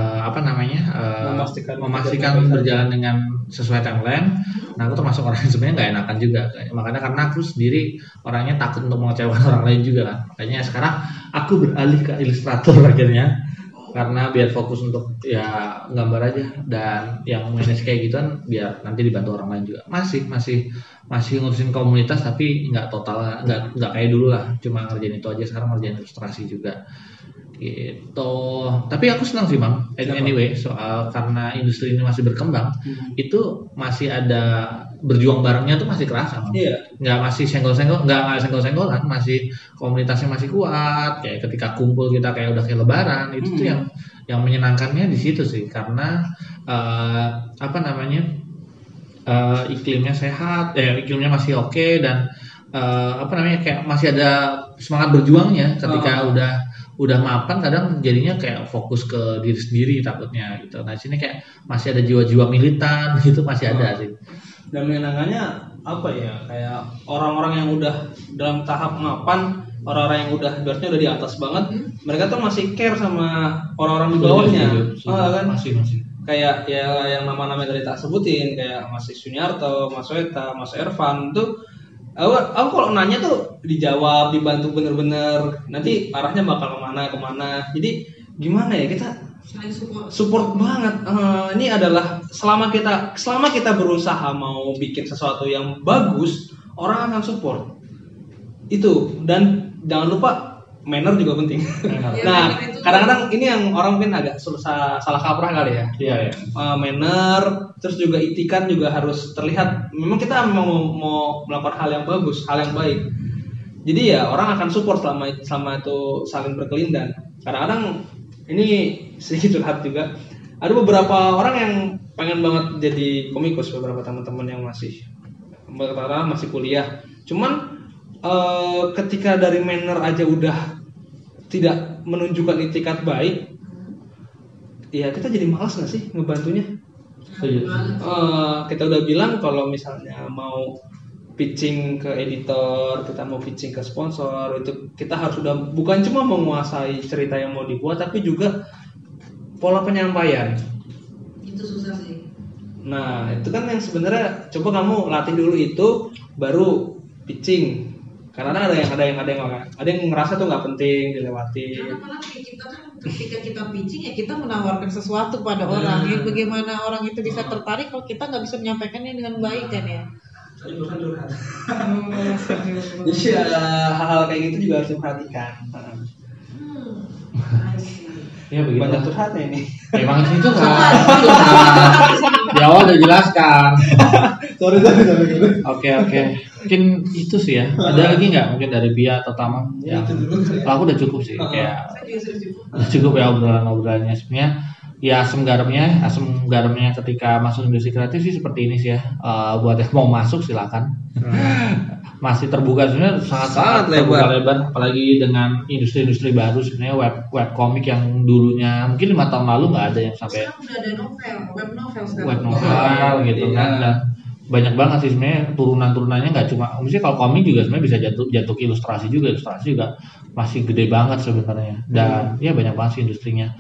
memastikan berjalan dengan sesuai timeline. Nah aku termasuk orang yang sebenarnya nggak enakan juga. Makanya karena aku sendiri orangnya takut untuk mengecewakan orang lain juga kan. Makanya sekarang aku beralih ke ilustrator akhirnya, karena biar fokus untuk ya gambar aja, dan yang manage kayak gituan biar nanti dibantu orang lain juga. Masih ngurusin komunitas tapi nggak total, nggak kayak dulu lah, cuma ngerjain itu aja. Sekarang ngerjain ilustrasi juga gitu. Tapi aku senang sih Mam. Anyway, soal karena industri ini masih berkembang, itu masih ada berjuang barengnya tuh masih kerasa Mam. Iya. Nggak masih senggol-senggol, nggak senggol-senggolan, masih komunitasnya masih kuat. Kayak ketika kumpul kita kayak udah kayak lebaran, itu tuh yang menyenangkannya di situ sih, karena iklimnya sehat, iklimnya masih oke, dan kayak masih ada semangat berjuangnya. Ketika udah mapan, kadang jadinya kayak fokus ke diri sendiri takutnya gitu. Nah, di sini kayak masih ada jiwa-jiwa militan gitu, masih ada sih. Dan menyenangkannya apa ya, kayak orang-orang yang udah dalam tahap mapan, orang-orang yang udah ibaratnya udah di atas banget, mereka tuh masih care sama orang-orang di bawahnya. Kan Masih kayak ya yang nama-nama tadi tak sebutin, kayak Mas Sunyarto, Mas Weta, Mas Ervan tuh, aku kalau nanya tuh dijawab, dibantu bener-bener, nanti arahnya bakal kemana. Jadi gimana ya, kita Saling support banget. Ini adalah selama kita berusaha mau bikin sesuatu yang bagus, orang akan support itu. Dan jangan lupa manner juga penting. Nah, kadang-kadang ini yang orang mungkin agak salah kaprah kali ya. Iya. Manner, terus juga itikan juga harus terlihat. Memang kita mau melakukan hal yang bagus, hal yang baik. Jadi ya orang akan support selama itu saling berkelindan. Kadang-kadang ini sedikit curhat juga. Ada beberapa orang yang pengen banget jadi komikus, beberapa teman-teman yang masih kuliah. Cuman ketika dari manner aja udah tidak menunjukkan itikat baik, ya kita jadi malas nggak sih ngebantunya? Kita udah bilang kalau misalnya mau pitching ke editor, kita mau pitching ke sponsor, itu kita harus udah bukan cuma menguasai cerita yang mau dibuat, tapi juga pola penyampaian. Itu susah sih. Nah, itu kan yang sebenarnya coba kamu latih dulu itu, baru pitching. Karena ada yang ngerasa tuh nggak penting dilewati. Karena kita kan ketika kita pitching ya kita menawarkan sesuatu pada orang. Ya bagaimana orang itu bisa tertarik kalau kita nggak bisa menyampaikannya dengan baik kan ya. Jadi ada hal-hal kayak gitu juga harus diperhatikan. Ya begitu. Banyak curhatnya ini. Emang itu kan. Di awal udah jelaskan. Sorry. Oke. Mungkin itu sih ya. Ada lagi nggak mungkin dari Bia atau Tamam? Ya, itu dulu. Aku udah cukup sih. Kayak cukup ya obrolannya sebenarnya. Ya asam garamnya ketika masuk industri kreatif sih seperti ini sih ya. Buat yang mau masuk silakan. Masih terbuka sebenarnya sangat lebar, apalagi dengan industri-industri baru sebenarnya web komik yang dulunya mungkin 5 tahun lalu nggak ada yang sampai sekarang udah ada web novel gitu kan. Dan banyak banget sih sebenarnya turunannya nggak cuma, misalnya kalau komik juga sebenarnya bisa jatuh ke ilustrasi juga masih gede banget sebenarnya. Dan ya banyak banget sih industrinya.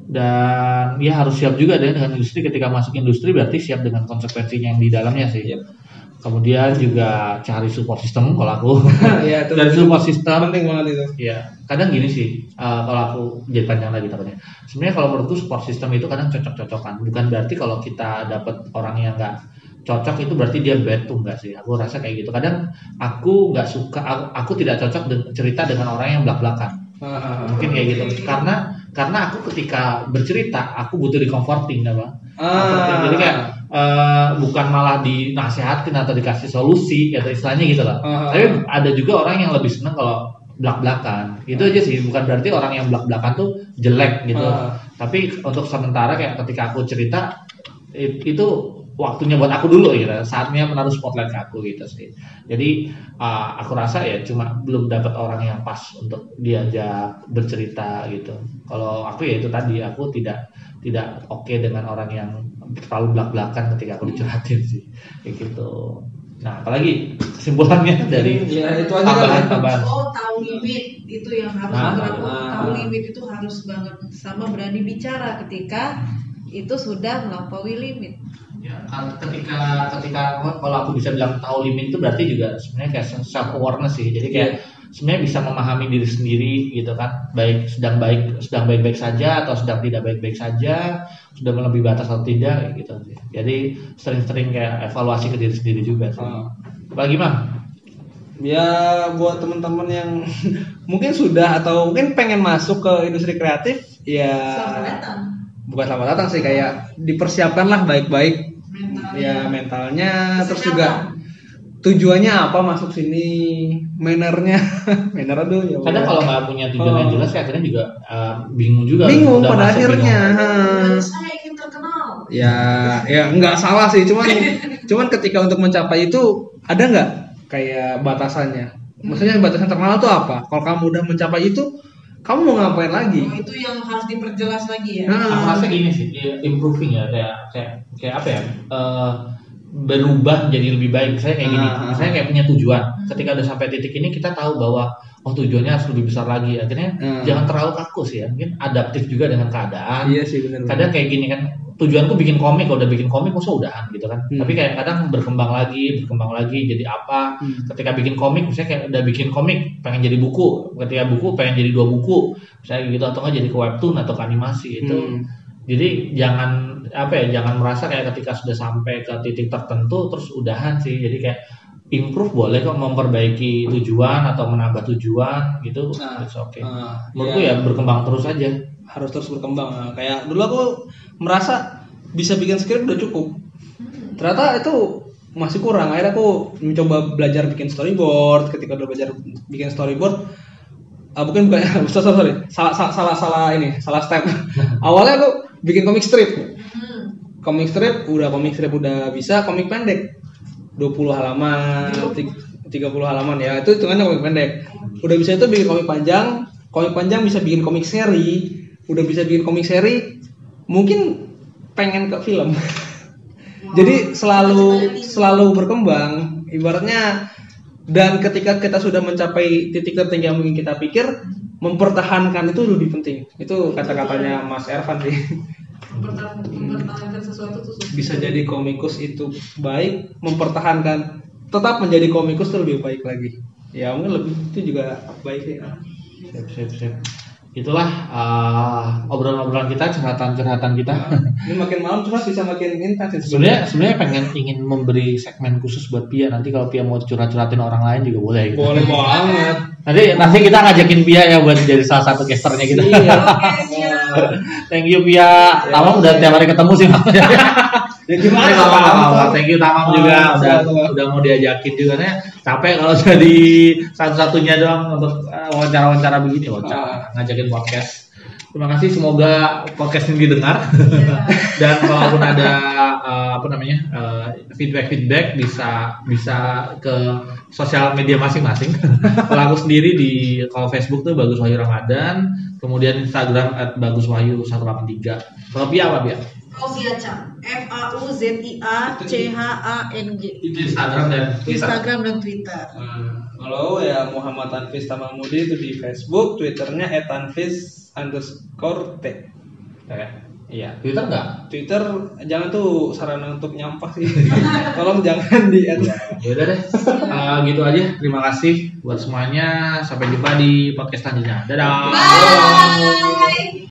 Dan ya harus siap juga deh dengan industri. Ketika masuk industri berarti siap dengan konsekuensinya yang di dalamnya sih. Kemudian juga cari support system kalau aku. Iya, dari support system penting banget itu. Iya, kadang gini sih, kalau aku jadi panjang lagi takutnya. Sebenarnya kalau menurutku support system itu kadang cocok-cocokan. Bukan berarti kalau kita dapat orang yang nggak cocok itu berarti dia bad tuh, enggak sih. Aku rasa kayak gitu. Kadang aku nggak suka, aku tidak cocok cerita dengan orang yang belak-belakan. Mungkin kayak gitu. Karena aku ketika bercerita aku butuh di comforting, jadi kayak bukan malah dinasihatin atau dikasih solusi atau istilahnya gitu lah. Tapi ada juga orang yang lebih seneng kalau belak-belakan. Itu aja sih, bukan berarti orang yang belak-belakan tuh jelek gitu. Tapi untuk sementara kayak ketika aku cerita itu waktunya buat aku dulu gitu, saatnya menaruh spotlight ke aku gitu sih. Jadi aku rasa ya cuma belum dapat orang yang pas untuk diajak bercerita gitu. Kalau aku ya itu tadi, aku tidak oke dengan orang yang terlalu belak-belakan ketika aku dicurhatin sih, kayak gitu. Nah, apalagi kesimpulannya dari ya, itu aja tambahan. Tahu limit itu yang harus tahu limit itu harus banget, sama berani bicara ketika itu sudah melampaui limit. Ya, ketika kalau aku bisa bilang tahu limit itu berarti juga sebenarnya kayak self awareness sih. Jadi kayak sebenarnya bisa memahami diri sendiri gitu kan, sedang baik-baik saja atau sedang tidak baik-baik saja, sudah melebihi batas atau tidak gitu sih. Jadi sering-sering kayak evaluasi ke diri sendiri juga sih. Bagi Mam? Ya buat teman-teman yang mungkin sudah atau mungkin pengen masuk ke industri kreatif, ya Selamat datang. bukan selamat datang sih, kayak dipersiapkanlah baik-baik Mentalnya. ya mentalnya, terus Kesehatan. juga tujuannya apa masuk sini, mannernya, manner aduh ya. Kadang kalau nggak punya tujuan yang jelas, akhirnya juga bingung juga. bingung Udah pada masuk akhirnya. bingung. Dan saya ingin terkenal. Ya nggak salah sih, cuman ketika untuk mencapai itu ada nggak kayak batasannya? Maksudnya batasan terkenal itu apa? Kalau kamu udah mencapai itu, kamu mau ngapain lagi? Oh, itu yang harus diperjelas lagi ya. Aku rasa gini sih, improving ya, kayak apa ya? Berubah jadi lebih baik. Saya kayak gini, saya kayak punya tujuan. Ketika udah sampai titik ini, kita tahu bahwa tujuannya harus lebih besar lagi. Akhirnya jangan terlalu kaku sih ya. Mungkin adaptif juga dengan keadaan. Iya sih benar. Kadang kayak gini kan, tujuanku bikin komik, kalau udah bikin komik masa udahan gitu kan. Tapi kayak kadang berkembang lagi jadi apa. Ketika bikin komik, misalnya kayak udah bikin komik pengen jadi buku, ketika buku pengen jadi 2 buku, misalnya gitu, atau nggak jadi ke webtoon atau ke animasi itu. Jadi jangan jangan merasa kayak ketika sudah sampai ke titik tertentu terus udahan sih. Jadi kayak improve boleh kok, memperbaiki tujuan atau menambah tujuan gitu. It's okay. Menurutku ya berkembang terus aja. Harus terus berkembang. Nah, kayak dulu aku merasa bisa bikin skrip udah cukup. Ternyata itu masih kurang. Akhirnya aku mencoba belajar bikin storyboard. Ketika udah belajar bikin storyboard, sorry, salah step. Awalnya aku bikin komik strip. Komik strip udah bisa, komik pendek 20 halaman, 30 halaman ya, itu hitungannya komik pendek. Udah bisa itu bikin komik panjang bisa bikin komik seri. Udah bisa bikin komik seri, mungkin pengen ke film. Jadi selalu berkembang ibaratnya. Dan ketika kita sudah mencapai titik tertinggi yang mungkin kita pikir, mempertahankan itu lebih penting. Itu kata-katanya Mas Ervan sih. Mempertahankan sesuatu itu susah. Bisa jadi komikus itu baik, mempertahankan tetap menjadi komikus itu lebih baik lagi. Ya mungkin lebih itu juga baik sih. Siap. Itulah obrolan-obrolan kita, curhatan-curhatan kita. Ini makin malam curhat bisa makin intens. Sebenarnya ingin memberi segmen khusus buat Pia. Nanti kalau Pia mau curhat-curhatin orang lain juga boleh. Gitu. Boleh banget. Nanti kita ngajakin Pia ya buat jadi salah satu casternya kita. Iya. Thank you Pia. Tamam udah tiap hari ketemu sih. Ya gimana? Apa? Thank you Tamam juga udah mau diajakin juga nih. Capek kalau jadi satu-satunya doang untuk wawancara-wawancara begini ngajakin podcast. Terima kasih, semoga podcast ini didengar. Dan kalaupun ada feedback bisa ke sosial media masing-masing. Kalau aku sendiri kalau Facebook tuh Bagus Wahyu Ramadan, kemudian Instagram @baguswahyu183. Kalau Pia apa Pia? Fauziacang, FAUZIACHANG. Itu Instagram dan Twitter. Instagram dan Twitter. Kalau ya Muhammad Tanfis Tamamudi itu di Facebook, Twitternya @tanfis_t. Iya, Twitter enggak? Twitter jangan tuh sarana untuk nyampah sih. Tolong jangan di add. Ya udah deh. Gitu aja. Terima kasih buat semuanya. Sampai jumpa di podcast selanjutnya. Dadah. Bye.